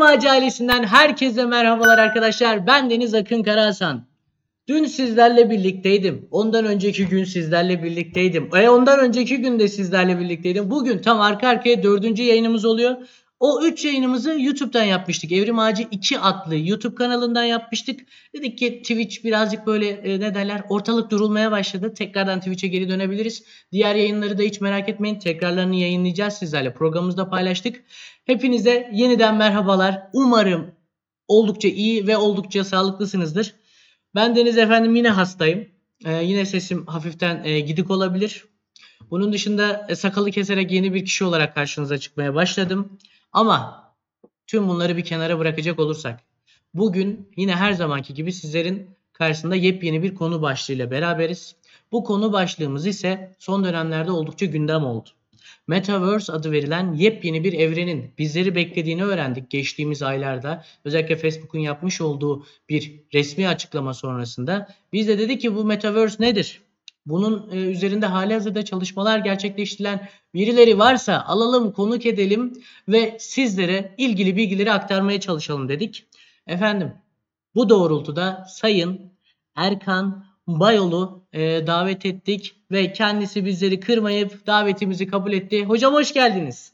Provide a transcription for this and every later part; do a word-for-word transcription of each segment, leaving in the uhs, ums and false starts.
Ağacı ailesinden herkese merhabalar arkadaşlar. Ben Deniz Akın Karahasan. Dün sizlerle birlikteydim. Ondan önceki gün sizlerle birlikteydim. E ondan önceki gün de sizlerle birlikteydim. Bugün tam arka arkaya dördüncü yayınımız oluyor. O üç yayınımızı YouTube'dan yapmıştık. Evrim Ağacı iki adlı YouTube kanalından yapmıştık. Dedik ki Twitch birazcık böyle e, ne derler ortalık durulmaya başladı. Tekrardan Twitch'e geri dönebiliriz. Diğer yayınları da hiç merak etmeyin. Tekrarlarını yayınlayacağız sizlerle. Programımızda paylaştık. Hepinize yeniden merhabalar. Umarım oldukça iyi ve oldukça sağlıklısınızdır. Ben Deniz efendim yine hastayım. Ee, yine sesim hafiften e, gidik olabilir. Bunun dışında e, sakalı keserek yeni bir kişi olarak karşınıza çıkmaya başladım. Ama tüm bunları bir kenara bırakacak olursak, bugün yine her zamanki gibi sizlerin karşısında yepyeni bir konu başlığıyla beraberiz. Bu konu başlığımız ise son dönemlerde oldukça gündem oldu. Metaverse adı verilen yepyeni bir evrenin bizleri beklediğini öğrendik geçtiğimiz aylarda. Özellikle Facebook'un yapmış olduğu bir resmi açıklama sonrasında biz de dedik ki bu Metaverse nedir? Bunun üzerinde halihazırda çalışmalar gerçekleştirilen birileri varsa alalım, konuk edelim ve sizlere ilgili bilgileri aktarmaya çalışalım dedik. Efendim bu doğrultuda Sayın Erkan Bayol'u e, davet ettik ve kendisi bizleri kırmayıp davetimizi kabul etti. Hocam hoş geldiniz.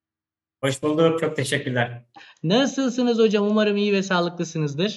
Hoş bulduk. Çok teşekkürler. Nasılsınız hocam? Umarım iyi ve sağlıklısınızdır.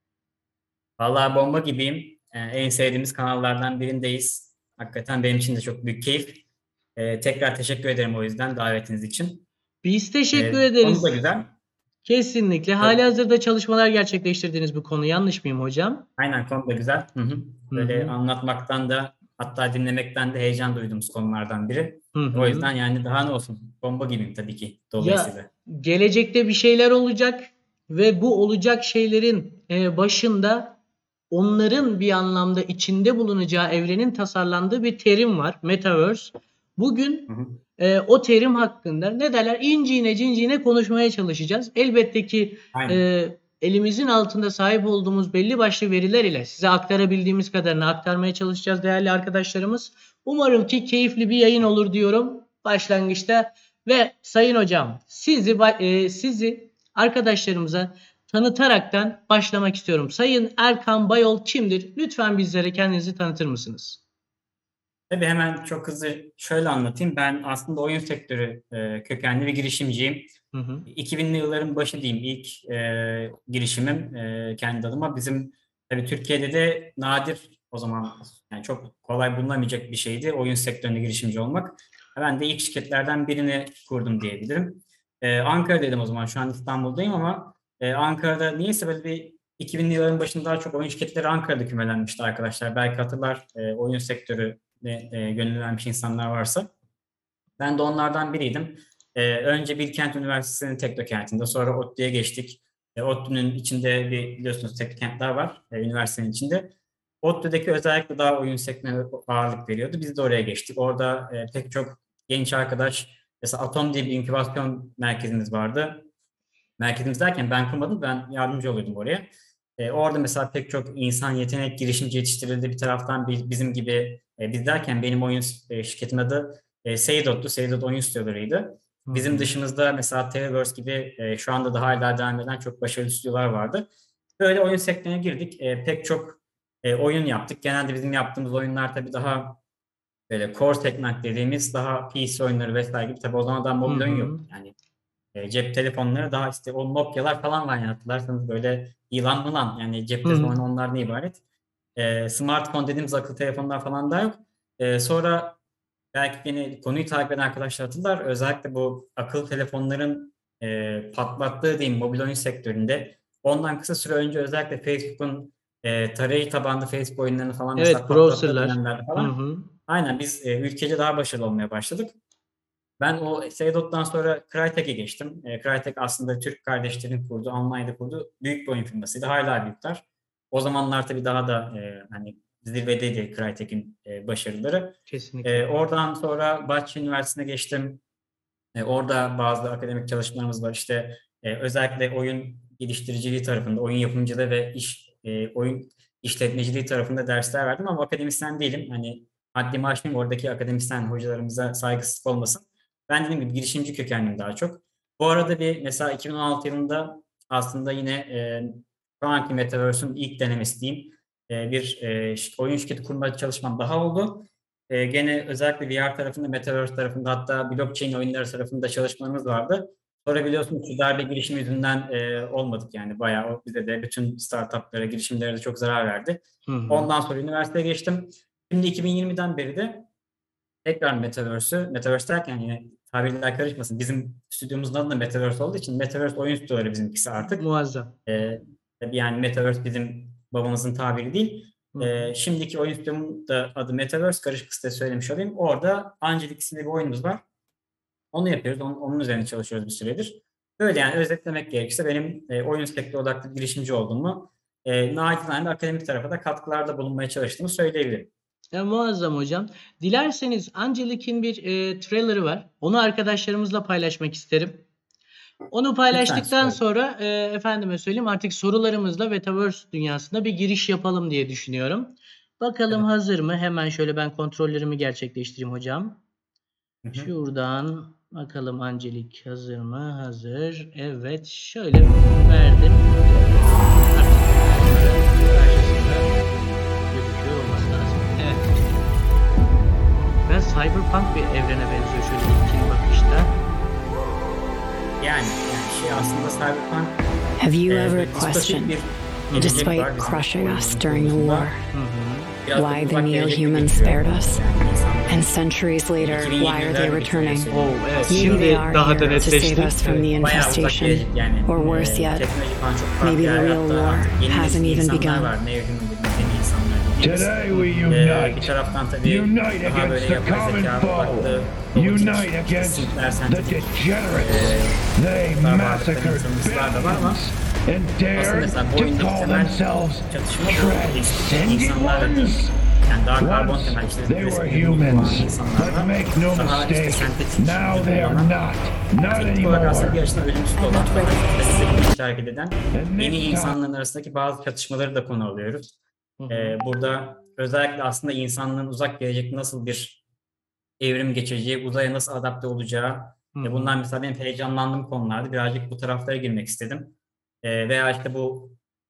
Vallahi bomba gibiyim. Ee, en sevdiğimiz kanallardan birindeyiz. Hakikaten benim için de çok büyük keyif. Ee, tekrar teşekkür ederim o yüzden davetiniz için. Biz teşekkür Ee, konu da ederiz. güzel. Kesinlikle. Tabii. Halihazırda çalışmalar gerçekleştirdiğiniz bu konu. Yanlış mıyım hocam? Aynen konu da güzel. Hı hı. Hı Böyle hı. anlatmaktan da hatta dinlemekten de heyecan duyduğumuz konulardan biri. Hı O hı. yüzden yani daha ne olsun. Bomba gibiyim tabii ki Ya dolayısıyla. gelecekte bir şeyler olacak ve bu olacak şeylerin e, başında onların bir anlamda içinde bulunacağı evrenin tasarlandığı bir terim var. Metaverse. Bugün Hı hı. e, o terim hakkında ne derler inciğine cinciğine konuşmaya çalışacağız. Elbette ki Aynen. e, elimizin altında sahip olduğumuz belli başlı veriler ile size aktarabildiğimiz kadarını aktarmaya çalışacağız değerli arkadaşlarımız. Umarım ki keyifli bir yayın olur diyorum başlangıçta. Ve sayın hocam sizi e, sizi arkadaşlarımıza tanıtaraktan başlamak istiyorum. Sayın Erkan Bayol kimdir? Lütfen bizlere kendinizi tanıtır mısınız? Tabii hemen çok hızlı şöyle anlatayım. Ben aslında oyun sektörü e, kökenli bir girişimciyim. Hı hı. iki binli yılların başı diyeyim ilk e, girişimim e, kendi adıma. Bizim tabii Türkiye'de de nadir o zaman yani çok kolay bulunamayacak bir şeydi oyun sektöründe girişimci olmak. Ben de ilk şirketlerden birini kurdum diyebilirim. E, Ankara'daydım o zaman şu an İstanbul'dayım ama e, Ankara'da niyeyse böyle bir iki binli yılların başında daha çok oyun şirketleri Ankara'da kümelenmişti arkadaşlar. Belki hatırlar e, oyun sektörü e, gönül vermiş insanlar varsa. Ben de onlardan biriydim. E, önce Bilkent Üniversitesi'nin Teknokent'inde, sonra ODTÜ'ye geçtik. E, ODTÜ'nün içinde bir biliyorsunuz Teknokentler var e, üniversitenin içinde. ODTÜ'deki özellikle daha oyun sektörüne ağırlık veriyordu. Biz de oraya geçtik. Orada e, pek çok genç arkadaş, mesela Atom diye bir inkübasyon merkezimiz vardı. Merkezimiz derken ben kurmadım, ben yardımcı oluyordum oraya. E, orada mesela pek çok insan, yetenek, girişimci yetiştirildi. Bir taraftan bir, bizim gibi, e, biz derken benim oyun e, şirketin adı e, Seydot'tu. Seydot Oyun Stüdyoları'ydı. Hı Bizim hı. dışımızda mesela Televerse gibi e, şu anda da hala devam eden çok başarılı stüdyolar vardı. Böyle oyun sektörüne girdik. E, pek çok e, oyun yaptık. Genelde bizim yaptığımız oyunlar tabii daha böyle core segment dediğimiz daha P C oyunları vesaire gibi. Tabii o zaman daha Hı mobil oyun hı. yoktu. Yani e, cep telefonları daha işte o Nokia'lar falan var yani hatırlarsanız böyle yılan mılan yani cep Hı hı. telefonu onlardan ibaret. E, smartphone dediğimiz akıllı telefonlar falan da yok. E, sonra belki yine konuyu takip eden arkadaşlar hatırlar. Özellikle bu akıllı telefonların e, patlattığı diyeyim mobil oyun sektöründe ondan kısa süre önce özellikle Facebook'un e, tarayıcı tabanlı Facebook oyunlarını falan mesela Evet, patlattığı browserlar. dönemlerde Hı falan hı. aynen biz e, ülkece daha başarılı olmaya başladık. Ben o Seydot'tan sonra Crytek'e geçtim. E, Crytek aslında Türk kardeşlerin kurduğu, Almanya'da kurduğu büyük bir oyun firmasıydı. Hala büyükler. O zamanlar tabii daha da e, hani zirvedeydi Crytek'in e, başarıları. E, Kesinlikle. oradan sonra Bahçe Üniversitesi'ne geçtim. E, orada bazı akademik çalışmalarımız var. İşte e, özellikle oyun geliştiriciliği tarafında, oyun yapımcılığı ve iş e, oyun işletmeciliği tarafında dersler verdim ama akademisyen değilim. Hani haddimi aşmayayım oradaki akademisyen hocalarımıza saygısızlık olmasın. Ben dediğim gibi girişimci kökenliyim daha çok. Bu arada bir mesela iki bin on altı yılında aslında yine e, şu anki Metaverse'ün ilk denemesi diyeyim. E, bir e, oyun şirketi kurmaya çalışmam daha oldu. E, gene özellikle V R tarafında, Metaverse tarafında hatta blockchain oyunları tarafında çalışmalarımız vardı. Sonra biliyorsunuz şu darbe girişimi yüzünden e, olmadık yani bayağı o bize de bütün startuplara, girişimlere de çok zarar verdi. Hı hı. Ondan sonra üniversiteye geçtim. Şimdi iki bin yirmiden beri de tekrar Metaverse'ü, Metaverse derken yine tabirler karışmasın. Bizim stüdyomuzun adı da Metaverse olduğu için Metaverse oyun stüdyoları bizimkisi artık. Muazzam. Ee, tabii yani Metaverse bizim babamızın tabiri değil. Hı hı. Ee, şimdiki oyun stüdyomun da adı Metaverse. Karışık size söylemiş olayım. Orada Angelic isimli bir oyunumuz var. Onu yapıyoruz. Onun, onun üzerine çalışıyoruz bir süredir. Böyle yani özetlemek gerekirse benim e, oyun sektörü odaklı girişimci olduğumu, e, naçizane akademik tarafa da katkılarda bulunmaya çalıştığımı söyleyebilirim. Ya, muazzam hocam. Dilerseniz Angelic'in bir e, trailer'ı var. Onu arkadaşlarımızla paylaşmak isterim. Onu Lütfen paylaştıktan söyle. sonra e, efendime söyleyeyim artık sorularımızla Metaverse dünyasında bir giriş yapalım diye düşünüyorum. Bakalım Evet. hazır mı? Hemen şöyle ben kontrollerimi gerçekleştireyim hocam. Hı hı. Şuradan bakalım Angelik hazır mı? Hazır. Evet. Şöyle verdim. Karşısında gözüküyor olması lazım. Evet. Ben cyberpunk bir evrene benziyor şöyle ilkin bakışta. Yani, yani şey aslında Cyberpunk Have you e, ever böyle distopik questioned, bir gelecek despite var bizim crushing us oyunun during the konusunda. war, Hı hı. Biraz da why the uzak gelecekte neo-humans geçiyor. spared us? Yani insanlar And centuries later, why are they returning? Oh, evet. Maybe Şimdi they are daha da here to save netleşti. us from the Evet. bayağı uzak infestation. gelecek yani. Or E, worse yet, teknoloji falan çok farklı. maybe the Yani real hatta war artık yeni hasn't nesil even insanlar begun. var. Neo-human dediğimiz yeni insanlar dediğimiz. Today we Ee, bir unite. taraftan tabii Unite daha böyle against the yapay common zeka, farklı foe. robotik Unite against kesinlikler, the sentetik degenerates. They daha massacred varlıkların insanımızlar da var ama billions and aslında dared mesela bu to oyundaki call temel themselves çatışma bu transcendent insanlarla da. ones. Yani daha karbon Once temel işte they were resmi kullanan humans, but insanlarla make no daha işte mistake, sentetik now they are kullanan, not. Not teknik olarak aslında bir anymore. açıdan ölümsüz olan, destekli hareket eden And yeni this time, insanların arasındaki bazı çatışmaları da konu alıyoruz. Hı hı. Ee, burada özellikle aslında insanlığın uzak gelecekte nasıl bir evrim geçireceği, uzaya nasıl adapte olacağı, Hı e, hı. bunlar mesela benim heyecanlandığım konulardı. Birazcık bu taraflara girmek istedim. E, veya işte bu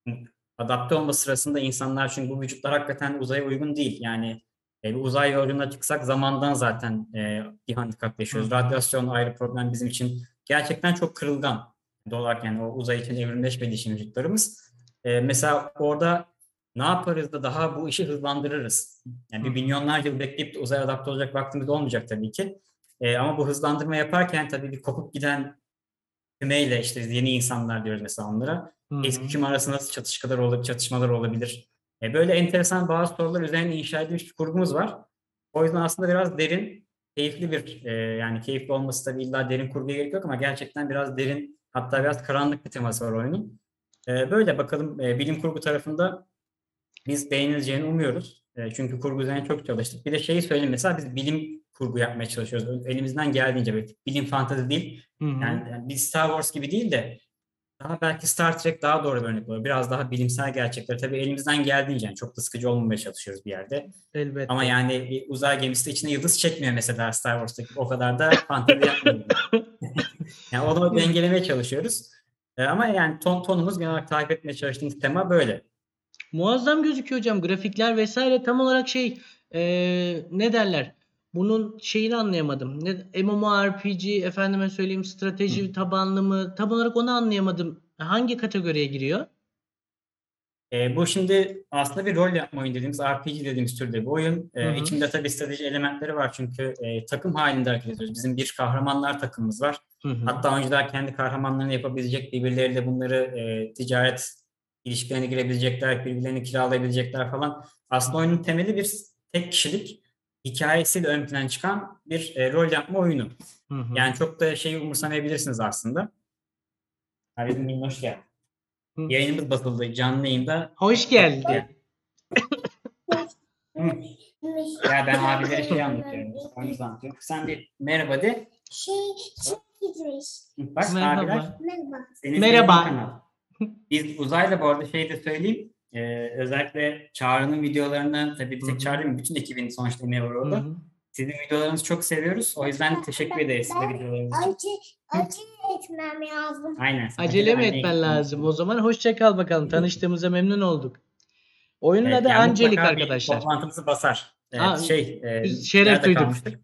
adapte olma sırasında insanlar çünkü bu vücutlar hakikaten uzaya uygun değil. Yani e, bir uzay yolculuğuna çıksak zamandan zaten e, bir handikap yaşıyoruz. Hı hı. Radyasyon ayrı problem bizim için. Gerçekten çok kırılgan. Doğal olarak yani o uzay için evrimleşmediği için vücutlarımız. E, mesela orada ne yaparız da daha bu işi hızlandırırız? Yani bir milyonlarca yıl bekleyip de uzaya adapte olacak vaktimiz olmayacak tabii ki. E, ama bu hızlandırma yaparken tabii bir kopup giden kümeyle işte yeni insanlar diyoruz mesela onlara. Hı Eski hı. küme arasında nasıl çatışmalar olabilir, çatışmalar olabilir. E, böyle enteresan bazı sorular üzerine inşa edilmiş bir kurgumuz var. O yüzden aslında biraz derin, keyifli bir e, yani keyifli olması tabii illa derin kurguya gerek yok ama gerçekten biraz derin hatta biraz karanlık bir teması var oyunun. E, böyle bakalım e, bilim kurgu tarafında biz beğenileceğini umuyoruz. E, çünkü kurgu üzerine çok çalıştık. Bir de şeyi söyleyeyim mesela biz bilim kurgu yapmaya çalışıyoruz. Elimizden geldiğince böyle bilim fantazi değil. Hı hı. Yani, yani bir Star Wars gibi değil de daha belki Star Trek daha doğru bir örnek olur. Biraz daha bilimsel gerçekler. Tabii elimizden geldiğince yani çok da sıkıcı olmamaya çalışıyoruz bir yerde. Ama Elbette. yani bir uzay gemisi de içine yıldız çekmiyor mesela Star Wars'taki. O kadar da fantezi yapmıyoruz. Yani onu dengelemeye çalışıyoruz. E, ama yani ton tonumuz genel olarak takip etmeye çalıştığımız tema böyle. Muazzam gözüküyor hocam. Grafikler vesaire tam olarak şey eee, ne derler? Bunun şeyini anlayamadım. Ne, MMORPG efendime söyleyeyim strateji tabanlı mı? Tam olarak onu anlayamadım. Hangi kategoriye giriyor? E, bu şimdi aslında bir rol yapma oyunu dediğimiz R P G dediğimiz türde bir oyun. Hı E, hı. içinde tabii strateji elementleri var çünkü e, takım halinde hareket ediyoruz. Bizim bir kahramanlar takımımız var. Hı hı. Hatta oyuncular kendi kahramanlarını yapabilecek, birbirleriyle bunları e, ticaret ilişkilerine girebilecekler, birbirlerini kiralayabilecekler falan. Aslında oyunun temeli bir tek kişilik hikayesiyle ön plana çıkan bir e, rol yapma oyunu. Hı hı. Yani çok da şeyi umursamayabilirsiniz aslında. Abi minnoş gel. Hı. Yayınımız basıldı canlı yayında. Hoş geldi. Hı. Ya ben abilere şey anlatıyorum. Oyunu anlatıyorum. Sen bir merhaba de. Şey, şey gitmiş. Bak Merhaba. abiler. Merhaba. Senin Merhaba. sevdiğin kanal. Biz uzayla bu arada şey de söyleyeyim. Ee, özellikle Çağrı'nın videolarını tabii bir Hı hı. tek Çağrı değil mi? Bütün ekibin sonuçta emeği var Hı orada. hı. Sizin videolarınızı çok seviyoruz. O yüzden teşekkür ederiz size videolarınız için. Acı, acı etmem lazım. Aynen. Acele mi Acele etmen lazım? O zaman hoşça kal bakalım. Tanıştığımıza memnun olduk. Oyunun Evet, adı yani Angelic mutlaka bir arkadaşlar. toplantımızı basar. Evet, Aa, şey, e, biz şeref nerede duyduk. kalmıştık?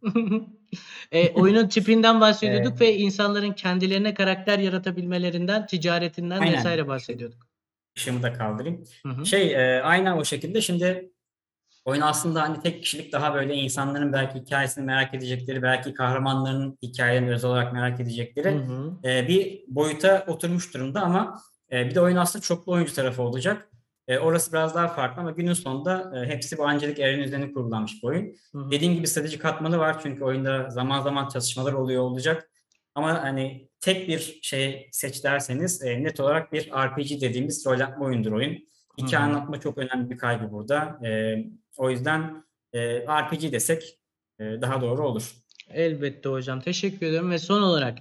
E, oyunun tipinden bahsediyorduk Evet. ve insanların kendilerine karakter yaratabilmelerinden, ticaretinden Aynen. vesaire bahsediyorduk. Işığımı da kaldırayım. Hı hı. Şey, e, aynen o şekilde. Şimdi oyun aslında hani tek kişilik daha böyle insanların belki hikayesini merak edecekleri, belki kahramanların hikayelerini özel olarak merak edecekleri Hı hı. e, bir boyuta oturmuş durumda ama e, bir de oyun aslında çoklu oyuncu tarafı olacak. E, orası biraz daha farklı ama günün sonunda e, hepsi bu Angelic evrenin üzerine kurgulanmış bir oyun. Hı hı. Dediğim gibi strateji katmanı var çünkü oyunda zaman zaman çatışmalar oluyor olacak. Ama hani tek bir şey seç derseniz e, net olarak bir R P G dediğimiz rol yapma oyundur oyun. Hı Hikaye hı. anlatma çok önemli bir kaygı burada. E, o yüzden e, R P G desek e, daha doğru olur. Elbette hocam. Teşekkür ederim ve son olarak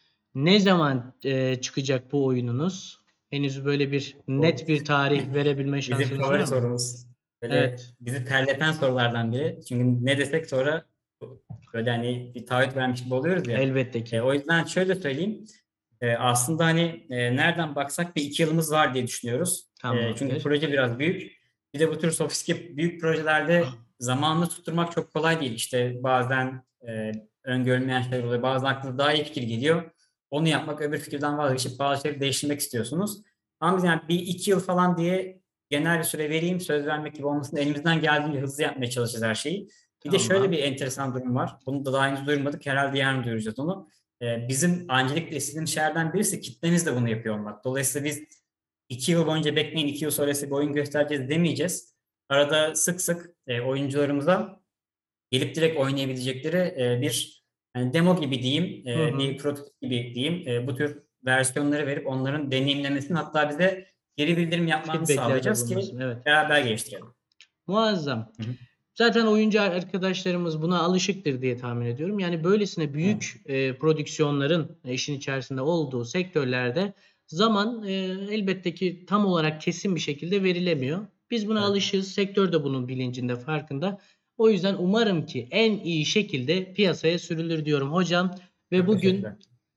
ne zaman e, çıkacak bu oyununuz? Henüz böyle bir net bir tarih verebilme Bizim şansınız var favori mı? sorumuz. Böyle Evet. bizi terleten sorulardan biri. Çünkü ne desek sonra böyle hani bir taahhüt vermiş gibi oluyoruz ya. Elbette E, ki. o yüzden şöyle söyleyeyim. E, aslında hani e, nereden baksak bir iki yılımız var diye düşünüyoruz. E, çünkü Tamamdır. proje biraz büyük. Bir de bu tür sofistike büyük projelerde zamanını tutturmak çok kolay değil. İşte bazen e, öngörülmeyen şeyler oluyor. Bazen aklınıza daha iyi fikir geliyor. Onu yapmak, öbür fikirden vazgeçip bazı şeyleri değiştirmek istiyorsunuz. Ama biz yani bir iki yıl falan diye genel bir süre vereyim, söz vermek gibi olmasın. Elimizden geldiğince hızlı yapmaya çalışacağız her şeyi. Bir de şöyle Tamam. bir enteresan durum var. Bunu da daha henüz duyurmadık. Herhalde yarın duyuracağız onu. Ee, bizim Angelik'le istediğim şeylerden birisi kitlemiz de bunu yapıyor olmak. Dolayısıyla biz iki yıl boyunca bekleyin, iki yıl sonrası bir oyun göstereceğiz demeyeceğiz. Arada sık sık e, oyuncularımıza gelip direkt oynayabilecekleri e, bir yani demo gibi diyeyim, Hı e, hı. bir prototip gibi diyeyim. E, bu tür versiyonları verip onların deneyimlemesini hatta bize geri bildirim yapmalarını Feedbacklerde sağlayacağız ki bulunmasın. Evet. beraber geliştirelim. Muazzam. Hı hı. Zaten oyuncu arkadaşlarımız buna alışıktır diye tahmin ediyorum. Yani böylesine büyük e, prodüksiyonların işin içerisinde olduğu sektörlerde zaman e, elbette ki tam olarak kesin bir şekilde verilemiyor. Biz buna Evet. alışığız. Sektör de bunun bilincinde, farkında. O yüzden umarım ki en iyi şekilde piyasaya sürülür diyorum hocam. Ve Çok bugün teşekkürler.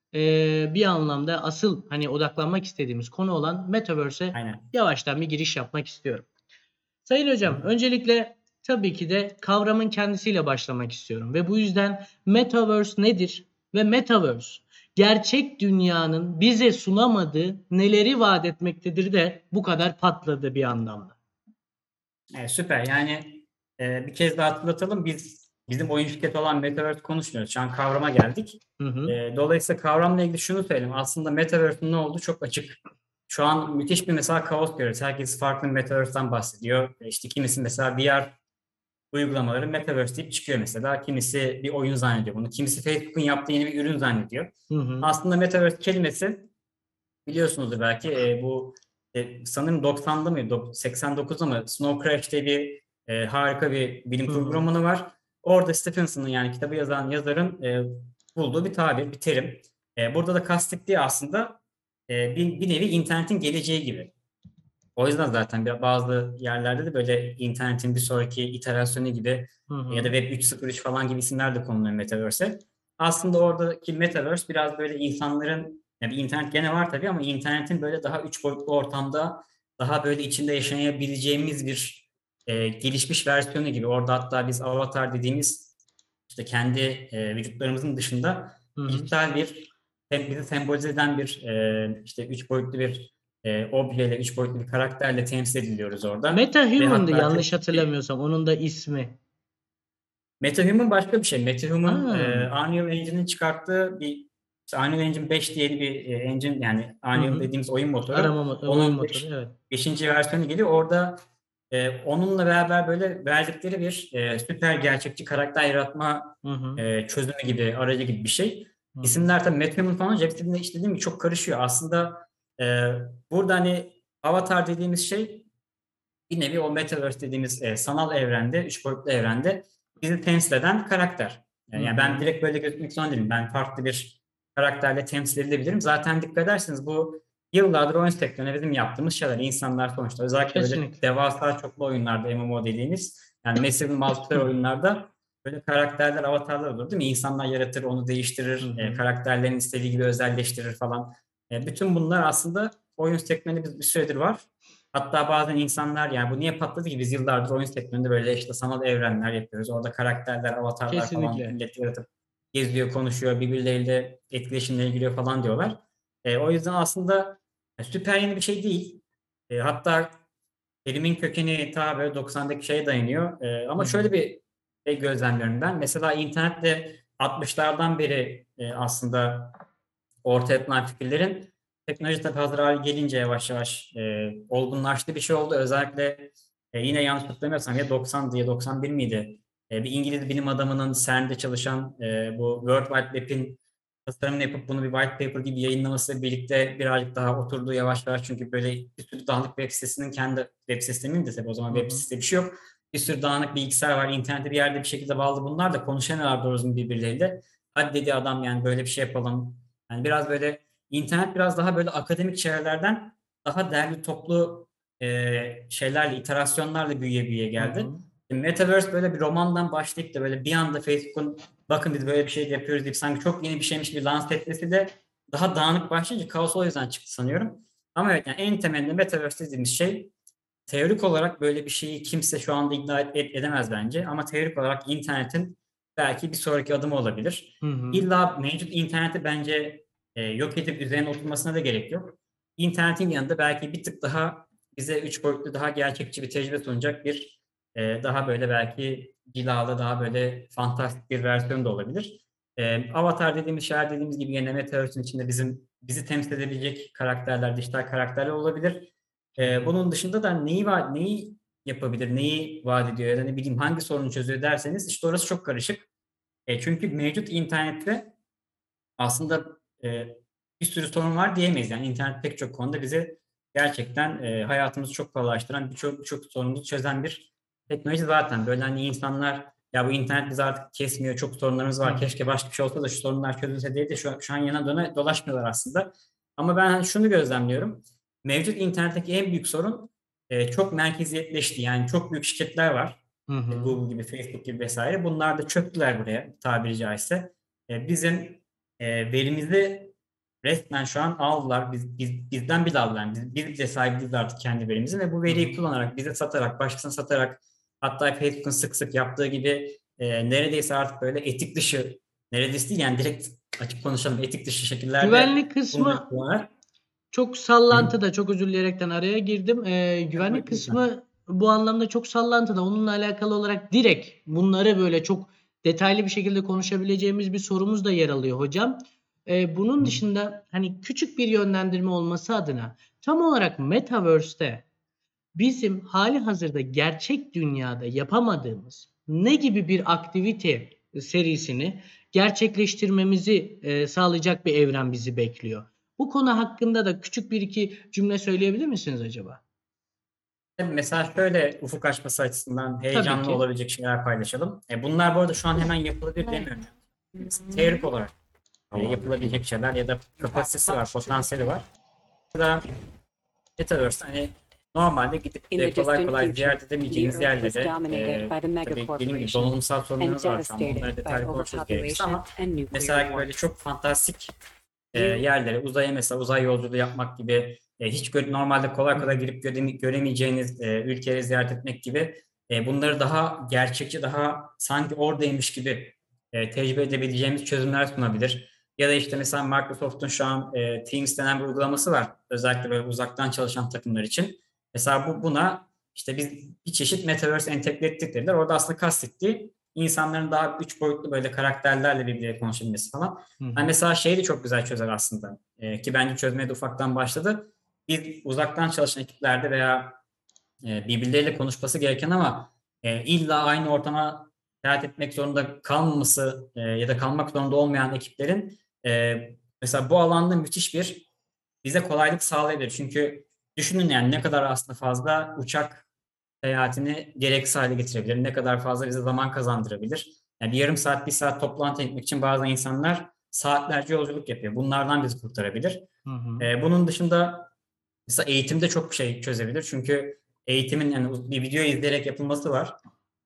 e, bir anlamda asıl hani odaklanmak istediğimiz konu olan Metaverse'e Aynen. yavaştan bir giriş yapmak istiyorum. Sayın hocam, Hı. öncelikle tabii ki de kavramın kendisiyle başlamak istiyorum ve bu yüzden Metaverse nedir ve Metaverse gerçek dünyanın bize sunamadığı neleri vaat etmektedir de bu kadar patladı bir anlamda. Evet, süper. Yani e, bir kez daha hatırlatalım. Biz bizim oyun şirketi olan Metaverse konuşmuyoruz. Şu an kavrama geldik. Hı hı. E, dolayısıyla kavramla ilgili şunu söyleyeyim. Aslında Metaverse'ün ne olduğu çok açık. Şu an müthiş bir mesela kaos görüyoruz. Herkes farklı bir Metaverse'den bahsediyor. E, İşte kimisi mesela V R uygulamaları Metaverse deyip çıkıyor mesela. Kimisi bir oyun zannediyor bunu. Kimisi Facebook'un yaptığı yeni bir ürün zannediyor. Hı hı. Aslında Metaverse kelimesi biliyorsunuzdur belki e, bu e, sanırım doksanda mı dok- seksen dokuzda mı Snow Crash diye bir e, harika bir bilim Hı kurgu hı. romanı var. Orada Stephenson'ın yani kitabı yazan yazarın e, bulduğu bir tabir, bir terim. E, burada da kastettiği aslında e, bir, bir nevi internetin geleceği gibi. O yüzden zaten bir- bazı yerlerde de böyle internetin bir sonraki iterasyonu gibi Hı hı. ya da Web üç nokta sıfır üç falan gibi isimler de konuluyor Metaverse'e. Aslında oradaki Metaverse biraz böyle insanların, yani bir internet gene var tabii ama internetin böyle daha üç boyutlu ortamda daha böyle içinde yaşayabileceğimiz bir e, gelişmiş versiyonu gibi. Orada hatta biz avatar dediğimiz işte kendi e, vücutlarımızın dışında Hı hı. dijital bir hem bizi sembolize eden bir e, işte üç boyutlu bir e, objeyle, üç boyutlu bir karakterle temsil ediliyoruz orada. Ve MetaHuman'dı hatta çok yanlış hatırlamıyorsam onun da ismi. MetaHuman başka bir şey. MetaHuman Ha. e, Unreal Engine'in çıkarttığı bir işte Unreal Engine beş diye bir e, engine yani Hı Unreal hı. dediğimiz oyun motoru. Arama mo- oyun Onun motoru, evet. beşinci versiyonu geliyor. Orada e, onunla beraber böyle verdikleri bir e, süper gerçekçi karakter yaratma Hı hı. e, çözümü gibi, aracı gibi bir şey. Hı hı. İsimler tabii MetaHuman falan olunca hepsi işte dediğim gibi çok karışıyor. Aslında e, burada hani avatar dediğimiz şey bir nevi o Metaverse dediğimiz e, sanal evrende, üç boyutlu evrende bizi temsil eden karakter. Hı Yani hı. ben direkt böyle gözükmek zorunda değilim. Ben farklı bir karakterle temsil edilebilirim. Zaten dikkat ederseniz bu yıllardır oyun sektörüne bizim yaptığımız şeyler. İnsanlar sonuçta özellikle böyle Kesinlikle. devasa çoklu oyunlarda M M O dediğimiz yani Massive Multiplayer oyunlarda böyle karakterler, avatarlar olur değil mi? İnsanlar yaratır, onu değiştirir, Hı hı. e, karakterlerin istediği gibi özelleştirir falan. E, bütün bunlar aslında oyun sektöründe bir, bir süredir var. Hatta bazen insanlar yani bu niye patladı ki biz yıllardır oyun sektöründe böyle işte sanal evrenler yapıyoruz. Orada karakterler, avatarlar falan Kesinlikle. millet yaratıp geziyor, konuşuyor, birbirleriyle etkileşimlere giriyor falan diyorlar. E, o yüzden aslında e, süper yeni bir şey değil. E, hatta kelimenin kökeni ta böyle doksandaki şeye dayanıyor. E, Hı ama hı. şöyle bir şey gözlemliyorum ben. Mesela internetle altmışlardan beri e, aslında ortaya atılan fikirlerin teknoloji tabii hazır hale gelince yavaş yavaş e, olgunlaştığı bir şey oldu. Özellikle e, yine yanlış hatırlamıyorsam ya doksan diye doksan bir miydi? E, bir İngiliz bilim adamının CERN'de çalışan e, bu World Wide Web'in tasarımını yapıp bunu bir white paper gibi yayınlamasıyla birlikte birazcık daha oturdu yavaş yavaş. Çünkü böyle bir sürü dağınık web sitesinin kendi web sisteminin de tabii o zaman Hı web hı. sitesi bir şey yok. Bir sürü dağınık bilgisayar var. İnternette bir yerde bir şekilde bağlı bunlar da konuşamıyorlar doğru düzgün birbirleriyle. Hadi dedi adam yani böyle bir şey yapalım. Yani biraz böyle internet biraz daha böyle akademik çevrelerden daha derli toplu e, şeylerle, iterasyonlarla büyüye büyüye Hı geldi. hı. Şimdi Metaverse böyle bir romandan başlayıp da böyle bir anda Facebook'un bakın biz böyle bir şey yapıyoruz deyip sanki çok yeni bir şeymiş gibi lanse etmesi de daha dağınık başlayınca kaos o yüzden çıktı sanıyorum. Ama evet yani en temelinde Metaverse dediğimiz şey teorik olarak böyle bir şeyi kimse şu anda ikna et, et- edemez bence. Ama teorik olarak internetin belki bir sonraki adımı olabilir. Hı hı. İlla mevcut interneti bence e, yok edip üzerine oturmasına da gerek yok. İnternetin yanında belki bir tık daha bize üç boyutlu daha gerçekçi bir tecrübe sunacak bir e, daha böyle belki cilalı daha böyle fantastik bir versiyon da olabilir. E, Avatar dediğimiz şeyler dediğimiz gibi yine Metaverse'ün içinde bizim bizi temsil edebilecek karakterler, dijital karakterler olabilir. Hı Ee, hı. bunun dışında da neyi var, neyi yapabilir, neyi vaat ediyor ya da ne bileyim hangi sorunu çözüyor derseniz işte orası çok karışık. E, çünkü mevcut internette aslında e, bir sürü sorun var diyemeyiz. Yani internet pek çok konuda bize gerçekten e, hayatımızı çok kolaylaştıran, birçok birçok sorunumuzu çözen bir teknoloji zaten. Böyle hani insanlar ya bu internet bizi artık kesmiyor, çok sorunlarımız Hı var, hı. keşke başka bir şey olsa da şu sorunlar çözülse diye de şu, şu an yana döne dolaşmıyorlar aslında. Ama ben hani şunu gözlemliyorum. Mevcut internetteki en büyük sorun e, çok merkeziyetleşti. Yani çok büyük şirketler var. Hı E, hı. Google gibi, Facebook gibi vesaire. Bunlar da çöktüler buraya tabiri caizse. E, bizim e, verimizi resmen şu an aldılar. Biz, biz, bizden bir aldılar. Yani biz, biz de sahibiz artık kendi verimizin ve bu Hı veriyi hı. kullanarak, bize satarak, başkasına satarak hatta Facebook'un sık sık yaptığı gibi e, neredeyse artık böyle etik dışı, neredeyse değil yani direkt açık konuşalım etik dışı şekillerde Güvenlik bunları kısmı kullanarak. çok Hı hı. sallantıda. Çok özür dileyerekten araya girdim. Ee, güvenlik Evet, lütfen. kısmı bu anlamda çok sallantıda. Onunla alakalı olarak direkt bunları böyle çok detaylı bir şekilde konuşabileceğimiz bir sorumuz da yer alıyor hocam. Ee, bunun Hı. dışında hani küçük bir yönlendirme olması adına tam olarak Metaverse'te bizim hali hazırda gerçek dünyada yapamadığımız ne gibi bir aktivite serisini gerçekleştirmemizi e, sağlayacak bir evren bizi bekliyor. Bu konu hakkında da küçük bir iki cümle söyleyebilir misiniz acaba? Tabii mesela şöyle ufuk açması açısından Tabii heyecanlı ki. olabilecek şeyler paylaşalım. E, bunlar bu arada şu an hemen yapılabilir demiyorum. Mesela teorik olarak e, yapılabilecek şeyler ya da kapasitesi var, potansiyeli var. Burada Metaverse hani normalde gidip In de the kolay distant kolay future, ziyaret the edemeyeceğiniz Earth was yerlere dominated e, by the tabii dediğim gibi megacorporation donanımsal and sorunlarınız var şu an. Onları devastated by detaylı konuşuruz gerekirse overpopulation ama and nuclear mesela war. böyle çok fantastik e, You yerlere, uzaya mesela uzay yolculuğu yapmak gibi e, hiç gö- normalde kolay kolay girip göre- göremeyeceğiniz e, ülkeleri ziyaret etmek gibi e, bunları daha gerçekçi, daha sanki oradaymış gibi e, tecrübe edebileceğimiz çözümler sunabilir. Ya da işte mesela Microsoft'un şu an e, Teams denen bir uygulaması var. Özellikle böyle uzaktan çalışan takımlar için. Mesela bu buna işte biz bir çeşit Metaverse entegre ettik dediler. Orada aslında kastettiği insanların daha üç boyutlu böyle karakterlerle birbirleriyle konuşabilmesi falan. Hı Hani hı. mesela şeyi de çok güzel çözer aslında. Ee, ki bence çözmeye de ufaktan başladı. Bir uzaktan çalışan ekiplerde veya e, birbirleriyle konuşması gereken ama e, illa aynı ortama seyahat etmek zorunda kalmaması e, ya da kalmak zorunda olmayan ekiplerin e, mesela bu alanda müthiş bir bize kolaylık sağlayabilir. Çünkü düşünün yani ne kadar aslında fazla uçak seyahatini gereksiz hale getirebilir. Ne kadar fazla bize zaman kazandırabilir. Yani bir yarım saat, bir saat toplantı etmek için bazı insanlar saatlerce yolculuk yapıyor. Bunlardan bizi kurtarabilir. Hı hı. Ee, bunun dışında mesela eğitimde çok şey çözebilir. Çünkü eğitimin yani bir video izleyerek yapılması var.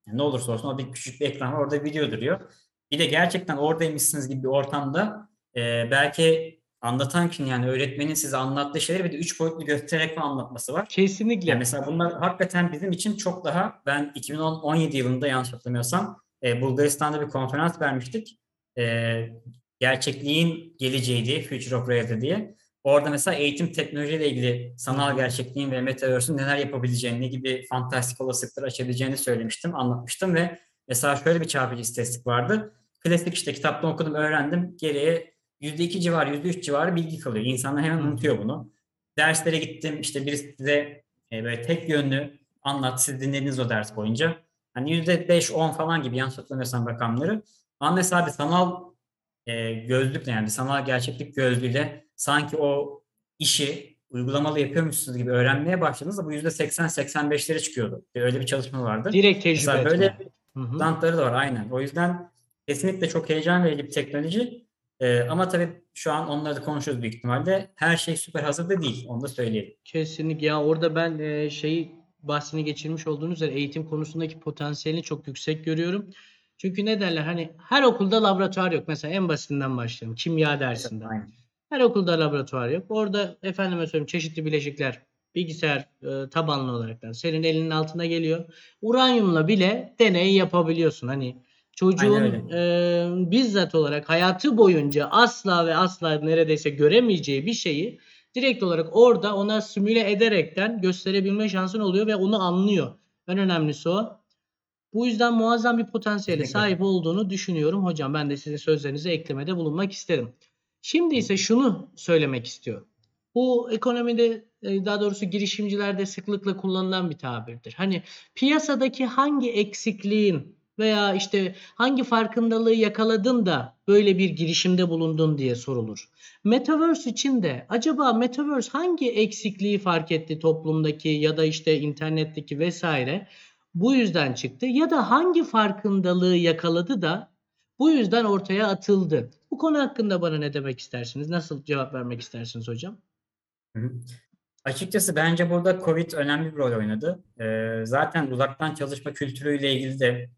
Yani ne olursa olsun o bir küçük bir ekran var, orada video duruyor. Bir de gerçekten oradaymışsınız gibi bir ortamda e, belki anlatan kişinin, yani öğretmenin size anlattığı şeyleri bir de üç boyutlu göstererek falan anlatması var. Yani Kesinlikle. mesela bunlar hakikaten bizim için çok daha, ben iki bin on yedi yılında yanlış hatırlamıyorsam e, Bulgaristan'da bir konferans vermiştik. E, gerçekliğin geleceği, Future of Reality diye. Orada mesela eğitim teknolojiyle ilgili sanal gerçekliğin ve metaverse'ün neler yapabileceğini, ne gibi fantastik olasılıklar açabileceğini söylemiştim, anlatmıştım ve mesela şöyle bir çarpıcı istatistik vardı. Klasik işte kitaptan okudum, öğrendim. Geriye yüzde iki civarı, yüzde üç civarı bilgi kalıyor. İnsanlar hemen unutuyor bunu. Derslere gittim, işte birisi size e, böyle tek yönlü anlat, siz dinlediniz o ders boyunca. Hani yüzde beş on falan gibi, yanlış hatırlamıyorsam rakamları. Ama mesela bir sanal e, gözlükle, yani bir sanal gerçeklik gözlüğüyle sanki o işi uygulamalı yapıyormuşsunuz gibi öğrenmeye başladığınızda bu yüzde seksen seksen beşlere çıkıyordu. Öyle bir çalışma vardı. Direkt tecrübe Mesela böyle etme. Hı hı. rantları da var aynen. O yüzden kesinlikle çok heyecan verici bir teknoloji. Ee, ama tabii şu an onları da konuşuruz büyük ihtimalle. Her şey süper hazır da değil. Onu da söyleyelim. Kesinlikle ya, orada ben e, şeyi bahsini geçirmiş olduğunuz üzere eğitim konusundaki potansiyelini çok yüksek görüyorum. Çünkü ne derler, hani her okulda laboratuvar yok. Mesela en basitinden başlayalım. Kimya dersinde. Aynen. Her okulda laboratuvar yok. Orada efendime söyleyeyim çeşitli bileşikler bilgisayar e, tabanlı olaraktan senin elinin altına geliyor. Uranyumla bile deney yapabiliyorsun. Hani çocuğun Aynen e, bizzat olarak hayatı boyunca asla ve asla neredeyse göremeyeceği bir şeyi direkt olarak orada ona simüle ederekten gösterebilme şansın oluyor ve onu anlıyor. En önemlisi o. Bu yüzden muazzam bir potansiyele Kesinlikle. sahip olduğunu düşünüyorum hocam. Ben de sizin sözlerinize eklemede bulunmak isterim. Şimdi ise şunu söylemek istiyorum. Bu ekonomide, e, daha doğrusu girişimcilerde sıklıkla kullanılan bir tabirdir. Hani piyasadaki hangi eksikliğin veya işte hangi farkındalığı yakaladın da böyle bir girişimde bulundun diye sorulur. Metaverse için de acaba Metaverse hangi eksikliği fark etti toplumdaki ya da işte internetteki vesaire? Bu yüzden çıktı ya da hangi farkındalığı yakaladı da bu yüzden ortaya atıldı. Bu konu hakkında bana ne demek istersiniz? Nasıl cevap vermek istersiniz hocam? Hı hı. Açıkçası bence burada Covid önemli bir rol oynadı. Ee, zaten uzaktan çalışma kültürüyle ilgili de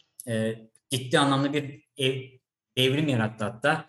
e, ciddi anlamda bir ev, devrim yarattı hatta.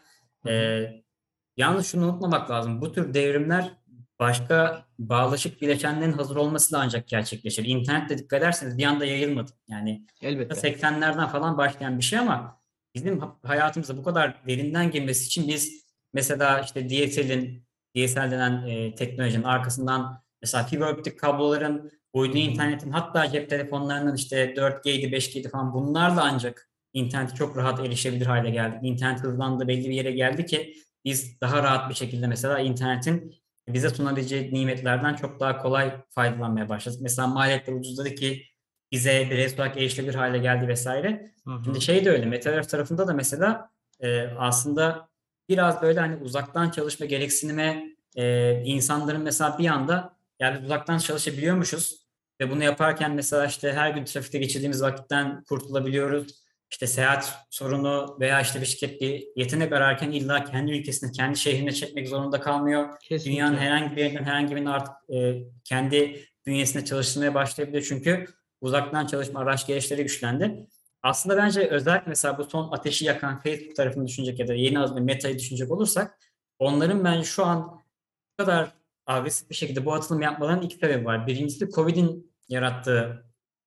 Ee, Yalnız şunu unutmamak lazım. Bu tür devrimler başka bağlaşık bileşenlerin hazır olmasıyla ancak gerçekleşir. İnternet de dikkat ederseniz bir anda yayılmadı. Yani Elbette. seksenlerden falan başlayan bir şey ama bizim hayatımıza bu kadar derinden girmesi için biz mesela işte D S L'in, D S L denen e, teknolojinin arkasından mesela fiber optik kabloların, uydu internetin, hatta cep telefonlarının işte dört G'ydi, beş G'ydi falan, bunlarla ancak internete çok rahat erişebilir hale geldik. İnternet hızlandı, belli bir yere geldi ki biz daha rahat bir şekilde mesela internetin bize sunabileceği nimetlerden çok daha kolay faydalanmaya başladık. Mesela maliyetler ucuzladı ki bize bireysel olarak erişilebilir hale geldi vesaire. Hı hı. Şimdi şey de öyle, Metaverse tarafında da mesela e, aslında biraz böyle hani uzaktan çalışma gereksinime e, insanların mesela bir anda, yani biz uzaktan çalışabiliyormuşuz ve bunu yaparken mesela işte her gün trafikte geçirdiğimiz vakitten kurtulabiliyoruz. İşte seyahat sorunu veya işte bir şirket bir yetenek ararken illa kendi ülkesine, kendi şehrine çekmek zorunda kalmıyor. Kesinlikle. Dünyanın herhangi bir yerinden herhangi birinin artık e, kendi bünyesinde çalıştırmaya başlayabiliyor. Çünkü uzaktan çalışma araç gereçleri güçlendi. Aslında bence özellikle mesela bu son ateşi yakan Facebook tarafını düşünecek ya da yeni adını Meta'yı düşünecek olursak, onların bence şu an bu kadar agresif bir şekilde bu atılım yapmalarının iki sebebi var. Birincisi Covid'in yarattığı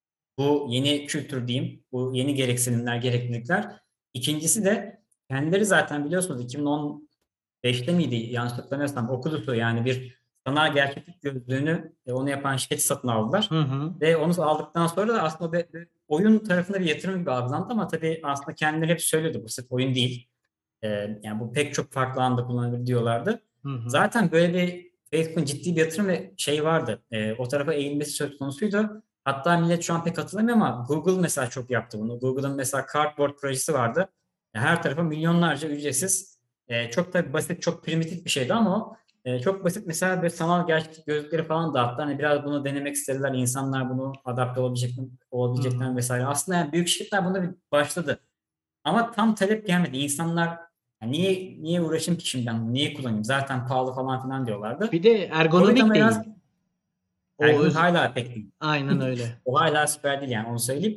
bu yeni kültür diyeyim, bu yeni gereksinimler, gereklilikler. İkincisi de kendileri zaten biliyorsunuz iki bin on beşte miydi yanlış hatırlamıyorsam, Oculus'u, yani bir sanal gerçeklik gözlüğünü e, onu yapan şirketi satın aldılar. Hı hı. Ve onu aldıktan sonra da aslında bir, bir oyun tarafında bir yatırım gibi algılandı ama tabii aslında kendileri hep söylüyordu, bu sırf oyun değil. Ee, yani bu pek çok farklı alanda kullanılabilir diyorlardı. Hı hı. Zaten böyle bir Facebook'un ciddi bir yatırım ve şey vardı. E, o tarafa eğilmesi söz konusuydu. Hatta millet şu an pek hatırlamıyor ama Google mesela çok yaptı bunu. Google'ın mesela Cardboard projesi vardı. Her tarafa milyonlarca ücretsiz, e, çok da basit, çok primitif bir şeydi ama o e, çok basit mesela bir sanal gerçeklik gözlükleri falan dağıttı. Hani biraz bunu denemek istediler. İnsanlar bunu adapte olabilecek mi, olabilecekler mi vesaire. Aslında yani büyük şirketler bunda bir başladı. Ama tam talep gelmedi. İnsanlar "Ya niye niye uğraşayım ki şimdi ben? Niye kullanayım? Zaten pahalı falan filan" diyorlardı. Bir de Covid ergonomik ama değil. biraz O ergonomik öz... hala pek değil. Aynen öyle. O hala süper değil yani, onu söyleyeyim.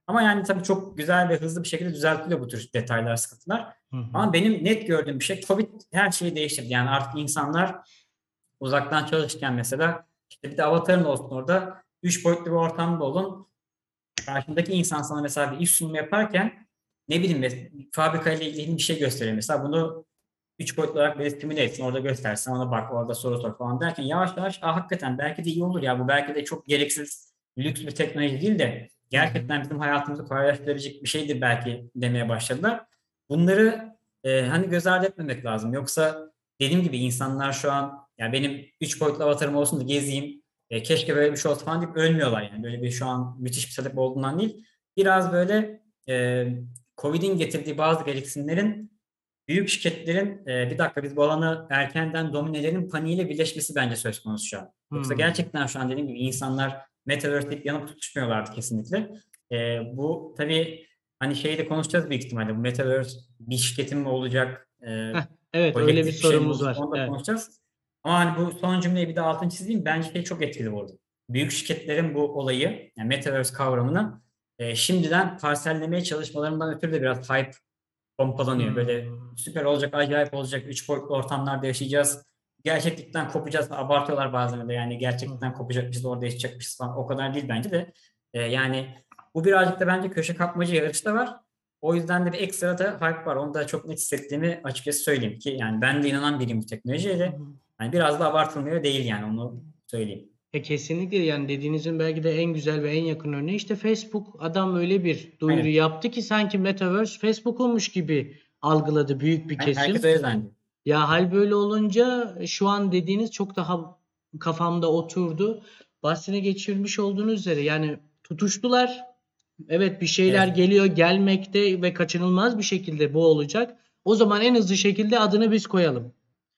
Ama yani tabii çok güzel ve hızlı bir şekilde düzeltiliyor bu tür detaylar, sıkıntılar. Hı hı. Ama benim net gördüğüm bir şey, Covid her şeyi değiştirdi. Yani artık insanlar uzaktan çalışırken mesela işte bir de avatarın olsun orada. Üç boyutlu bir ortamda olun. Karşındaki insan sana mesela bir iş sunumu yaparken ne bileyim mes- fabrikayla ilgili bir şey gösteriyor. Mesela bunu üç boyutlu olarak böyle simüle etsin, orada göstersin, ona bak, orada soru sor falan derken yavaş yavaş Aa, hakikaten belki de iyi olur ya, bu belki de çok gereksiz lüks bir teknoloji değil de gerçekten bizim hayatımızı kolaylaştırabilecek bir şeydir belki demeye başladılar. Bunları e, hani göz ardı etmemek lazım. Yoksa dediğim gibi insanlar şu an ya benim üç boyutlu avatarım olsun da gezeyim, e, keşke böyle bir şey olsa falan deyip ölmüyorlar yani. Böyle bir şu an müthiş bir sebep olduğundan değil. Biraz böyle e, Covid'in getirdiği bazı gereksinimlerin büyük şirketlerin e, bir dakika biz bu alanı erkenden dominelerin paniğiyle birleşmesi bence söz konusu şu an. Yoksa Hmm. gerçekten şu an dediğim gibi insanlar Metaverse deyip yanıp tutuşmuyorlardı kesinlikle. E, bu tabii hani şeyi de konuşacağız büyük ihtimalle. Bu Metaverse bir şirketin mi olacak? E, Heh, evet, öyle bir kolektif bir şey mi sorumuz olacak? var. Onu da Evet. konuşacağız. Ama hani bu son cümleyi bir de altını çizeyim. Bence şey çok etkili bu arada. Büyük şirketlerin bu olayı, yani Metaverse kavramını e, şimdiden parsellemeye çalışmalarından ötürü de biraz hype pompalanıyor. Böyle Hmm. süper olacak, acayip olacak, üç boyutlu ortamlarda yaşayacağız. Gerçeklikten kopacağız. Abartıyorlar bazen de, yani Hı gerçekten hı. kopacakmışız, orada yaşayacakmışız falan. O kadar değil bence de. Ee, yani bu birazcık da bence köşe kapmaca yarışta var. O yüzden de bir ekstra da hype var. Onu da çok net hissettiğimi açıkçası söyleyeyim ki yani ben de inanan biriyim bu teknolojiye Hı de. hı. Yani biraz da abartılmıyor değil, yani onu söyleyeyim. E kesinlikle, yani dediğinizin belki de en güzel ve en yakın örneği işte Facebook. Adam öyle bir duyuru Aynen. yaptı ki sanki Metaverse Facebook'unmuş gibi algıladı büyük bir Aynen. Herkes kesim. öyle zannediyor. Ya hal böyle olunca şu an dediğiniz çok daha kafamda oturdu. Bahsine geçirmiş olduğunuz üzere yani tutuştular. Evet, bir şeyler Evet. geliyor, gelmekte ve kaçınılmaz bir şekilde bu olacak. O zaman en hızlı şekilde adını biz koyalım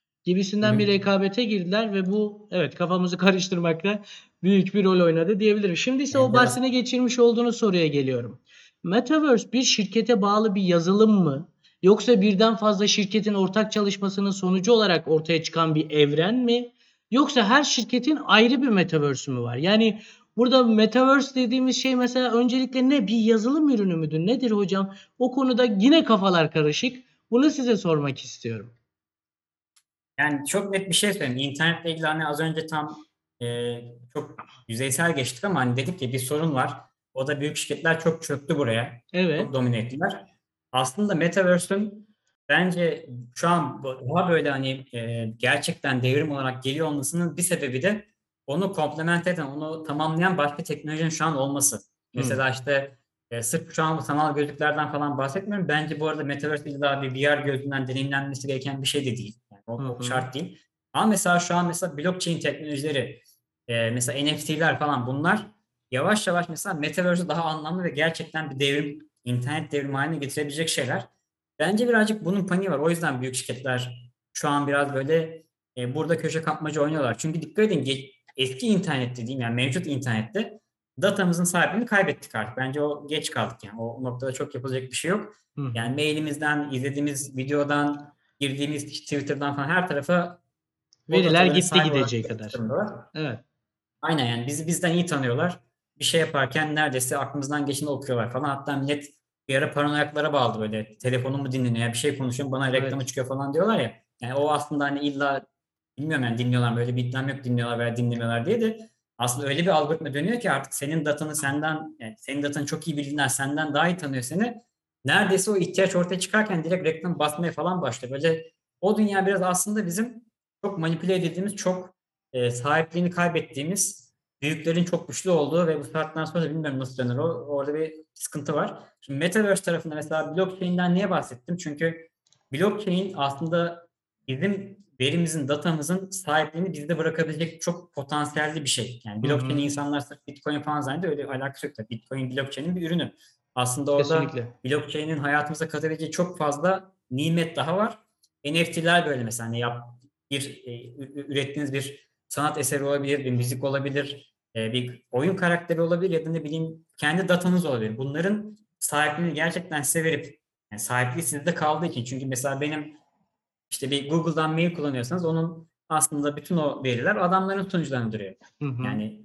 Hı gibisinden hı. bir rekabete girdiler ve bu evet kafamızı karıştırmakta büyük bir rol oynadı diyebilirim. Şimdi ise Yani o biraz bahsine geçirmiş olduğunuz soruya geliyorum. Metaverse bir şirkete bağlı bir yazılım mı? Yoksa birden fazla şirketin ortak çalışmasının sonucu olarak ortaya çıkan bir evren mi? Yoksa her şirketin ayrı bir metaverse'ü mü var? Yani burada metaverse dediğimiz şey mesela öncelikle ne? Bir yazılım ürünü müdür? Nedir hocam? O konuda yine kafalar karışık. Bunu size sormak istiyorum. Yani çok net bir şey söyleyeyim. İnternetle ilgili hani az önce tam e, çok yüzeysel geçtik ama hani dedik ki bir sorun var. O da büyük şirketler çok çöktü buraya. Çok Evet. domine ettiler. Aslında Metaverse'ün bence şu an daha böyle hani e, gerçekten devrim olarak geliyor olmasının bir sebebi de onu komplement eden, onu tamamlayan başka teknolojinin şu an olması. Hı. Mesela işte e, sırf şu an bu sanal gözlüklerden falan bahsetmiyorum. Bence bu arada Metaverse illa bir V R gözünden deneyimlenmesi gereken bir şey de değil. Yani o, Hı o hı. şart değil. Ama mesela şu an mesela blockchain teknolojileri, e, mesela N F T'ler falan, bunlar yavaş yavaş mesela Metaverse'ü daha anlamlı ve gerçekten bir devrim, internet devrimi haline getirebilecek şeyler. Bence birazcık bunun paniği var. O yüzden büyük şirketler şu an biraz böyle e, burada köşe kapmaca oynuyorlar. Çünkü dikkat edin, ge- eski internet dediğim, yani mevcut internette datamızın sahipliğini kaybettik artık. Bence o geç kaldık yani. O noktada çok yapılacak bir şey yok. Hı hı. Yani mailimizden, izlediğimiz videodan, girdiğimiz işte Twitter'dan falan her tarafa o Veriler dataların gitti sahibi olarak gideceği geçmiş kadar. durumdalar. Evet. Aynen, yani bizi bizden iyi tanıyorlar. Bir şey yaparken neredeyse aklımızdan geçeni okuyorlar falan. Hatta millet bir ara paranoyaklara bağladı böyle. Telefonum mu dinleniyor, ya bir şey konuşuyorum bana reklamı Evet. çıkıyor falan diyorlar ya. Yani o aslında hani illa, bilmiyorum yani dinliyorlar mı, öyle bir iddiam yok dinliyorlar veya dinlemiyorlar diye de, aslında öyle bir algoritma dönüyor ki artık senin datanı senden, yani senin datanı çok iyi bildiğinden, senden daha iyi tanıyor seni. Neredeyse o ihtiyaç ortaya çıkarken direkt reklam basmaya falan başlıyor. Böyle o dünya biraz aslında bizim çok manipüle edildiğimiz, çok e, sahipliğini kaybettiğimiz, büyüklerin çok güçlü olduğu ve bu saatten sonra da bilmiyorum nasıl döner o. Orada bir sıkıntı var. Şimdi Metaverse tarafında mesela blockchain'den niye bahsettim? Çünkü blockchain aslında bizim verimizin, datamızın sahipliğini bizde bırakabilecek çok potansiyelli bir şey. Yani Hı blockchain, hı. insanlar sırf Bitcoin falan zannediyor. Öyle alakası yok. Tabii. Bitcoin blockchain'in bir ürünü. Aslında orada Kesinlikle. blockchain'in hayatımıza katabileceği çok fazla nimet daha var. N F T'ler böyle mesela, hani yap, bir e, ürettiğiniz bir sanat eseri olabilir, bir müzik olabilir, e, bir oyun karakteri olabilir ya da ne bileyim kendi datanız olabilir. Bunların sahipliğini gerçekten size verip, yani sahipliği sizde kaldığı için, çünkü mesela benim işte bir Google'dan mail kullanıyorsanız onun aslında bütün o veriler adamların sunucularına duruyor. Hı hı. Yani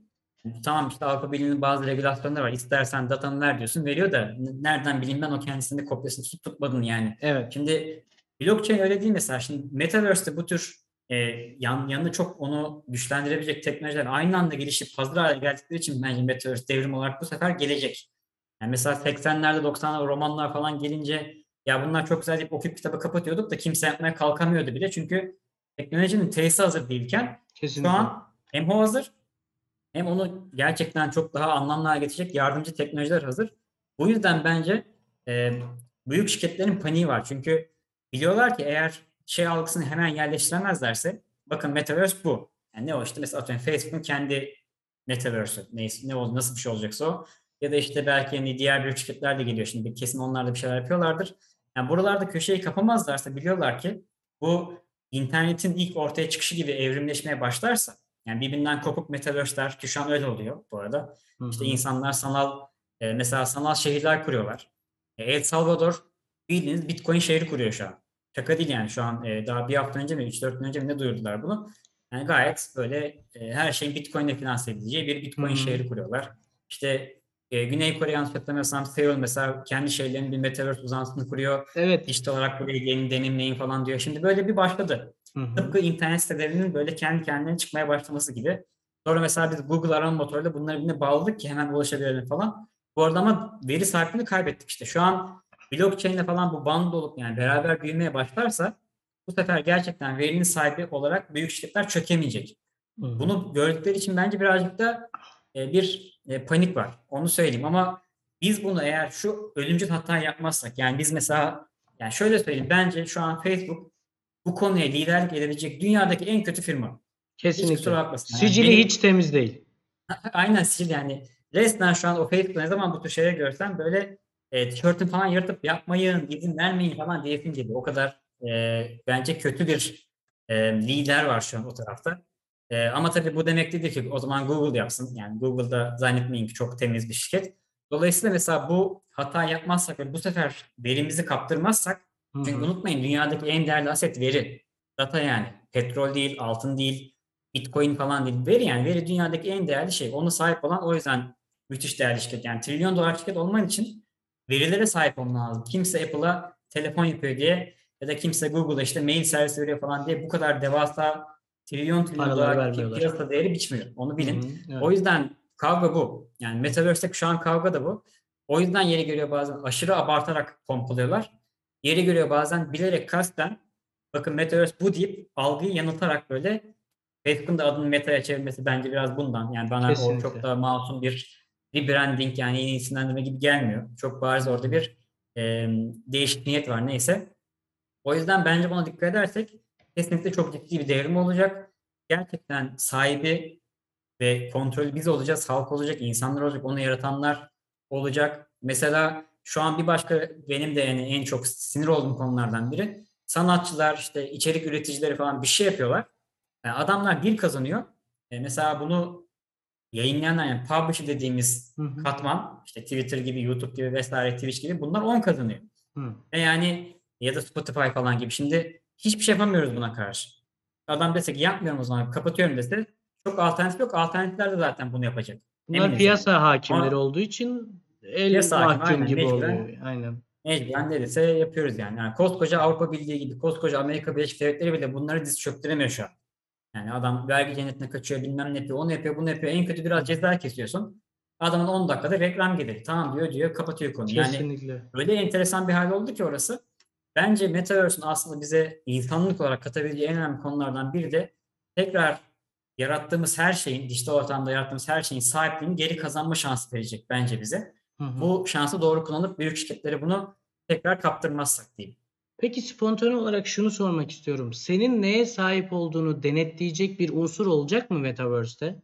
Tamam işte Avrupa Birliği'nin bazı regülasyonları var. İstersen datanı ver diyorsun. Veriyor da n- nereden bileyim ben o kendisinde kopyasını tutup tutmadığını yani. Evet. Şimdi blockchain öyle değil mesela. Şimdi Metaverse'de bu tür e, yan, yanını çok onu güçlendirebilecek teknolojiler aynı anda gelişip hazır hale geldikleri için bence Metaverse devrim olarak bu sefer gelecek. Yani mesela seksenlerde doksanlarda romanlar falan gelince ya bunlar çok güzel deyip okuyup kitabı kapatıyorduk da kimse yapmaya kalkamıyordu bile. Çünkü teknolojinin T'si hazır değilken şu Kesinlikle. an hem o hazır hem onu gerçekten çok daha anlamlı hale getirecek yardımcı teknolojiler hazır. Bu yüzden bence e, büyük şirketlerin paniği var. Çünkü biliyorlar ki eğer şey algısını hemen yerleştiremezlerse bakın Metaverse bu. Yani ne o işte mesela atıyorum Facebook'un kendi Metaverse'ü neyse, ne oldu nasıl bir şey olacaksa o. Ya da işte belki hani diğer büyük şirketler de geliyor şimdi kesin onlar da bir şeyler yapıyorlardır. Yani buralarda köşeyi kapamazlarsa biliyorlar ki bu internetin ilk ortaya çıkışı gibi evrimleşmeye başlarsa yani birbirinden kopuk metaverse'ler ki şu an öyle oluyor bu arada. Hı İşte hı. insanlar sanal e, mesela sanal şehirler kuruyorlar. E, El Salvador bildiğiniz Bitcoin şehri kuruyor şu an. Şaka değil yani şu an e, daha bir hafta önce mi üç dört gün önce mi ne duyurdular bunu. Yani gayet böyle e, her şeyin Bitcoin ile finanse edileceği bir Hı Bitcoin hı. şehri kuruyorlar. İşte e, Güney Kore yanlış hatırlamıyorsam Seoul mesela kendi şehirlerinin bir metaverse uzantısını kuruyor. Evet. Dijital olarak buraya gelin deneyimleyin falan diyor. Şimdi böyle bir başladı. Hı hı. Tıpkı internet sitelerinin böyle kendi kendine çıkmaya başlaması gibi. Sonra mesela biz Google arama motoruyla bunları birbirine bağladık ki hemen ulaşabilelim falan. Bu arada ama veri sahipliğini kaybettik işte. Şu an blockchain'le falan bu band olup yani beraber büyümeye başlarsa bu sefer gerçekten verinin sahibi olarak büyük şirketler çökemeyecek. Hı hı. Bunu gördükleri için bence birazcık da e, bir e, panik var. Onu söyleyeyim ama biz bunu eğer şu ölümcül hatayı yapmazsak yani biz mesela yani şöyle söyleyeyim bence şu an Facebook bu konuya liderlik edebilecek dünyadaki en kötü firma. Hiç kusura Kesinlikle. bakmasın. Yani Sicili benim hiç temiz değil. aynen stil yani resmen şu an o Facebook'ta ne zaman bu tür şeyler görsem böyle e, tişörtün falan yırtıp yapmayın, izin vermeyin falan diyesim geliyor. O kadar e, bence kötü bir e, lider var şu an o tarafta. E, ama tabii bu demek değil ki o zaman Google yapsın. Yani Google'da zannetmeyin ki çok temiz bir şirket. Dolayısıyla mesela bu hata yapmazsak ve bu sefer verimizi kaptırmazsak Hı çünkü hı. unutmayın dünyadaki en değerli aset veri. Data yani. Petrol değil, altın değil, Bitcoin falan değil. Veri yani veri dünyadaki en değerli şey. Ona sahip olan o yüzden müthiş değerli şirket. Yani trilyon dolar şirket olman için verilere sahip olman lazım. Kimse Apple'a telefon yapıyor diye ya da kimse Google'a işte mail servisi veriyor falan diye bu kadar devasa trilyon trilyon Paralar dolar pi- vermiyorlar. piyasa değeri biçmiyor. Onu Hı bilin. hı. O Evet. yüzden kavga bu. Yani Metaverse'deki şu an kavga da bu. O yüzden yeri geliyor bazen aşırı abartarak pompalıyorlar. Yeri geliyor bazen bilerek kasten bakın Metaverse bu deyip algıyı yanıltarak böyle Facebook'un da adını Meta'ya çevirmesi bence biraz bundan. Yani bana o çok Kesinlikle. daha masum bir rebranding yani yeni isimlendirme gibi gelmiyor. Çok bariz Hı orada hı. bir e, değişik niyet var neyse. O yüzden bence buna dikkat edersek kesinlikle çok ciddi bir devrim olacak. Gerçekten sahibi ve kontrolü biz olacağız, halk olacak, insanlar olacak, onu yaratanlar olacak. Mesela şu an bir başka benim de yani en çok sinir olduğum konulardan biri sanatçılar işte içerik üreticileri falan bir şey yapıyorlar. Yani adamlar bir kazanıyor. E, mesela bunu yayınlayanlar yani publisher dediğimiz Hı hı. katman işte Twitter gibi, YouTube gibi vesaire Twitch gibi bunlar on kazanıyor. Hı. E yani ya da Spotify falan gibi. Şimdi hiçbir şey yapamıyoruz buna karşı. Adam dese ki yapmıyorum o zaman kapatıyorum dese çok alternatif yok. Alternatifler de zaten bunu yapacak. Bunlar Eminiz yani. piyasa hakimleri Ama olduğu için el piyasa hakim mahkum aynen gibi mecburen oluyor. Aynen. mecburen ne dese yapıyoruz yani. Yani koskoca Avrupa Birliği gibi koskoca Amerika Birleşik Devletleri bile bunları diz çöktüremiyor şu an. Yani adam vergi cennetine kaçıyor bilmem ne yapıyor onu yapıyor bunu yapıyor. En kötü biraz ceza kesiyorsun. Adamın on dakikada reklam gelir. Tamam diyor diyor kapatıyor konuyu. Yani Kesinlikle. öyle enteresan bir hal oldu ki orası. Bence Metaverse'ün aslında bize insanlık olarak katabileceği en önemli konulardan biri de tekrar yarattığımız her şeyin, dijital ortamda yarattığımız her şeyin sahipliğini geri kazanma şansı verecek bence bize. Hı hı. Bu şansı doğru kullanıp büyük şirketlere bunu tekrar kaptırmazsak diyeyim. Peki spontane olarak şunu sormak istiyorum. Senin neye sahip olduğunu denetleyecek bir unsur olacak mı Metaverse'te?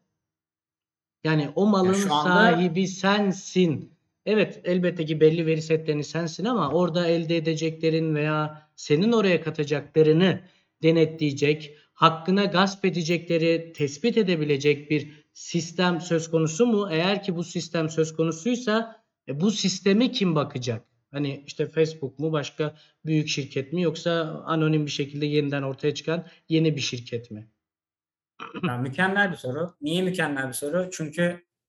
Yani o Yani malın şu anda sahibi sensin. Evet, elbette ki belli veri setlerini sensin ama orada elde edeceklerin veya senin oraya katacaklarını denetleyecek, hakkına gasp edecekleri tespit edebilecek bir sistem söz konusu mu? Eğer ki bu sistem söz konusuysa e, bu sisteme kim bakacak? Hani işte Facebook mu, başka büyük şirket mi, yoksa anonim bir şekilde yeniden ortaya çıkan yeni bir şirket mi? ya mükemmel bir soru. Niye mükemmel bir soru? Çünkü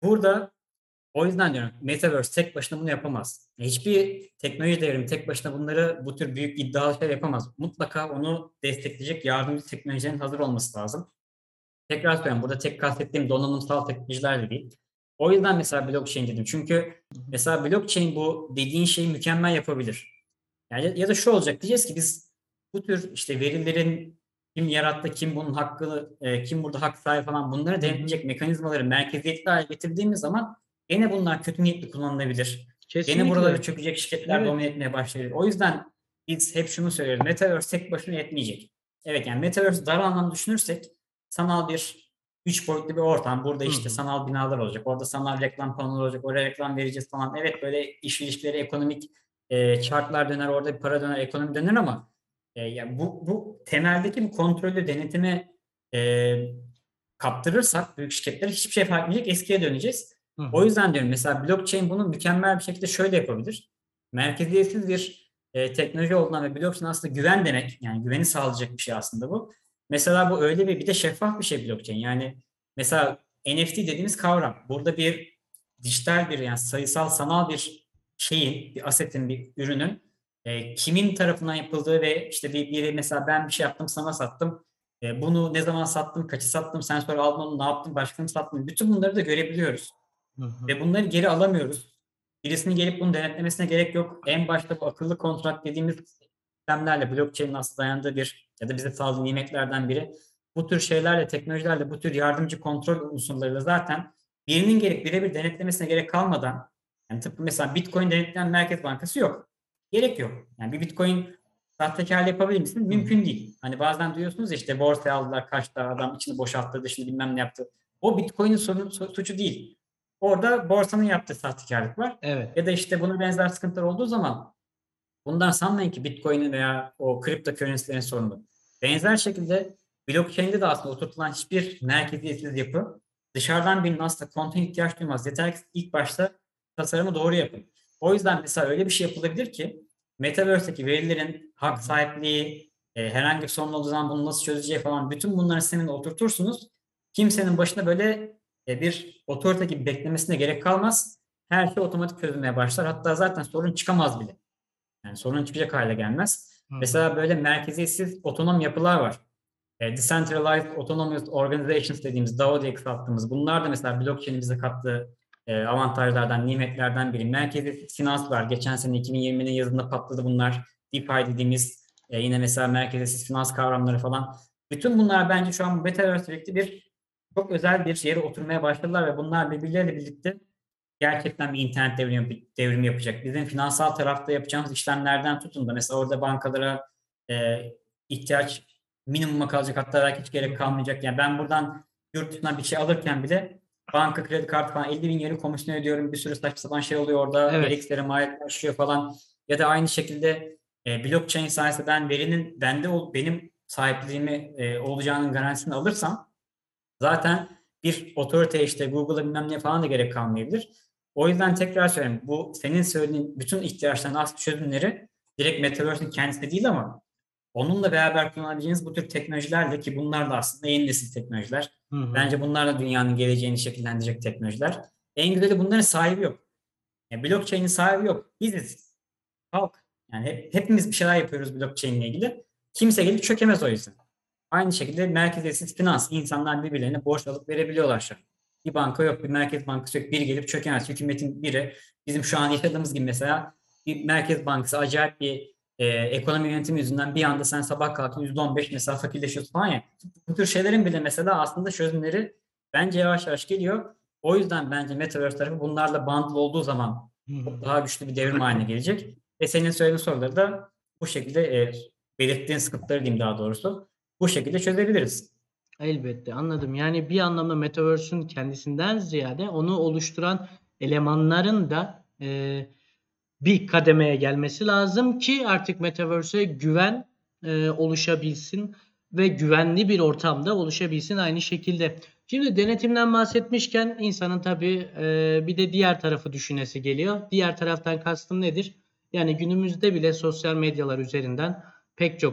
burada o yüzden diyorum Metaverse tek başına bunu yapamaz. Hiçbir teknoloji devrimi tek başına bunları bu tür büyük iddialı şeyler yapamaz. Mutlaka onu destekleyecek yardımcı teknolojilerin hazır olması lazım. Tekrar söylüyorum burada tek kastettiğim donanımsal teknolojiler de değil. O yüzden mesela blockchain dedim. Çünkü mesela blockchain bu dediğin şeyi mükemmel yapabilir. Yani ya, ya da şu olacak diyeceğiz ki biz bu tür işte verilerin kim yarattı, kim bunun hakkını, e, kim burada hak sahibi falan bunları denetleyecek mekanizmaları merkeziyetli hale getirdiğimiz zaman gene bunlar kötü niyetli kullanılabilir. Gene buraları Kesinlikle. çökecek şirketler Evet. domine etmeye başlayabilir. O yüzden biz hep şunu söylüyoruz. Metaverse tek başına yetmeyecek. Evet yani Metaverse dar anlamda düşünürsek sanal bir üç boyutlu bir ortam. Burada işte Hı hı. sanal binalar olacak. Orada sanal reklam panoları olacak. Oraya reklam vereceğiz falan. Evet böyle iş ilişkileri, ekonomik e, çarklar döner. Orada bir para döner, ekonomi döner ama e, ya bu, bu temeldeki bir kontrollü denetime e, kaptırırsak büyük şirketler hiçbir şey fark etmeyecek. Eskiye döneceğiz. Hı O hı. yüzden diyorum mesela blockchain bunu mükemmel bir şekilde şöyle yapabilir. Merkeziyetsiz bir e, teknoloji olduğundan ve blockchain aslında güven demek. Yani güveni sağlayacak bir şey aslında bu. Mesela bu öyle bir bir de şeffaf bir şey blockchain. Yani mesela N F T dediğimiz kavram. Burada bir dijital bir yani sayısal sanal bir şeyin, bir asetin, bir ürünün e, kimin tarafından yapıldığı ve işte bir biri mesela ben bir şey yaptım sana sattım. E, bunu ne zaman sattım, kaçı sattım, sen sonra aldın onu ne yaptın, başka mı sattın? Bütün bunları da görebiliyoruz. Hı hı. Ve bunları geri alamıyoruz. Birisinin gelip bunu denetlemesine gerek yok. En başta bu akıllı kontrat dediğimiz sistemlerle blockchain'in aslında dayandığı bir ya da bize sağladığı nimetlerden biri. Bu tür şeylerle, teknolojilerle, bu tür yardımcı kontrol unsurlarıyla zaten birinin gelip birebir denetlemesine gerek kalmadan yani tıpkı mesela Bitcoin denetleyen Merkez Bankası yok. Gerek yok. Yani bir Bitcoin sahtekarlığı yapabilir misin? Mümkün değil. Hani bazen duyuyorsunuz ya işte borsaya aldılar kaçtı adam içini boşalttı dışını bilmem ne yaptı. O Bitcoin'in sorun, suçu değil. Orada borsanın yaptığı sahtekarlık var. Evet. Ya da işte buna benzer sıkıntılar olduğu zaman bundan sanmayın ki Bitcoin'in veya o kripto currency'lerin sorunu. Benzer şekilde blockchain'de de aslında oturtulan hiçbir merkeziyetsiz yapı dışarıdan birinin aslında kontrol ihtiyaç duymaz. Yeter ki ilk başta tasarımı doğru yapın. O yüzden mesela öyle bir şey yapılabilir ki Metaverse'deki verilerin hak sahipliği, e, herhangi bir sorun olduğu zaman bunu nasıl çözeceği falan bütün bunları seninle oturtursunuz. Kimsenin başına böyle e, bir otorite gibi beklemesine gerek kalmaz. Her şey otomatik çözülmeye başlar. Hatta zaten sorun çıkamaz bile. Yani sorun çıkacak hale gelmez. Hı hı. Mesela böyle merkeziyetsiz otonom yapılar var. E, Decentralized Autonomous Organizations dediğimiz D A O diye kısalttığımız bunlar da mesela blockchain'in bize kattığı e, avantajlardan, nimetlerden biri. Merkeziyetsiz finans var. Geçen sene iki bin yirminin yazında patladı bunlar. DeFi dediğimiz e, yine mesela merkeziyetsiz finans kavramları falan. Bütün bunlar bence şu an Metaverse birlikte bir çok özel bir yere oturmaya başladılar ve bunlar birbirleriyle birlikte gerçekten bir internet devrimi, devrimi yapacak. Bizim finansal tarafta yapacağımız işlemlerden tutun da mesela orada bankalara e, ihtiyaç minimuma kalacak hatta belki hiç gerek kalmayacak. Yani ben buradan yurt dışından bir şey alırken bile banka kredi kartı falan elli bin yeri komisyon ödüyorum. Bir sürü saçma sapan şey oluyor orada. Evet. Gereksiz maliyet başlıyor falan. Ya da aynı şekilde e, blockchain sayesinde ben verinin bende ol, benim sahipliğimi e, olacağının garantisini alırsam zaten bir otorite işte Google'a bilmem ne falan da gerek kalmayabilir. O yüzden tekrar söyleyeyim. Bu senin söylediğin bütün ihtiyaçların aslında çözümleri direkt Metaverse'in kendisi değil ama onunla beraber kullanabileceğiniz bu tür teknolojilerle ki bunlar da aslında yeni nesil teknolojiler. Hı hı. Bence bunlar da dünyanın geleceğini şekillendirecek teknolojiler. En güzeli bunların sahibi yok. Yani blockchain'in sahibi yok. Biziz. Halk. Yani hep, hepimiz bir şeyler yapıyoruz blockchain ile ilgili. Kimse gelip çökemez o yüzden. Aynı şekilde merkeziyetsiz finans. İnsanlar birbirlerine borç alıp verebiliyorlar şu an. Bir banka yok, bir merkez bankası yok. Biri gelip çökemez. Hükümetin biri bizim şu an yaşadığımız gibi mesela bir merkez bankası acayip bir e, ekonomi yönetimi yüzünden bir anda sen sabah kalktın yüzde on beş mesela fakirleşiyorsun falan ya. Bu tür şeylerin bile mesela aslında çözümleri bence yavaş yavaş geliyor. O yüzden bence Metaverse tarafı bunlarla bundle olduğu zaman Hı hı. çok daha güçlü bir devrim haline gelecek. Ve senin söylediğin soruları da bu şekilde e, belirttiğin sıkıntıları diyeyim daha doğrusu bu şekilde çözebiliriz. Elbette anladım. Yani bir anlamda Metaverse'ün kendisinden ziyade onu oluşturan elemanların da e, bir kademeye gelmesi lazım ki artık Metaverse'e güven e, oluşabilsin ve güvenli bir ortamda oluşabilsin aynı şekilde. Şimdi denetimden bahsetmişken insanın tabii e, bir de diğer tarafı düşünesi geliyor. Diğer taraftan kastım nedir? Yani günümüzde bile sosyal medyalar üzerinden pek çok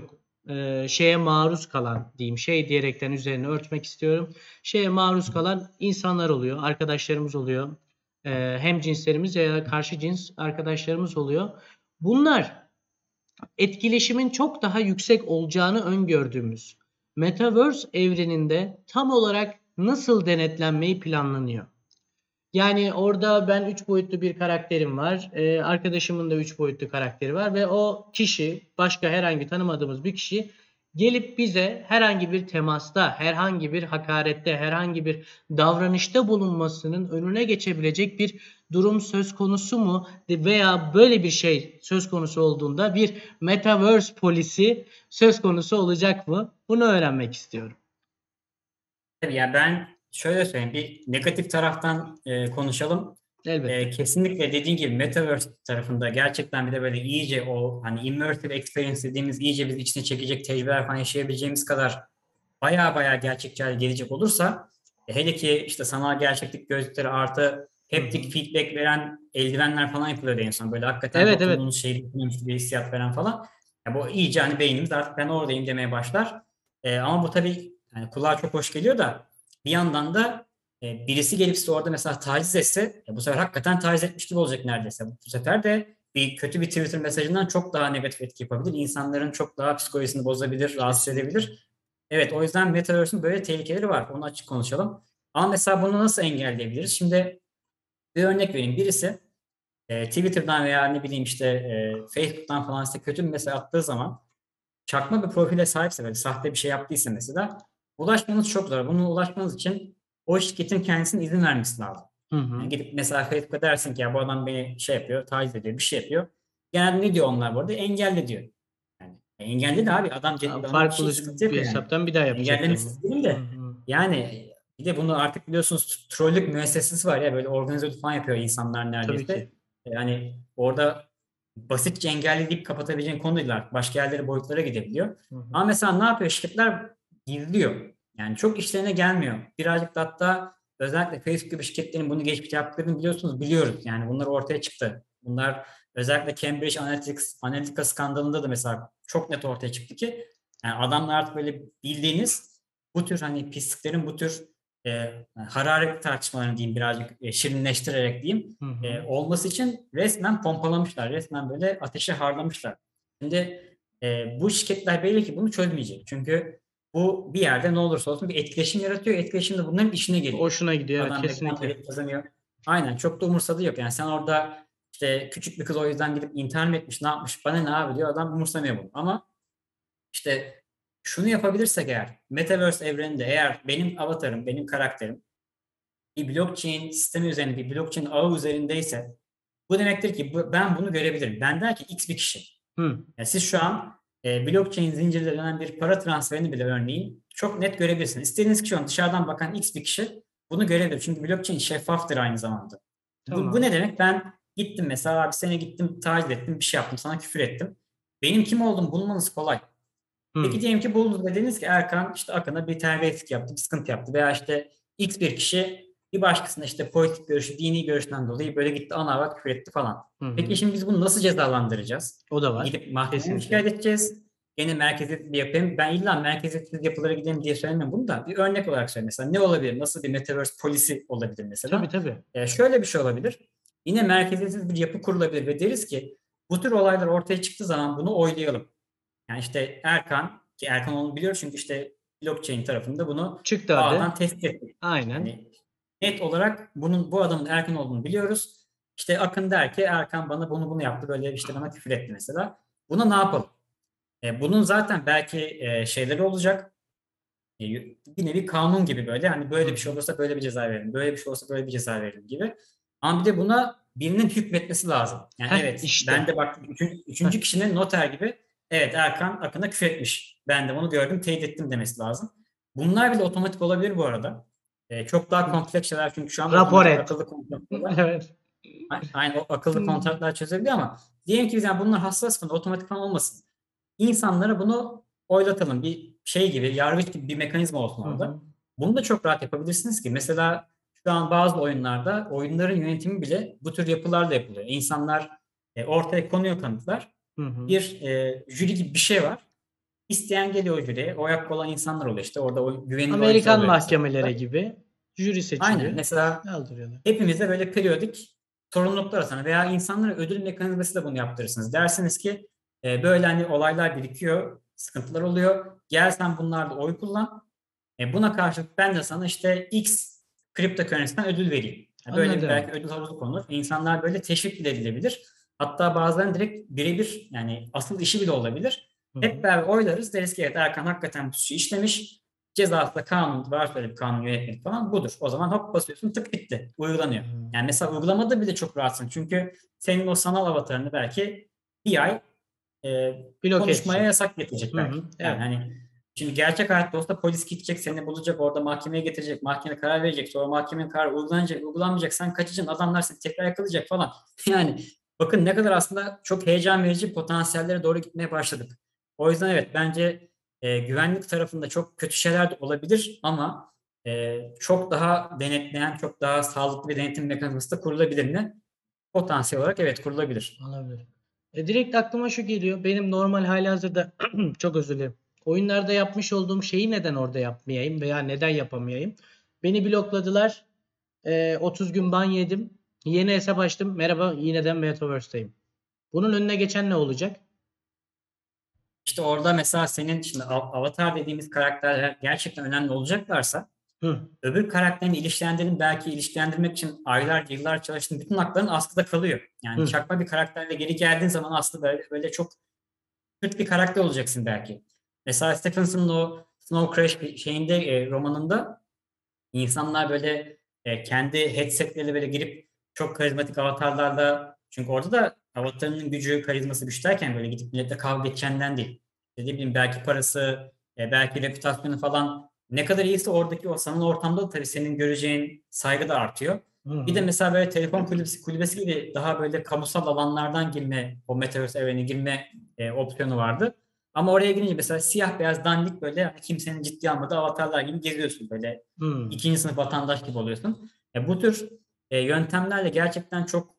e, şeye maruz kalan diyeyim, şey diyerekten üzerine örtmek istiyorum. Şeye maruz kalan insanlar oluyor, arkadaşlarımız oluyor. E, hem cinslerimiz ya da karşı cins arkadaşlarımız oluyor. Bunlar etkileşimin çok daha yüksek olacağını öngördüğümüz Metaverse evreninde tam olarak nasıl denetlenmeyi planlanıyor? Yani orada ben üç boyutlu bir karakterim var. Ee, arkadaşımın da üç boyutlu karakteri var ve o kişi, başka herhangi tanımadığımız bir kişi gelip bize herhangi bir temasta, herhangi bir hakarette, herhangi bir davranışta bulunmasının önüne geçebilecek bir durum söz konusu mu? Veya böyle bir şey söz konusu olduğunda bir Metaverse polisi söz konusu olacak mı? Bunu öğrenmek istiyorum. Tabii ya ben şöyle söyleyeyim, bir negatif taraftan e, konuşalım. Elbette. E, kesinlikle dediğin gibi Metaverse tarafında gerçekten bir de böyle iyice o hani immersive experience dediğimiz iyice bizi içine çekecek tecrübeler falan yaşayabileceğimiz kadar baya baya gerçekçi hale gelecek olursa e, hele ki işte sanal gerçeklik gözlükleri artı haptic feedback veren eldivenler falan yapılıyor en son. Böyle hakikaten Evet, evet. dokunduğunuz şeyi dokunuyormuş gibi hissiyat veren falan. Ya bu iyice hani beynimiz artık ben oradayım demeye başlar. E, ama bu tabii yani kulağa çok hoş geliyor da bir yandan da e, birisi gelip size orada mesela taciz etse ya bu sefer hakikaten taciz etmiş gibi olacak neredeyse. Bu sefer de bir kötü bir Twitter mesajından çok daha negatif etki yapabilir. İnsanların çok daha psikolojisini bozabilir, rahatsız edebilir. Evet, o yüzden Metaverse'ün böyle tehlikeleri var. Onu açık konuşalım. Ama mesela bunu nasıl engelleyebiliriz? Şimdi bir örnek vereyim. Birisi e, Twitter'dan veya ne bileyim işte e, Facebook'tan falan size kötü bir mesaj attığı zaman çakma bir profile sahipse böyle sahte bir şey yaptıysa mesela ulaşmanız çok zor. Bunu ulaşmanız için o şirketin kendisine izin vermesi lazım. Hı hı. Yani gidip mesela Facebook'a dersin ki ya bu adam beni şey yapıyor, taciz ediyor, bir şey yapıyor. Genelde ne diyor onlar bu arada? Engelle diyor. Yani engelle de abi adam Aa, adam bir farklı şey sıkıntı bir yapıyor yani. hesaptan bir daha yapacak yani. Engellemesi değil Hı de hı. yani bir de bunu artık biliyorsunuz trollük müessesesi var ya böyle organize falan yapıyor insanlar Tabii neredeyse. ki. Yani orada basitçe engelleyip kapatabileceğin konu değil artık. Başka yerlere boyutlara gidebiliyor. Hı hı. Ama mesela ne yapıyor? Şirketler gizliyor. Yani çok işlerine gelmiyor. Birazcık da hatta özellikle Facebook gibi şirketlerin bunu geçmiş yaptıklarını biliyorsunuz, biliyoruz. Yani bunlar ortaya çıktı. Bunlar özellikle Cambridge Analytica, Analytica skandalında da mesela çok net ortaya çıktı ki yani adamlar artık böyle bildiğiniz bu tür hani pisliklerin bu tür e, hararetli tartışmalarını diyeyim birazcık e, şirinleştirerek diyeyim Hı hı. e, olması için resmen pompalamışlar. Resmen böyle ateşe harlamışlar. Şimdi e, bu şirketler belli ki bunu çözmeyecek. Çünkü bu bir yerde ne olursa olsun bir etkileşim yaratıyor. Etkileşim de bunların işine geliyor. Hoşuna gidiyor, evet, Adam reklam kesinlikle. verip kazanıyor. Aynen çok da umursadığı yok. Yani sen orada işte küçük bir kız o yüzden gidip intihar mı etmiş ne yapmış bana ne abi diyor. Adam umursamıyor bunu. Ama işte şunu yapabilirsek eğer Metaverse evreninde eğer benim avatarım, benim karakterim bir blockchain sistemi üzerinde, bir blockchain ağı üzerindeyse bu demektir ki bu, ben bunu görebilirim. Ben der ki X bir kişi. Hı. Yani siz şu an e, blockchain zincirinde dönen bir para transferini bile örneğin çok net görebilirsiniz. İstediğiniz kişi, dışarıdan bakan X bir kişi bunu görebilir. Çünkü blockchain şeffaftır aynı zamanda. Tamam. Bu, bu ne demek? Ben gittim mesela abi seni gittim taciz ettim, bir şey yaptım, sana küfür ettim. Benim kim olduğumu bulmanız kolay. Hı. Peki diyelim ki buldunuz ve dediniz ki Erkan işte Akın'a bir terbiyesizlik yaptı, bir sıkıntı yaptı veya işte X bir kişi bir başkasına işte politik görüşü, dini görüşünden dolayı böyle gitti ana avrat küfür etti falan. Hı hı. Peki şimdi biz bunu nasıl cezalandıracağız? O da var. Gidip mahkemeye mi Kesinlikle. şikayet edeceğiz? Gene merkeziyetsiz bir yapayım. Ben illa merkeziyetsiz yapılara gidelim diye söylemiyorum bunu da bir örnek olarak söyleyeyim. Mesela ne olabilir? Nasıl bir metaverse polisi olabilir mesela? Tabii tabii. Ee, şöyle bir şey olabilir. Yine merkeziyetsiz bir yapı kurulabilir ve deriz ki bu tür olaylar ortaya çıktığı zaman bunu oylayalım. Yani işte Erkan, ki Erkan onu biliyor çünkü işte blockchain tarafında bunu Çıktı ağdan adı. tespit ettik. Aynen. Yani net olarak bunun bu adamın Erkan olduğunu biliyoruz. İşte Akın der ki Erkan bana bunu bunu yaptı böyle işte bana küfür etti mesela. Buna ne yapalım? E, bunun zaten belki e, şeyleri olacak. E, bir nevi kanun gibi böyle. Hani böyle bir şey olursa böyle bir ceza verelim. Böyle bir şey olursa böyle bir ceza verelim gibi. Ama bir de buna birinin hükmetmesi lazım. Yani Heh, evet işte. ben de bak üçüncü, üçüncü kişinin noter gibi evet Erkan Akın'a küfür etmiş. Ben de bunu gördüm teyit ettim demesi lazım. Bunlar bile otomatik olabilir bu arada. E, çok daha kompleks şeyler çünkü şu an Rapor otomatik et. akıllı kontratlar. Evet. Aynı o akıllı kontratlar çözebiliyor ama diyelim ki biz yani bunlar hassas konu otomatik olmasın. İnsanlara bunu oylatalım. Bir şey gibi, yargıç gibi bir mekanizma olsun Hı orada. hı. Bunu da çok rahat yapabilirsiniz ki. Mesela şu an bazı oyunlarda oyunların yönetimi bile bu tür yapılarla yapılıyor. İnsanlar e, ortaya konuyor kanıtlar. Hı hı. Bir e, jüri gibi bir şey var. İsteyen geliyor jüriye. Oy hakkı olan insanlar oluyor işte. Orada oy, güvenilir oyuncular Amerikan oluyor mesela. mahkemeleri gibi jüri seçiliyor. Aynen. Mesela Kaldırıyorlar. hepimize böyle periyodik sorumluluklar arasında veya insanlara ödül mekanizması da bunu yaptırırsınız. Dersiniz ki e, böyle hani olaylar birikiyor, sıkıntılar oluyor. Gel sen bunlarla oy kullan. E, buna karşılık ben de sana işte X kriptokörensiden ödül vereyim. Yani böyle Anladım. belki ödül havuzu konur. İnsanlar böyle teşvik bile edilebilir. Hatta bazen direkt birebir yani asıl işi bile olabilir. Hı hı. Hep beraber oylarız. Deriz ki evet Erkan hakikaten bu suçu işlemiş. Cezası da kanun, varsa öyle bir kanun yönetmeliği falan budur. O zaman hop basıyorsun tık bitti. Uygulanıyor. Hı. Yani mesela uygulamada bile çok rahatsın. Çünkü senin o sanal avatarını belki bir ay e, Blok konuşmaya edecek. yasak getirecek Hı belki. hı, Yani evet. hani şimdi gerçek hayatta olsa polis gidecek, seni bulacak, orada mahkemeye getirecek, mahkeme karar verecek, sonra mahkemenin kararı uygulanacak, uygulanmayacak, sen kaçacaksın, adamlar seni tekrar yakalayacak falan. Yani bakın ne kadar aslında çok heyecan verici potansiyellere doğru gitmeye başladık. O yüzden evet bence e, güvenlik tarafında çok kötü şeyler de olabilir ama e, çok daha denetleyen, çok daha sağlıklı bir denetim mekanizması da kurulabilir mi? Potansiyel olarak evet kurulabilir. Olabilir. E, direkt aklıma şu geliyor. Benim normal halihazırda çok özür dilerim. Oyunlarda yapmış olduğum şeyi neden orada yapmayayım veya neden yapamayayım? Beni blokladılar. E, otuz gün ban yedim. Yeni hesap açtım. Merhaba, yineden Metaverse'teyim. Bunun önüne geçen ne olacak? İşte orada mesela senin şimdi av- avatar dediğimiz karakterler gerçekten önemli olacaklarsa Hı. öbür karakterini ilişkilendirin belki ilişkilendirmek için aylar yıllar çalıştığın bütün hakların askıda kalıyor. Yani Hı. çakma bir karakterle geri geldiğin zaman aslında böyle, böyle çok kötü bir karakter olacaksın belki. Mesela Stephenson'ın o Snow Crash bir şeyinde e, romanında İnsanlar böyle e, kendi headsetleriyle böyle girip çok karizmatik avatarlarla çünkü orada da avatarının gücü, karizması güçlerken böyle gidip milletle kavga edeceğinden değil. İşte ne bileyim belki parası, e, belki reputasyonu falan ne kadar iyiyse oradaki o sanal ortamda da tabii senin göreceğin saygı da artıyor. Hı Bir de hı. mesela böyle telefon kulübesi, kulübesi gibi daha böyle kamusal alanlardan girme, o Metaverse evrene girme e, opsiyonu vardı. Ama oraya girince mesela siyah beyaz dandik böyle hani kimsenin ciddiye almadığı avatarlar gibi geziyorsun böyle Hı. ikinci sınıf vatandaş gibi oluyorsun. E, bu tür e, yöntemlerle gerçekten çok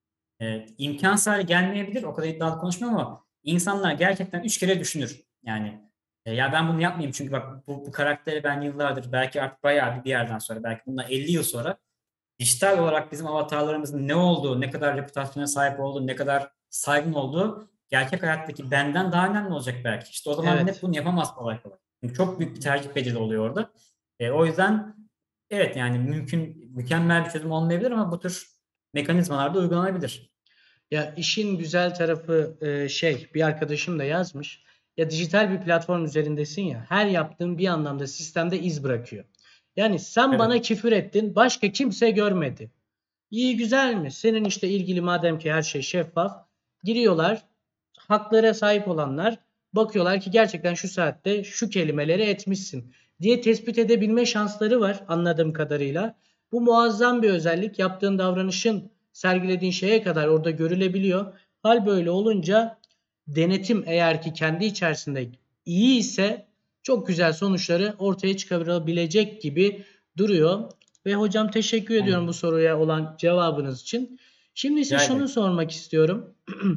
e, imkansız hale gelmeyebilir. O kadar iddialı konuşmuyorum ama insanlar gerçekten üç kere düşünür. Yani e, ya ben bunu yapmayayım çünkü bak bu, bu karakteri ben yıllardır belki artık bayağı bir, bir yerden sonra belki bundan elli yıl sonra dijital olarak bizim avatarlarımızın ne olduğu, ne kadar reputasyona sahip olduğu, ne kadar saygın olduğu gerçek hayattaki benden daha önemli olacak belki. İşte o zaman millet Evet. bunu yapamaz kolay kolay. Çünkü çok büyük bir tercih bedeli oluyor orada. E, o yüzden evet yani mümkün, mükemmel bir çözüm olmayabilir ama bu tür mekanizmalar da uygulanabilir. Ya işin güzel tarafı e, şey bir arkadaşım da yazmış. Ya dijital bir platform üzerindesin ya her yaptığın bir anlamda sistemde iz bırakıyor. Yani sen Evet. bana küfür ettin başka kimse görmedi. İyi güzel mi? Senin işte ilgili madem ki her şey şeffaf giriyorlar haklara sahip olanlar bakıyorlar ki gerçekten şu saatte şu kelimeleri etmişsin diye tespit edebilme şansları var anladığım kadarıyla. Bu muazzam bir özellik. Yaptığın davranışın sergilediğin şeye kadar orada görülebiliyor. Hal böyle olunca denetim eğer ki kendi içerisinde iyi ise çok güzel sonuçları ortaya çıkarabilecek gibi duruyor. Ve hocam teşekkür ediyorum bu Aynen. soruya olan cevabınız için. Şimdi size Rica şunu ederim. sormak istiyorum.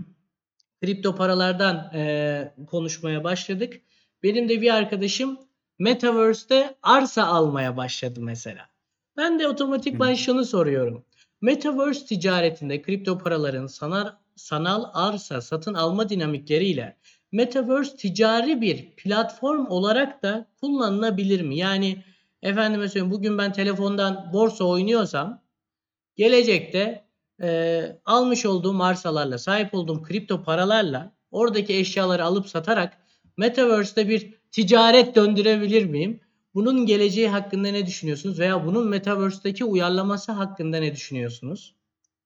Kripto paralardan eee, konuşmaya başladık. Benim de bir arkadaşım Metaverse'te arsa almaya başladı mesela. Ben de Hı. otomatikman şunu soruyorum. Metaverse ticaretinde kripto paraların sanal, sanal arsa satın alma dinamikleriyle Metaverse ticari bir platform olarak da kullanılabilir mi? Yani efendime söyleyeyim bugün ben telefondan borsa oynuyorsam gelecekte e, almış olduğum arsalarla, sahip olduğum kripto paralarla oradaki eşyaları alıp satarak Metaverse'de bir ticaret döndürebilir miyim? Bunun geleceği hakkında ne düşünüyorsunuz? Veya bunun Metaverse'deki uyarlaması hakkında ne düşünüyorsunuz?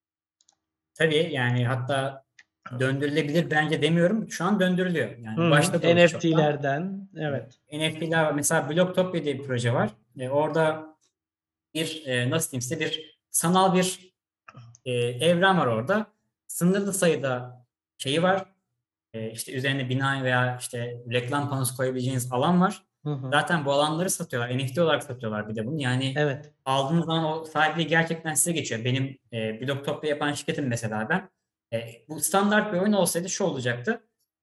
Tabii yani hatta döndürülebilir bence demiyorum. Şu an döndürülüyor. Hı Yani hı. başladı o iş çoktan. N F T'lerden. Evet. N F T'ler var. Mesela Blocktopia diye bir proje var. E, orada bir e, nasıl diyeyim size bir sanal bir e, evren var orada. Sınırlı sayıda şeyi var. E, işte üzerine bina veya işte reklam panosu koyabileceğiniz alan var. Hı hı. Zaten bu alanları satıyorlar. N F T olarak satıyorlar bir de bunu. Yani Evet. aldığınız zaman o sahipliği gerçekten size geçiyor. Benim e, Blocktopia yapan şirketim mesela ben. E, bu standart bir oyun olsaydı şu olacaktı.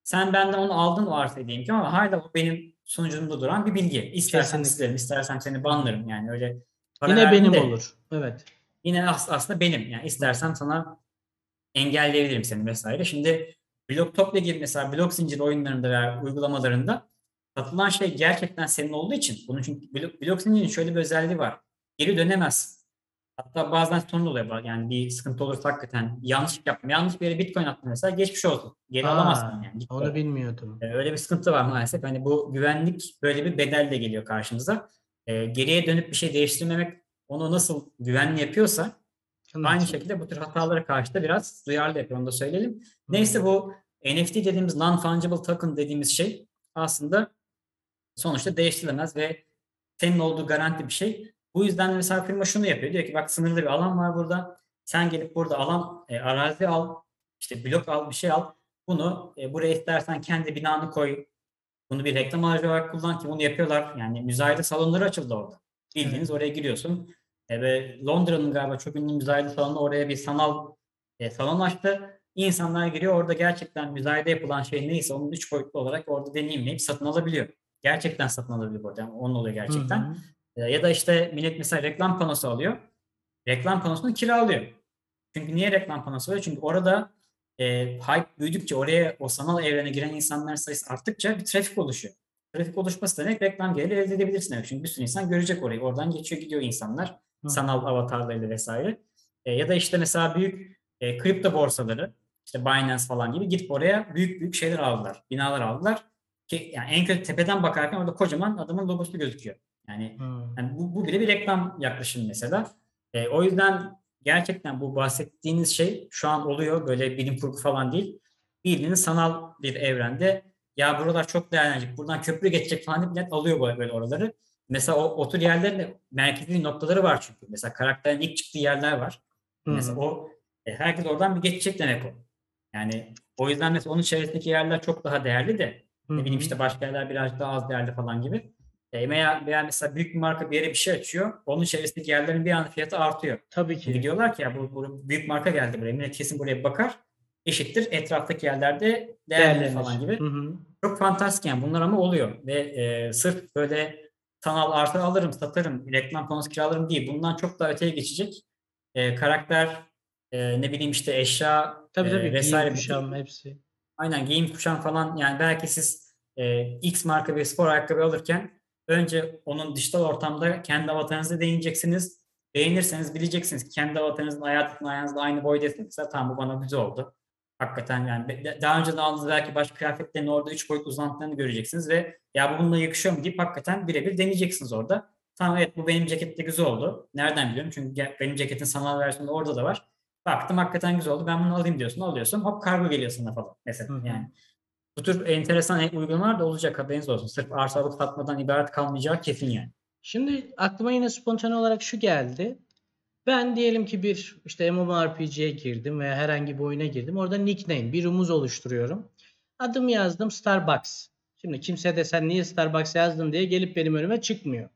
Sen benden onu aldın varsayayım ki ama hala o benim sunucumda duran bir bilgi. İstersen Kesinlikle. silerim, istersen seni banlarım. Yani öyle para Yine verdim benim de olur. Evet. yine as- aslında benim. Yani istersem sana engelleyebilirim seni vesaire. Şimdi Blocktopia gibi mesela blok zinciri oyunlarında veya uygulamalarında satılan şey gerçekten senin olduğu için bunun çünkü blok, blok zincirinin şöyle bir özelliği var. Geri dönemezsin. Hatta bazen sorun oluyor. bak- Yani bir sıkıntı olursa hakikaten yanlış yapma. Yanlış bir yere Bitcoin attın mesela geçmiş olsun. Geri alamazsın Aa, yani. Gitti onu o. bilmiyordum. Ee, Öyle bir sıkıntı var maalesef. Hani bu güvenlik böyle bir bedelle geliyor karşımıza. Ee, geriye dönüp bir şey değiştirmemek onu nasıl güvenli yapıyorsa aynı Anladım. şekilde bu tür hatalara karşı da biraz duyarlı yapıyor. Onu da söyleyelim. Neyse Hmm. bu N F T dediğimiz non-fungible token dediğimiz şey aslında sonuçta değiştirilemez ve senin olduğu garanti bir şey. Bu yüzden de mesela firma şunu yapıyor. Diyor ki bak sınırlı bir alan var burada. Sen gelip burada alan, e, arazi al, işte blok al, bir şey al. Bunu e, buraya istersen kendi binanı koy. Bunu bir reklam aracı olarak kullan ki bunu yapıyorlar. Yani müzayede salonları açıldı orada. Bildiğiniz Evet. oraya giriyorsun. E, ve Londra'nın galiba çok ünlü müzayede salonu oraya bir sanal e, salon açtı. İnsanlar giriyor orada gerçekten müzayede yapılan şey neyse onun üç boyutlu olarak orada deneyimleyip satın alabiliyor. Gerçekten satın alabiliyor orada. Yani onun oluyor Hı gerçekten. hı. E, ya da işte millet mesela reklam panosu alıyor. Reklam panosunu kiralıyor. Çünkü niye reklam panosu var? Çünkü orada e, hype büyüdükçe oraya o sanal evrene giren insanlar sayısı arttıkça bir trafik oluşuyor. Trafik oluşması demek reklam geliri elde edebilirsin demek. Çünkü bir sürü insan görecek orayı. Oradan geçiyor gidiyor insanlar. Hı hı. Sanal avatarlarıyla vesaire. E, ya da işte mesela büyük e, kripto borsaları işte Binance falan gibi gidip oraya büyük büyük şeyler aldılar. Binalar aldılar. Ki yani en kötü tepeden bakarken orada kocaman adamın logosu gözüküyor. Yani, Hı. yani bu, bu bile bir reklam yaklaşımı mesela. E, o yüzden gerçekten bu bahsettiğiniz şey şu an oluyor. Böyle bilim kurgu falan değil. Bildiğiniz sanal bir evrende ya buralar çok değerlenecek. Buradan köprü geçecek falan deyip millet alıyor böyle, böyle oraları. Mesela o, o tür yerlerin de merkezi noktaları var çünkü. Mesela karakterin ilk çıktığı yerler var. Hı Mesela hı. o e, herkes oradan bir geçecek demek o. Yani o yüzden mesela onun çevresindeki yerler çok daha değerli de Hı ne bileyim hı. işte başka yerler birazcık daha az değerli falan gibi. E, veya, veya mesela büyük bir marka bir yere bir şey açıyor. Onun çevresindeki yerlerin bir anda fiyatı artıyor. Tabii Çünkü ki. diyorlar ki ya bu, bu büyük marka geldi buraya. Millet kesin buraya bir bakar. Eşittir etraftaki yerlerde değerlenir falan Değerlenir. Hı gibi. hı. Çok fantastik yani bunlar ama oluyor. Ve e, sırf böyle sanal arsa alırım, satarım, reklam panosu kiralarım değil. Bundan çok daha öteye geçecek. E, karakter, e, ne bileyim işte eşya Tabii e, tabii, giyim vesaire bu tür kuşam hepsi. aynen giyim kuşam falan yani belki siz e, X marka bir spor ayakkabı alırken önce onun dijital ortamda kendi avatarınızı deneyeceksiniz. Beğenirseniz bileceksiniz ki kendi avatarınızın hayatınızla ayağınızla aynı boydaysa tamam bu bana güzel oldu. Hakikaten yani be- daha önce de aldığınız belki başka kıyafetlerin orada üç boyut uzantılarını göreceksiniz ve ya bu bununla yakışıyor mu deyip hakikaten birebir deneyeceksiniz orada. Tamam evet bu benim cekette güzel oldu. Nereden biliyorum? Çünkü ge- benim ceketin sanal versiyonu orada da var. Baktım hakikaten güzel oldu. Ben bunu alayım diyorsun. Alıyorsun. Hop kargo geliyor sana falan mesela. Hı hı. Yani bu tür enteresan uygulamalar da olacak haberiniz olsun. Sırf arsa alıp satmadan ibaret kalmayacağı kesin yani. Şimdi aklıma yine spontane olarak şu geldi. Ben diyelim ki bir işte MMORPG'ye girdim veya herhangi bir oyuna girdim. Orada nickname, bir rumuz oluşturuyorum. Adım yazdım Starbucks. Şimdi kimse de sen niye Starbucks yazdın diye gelip benim önüme çıkmıyor.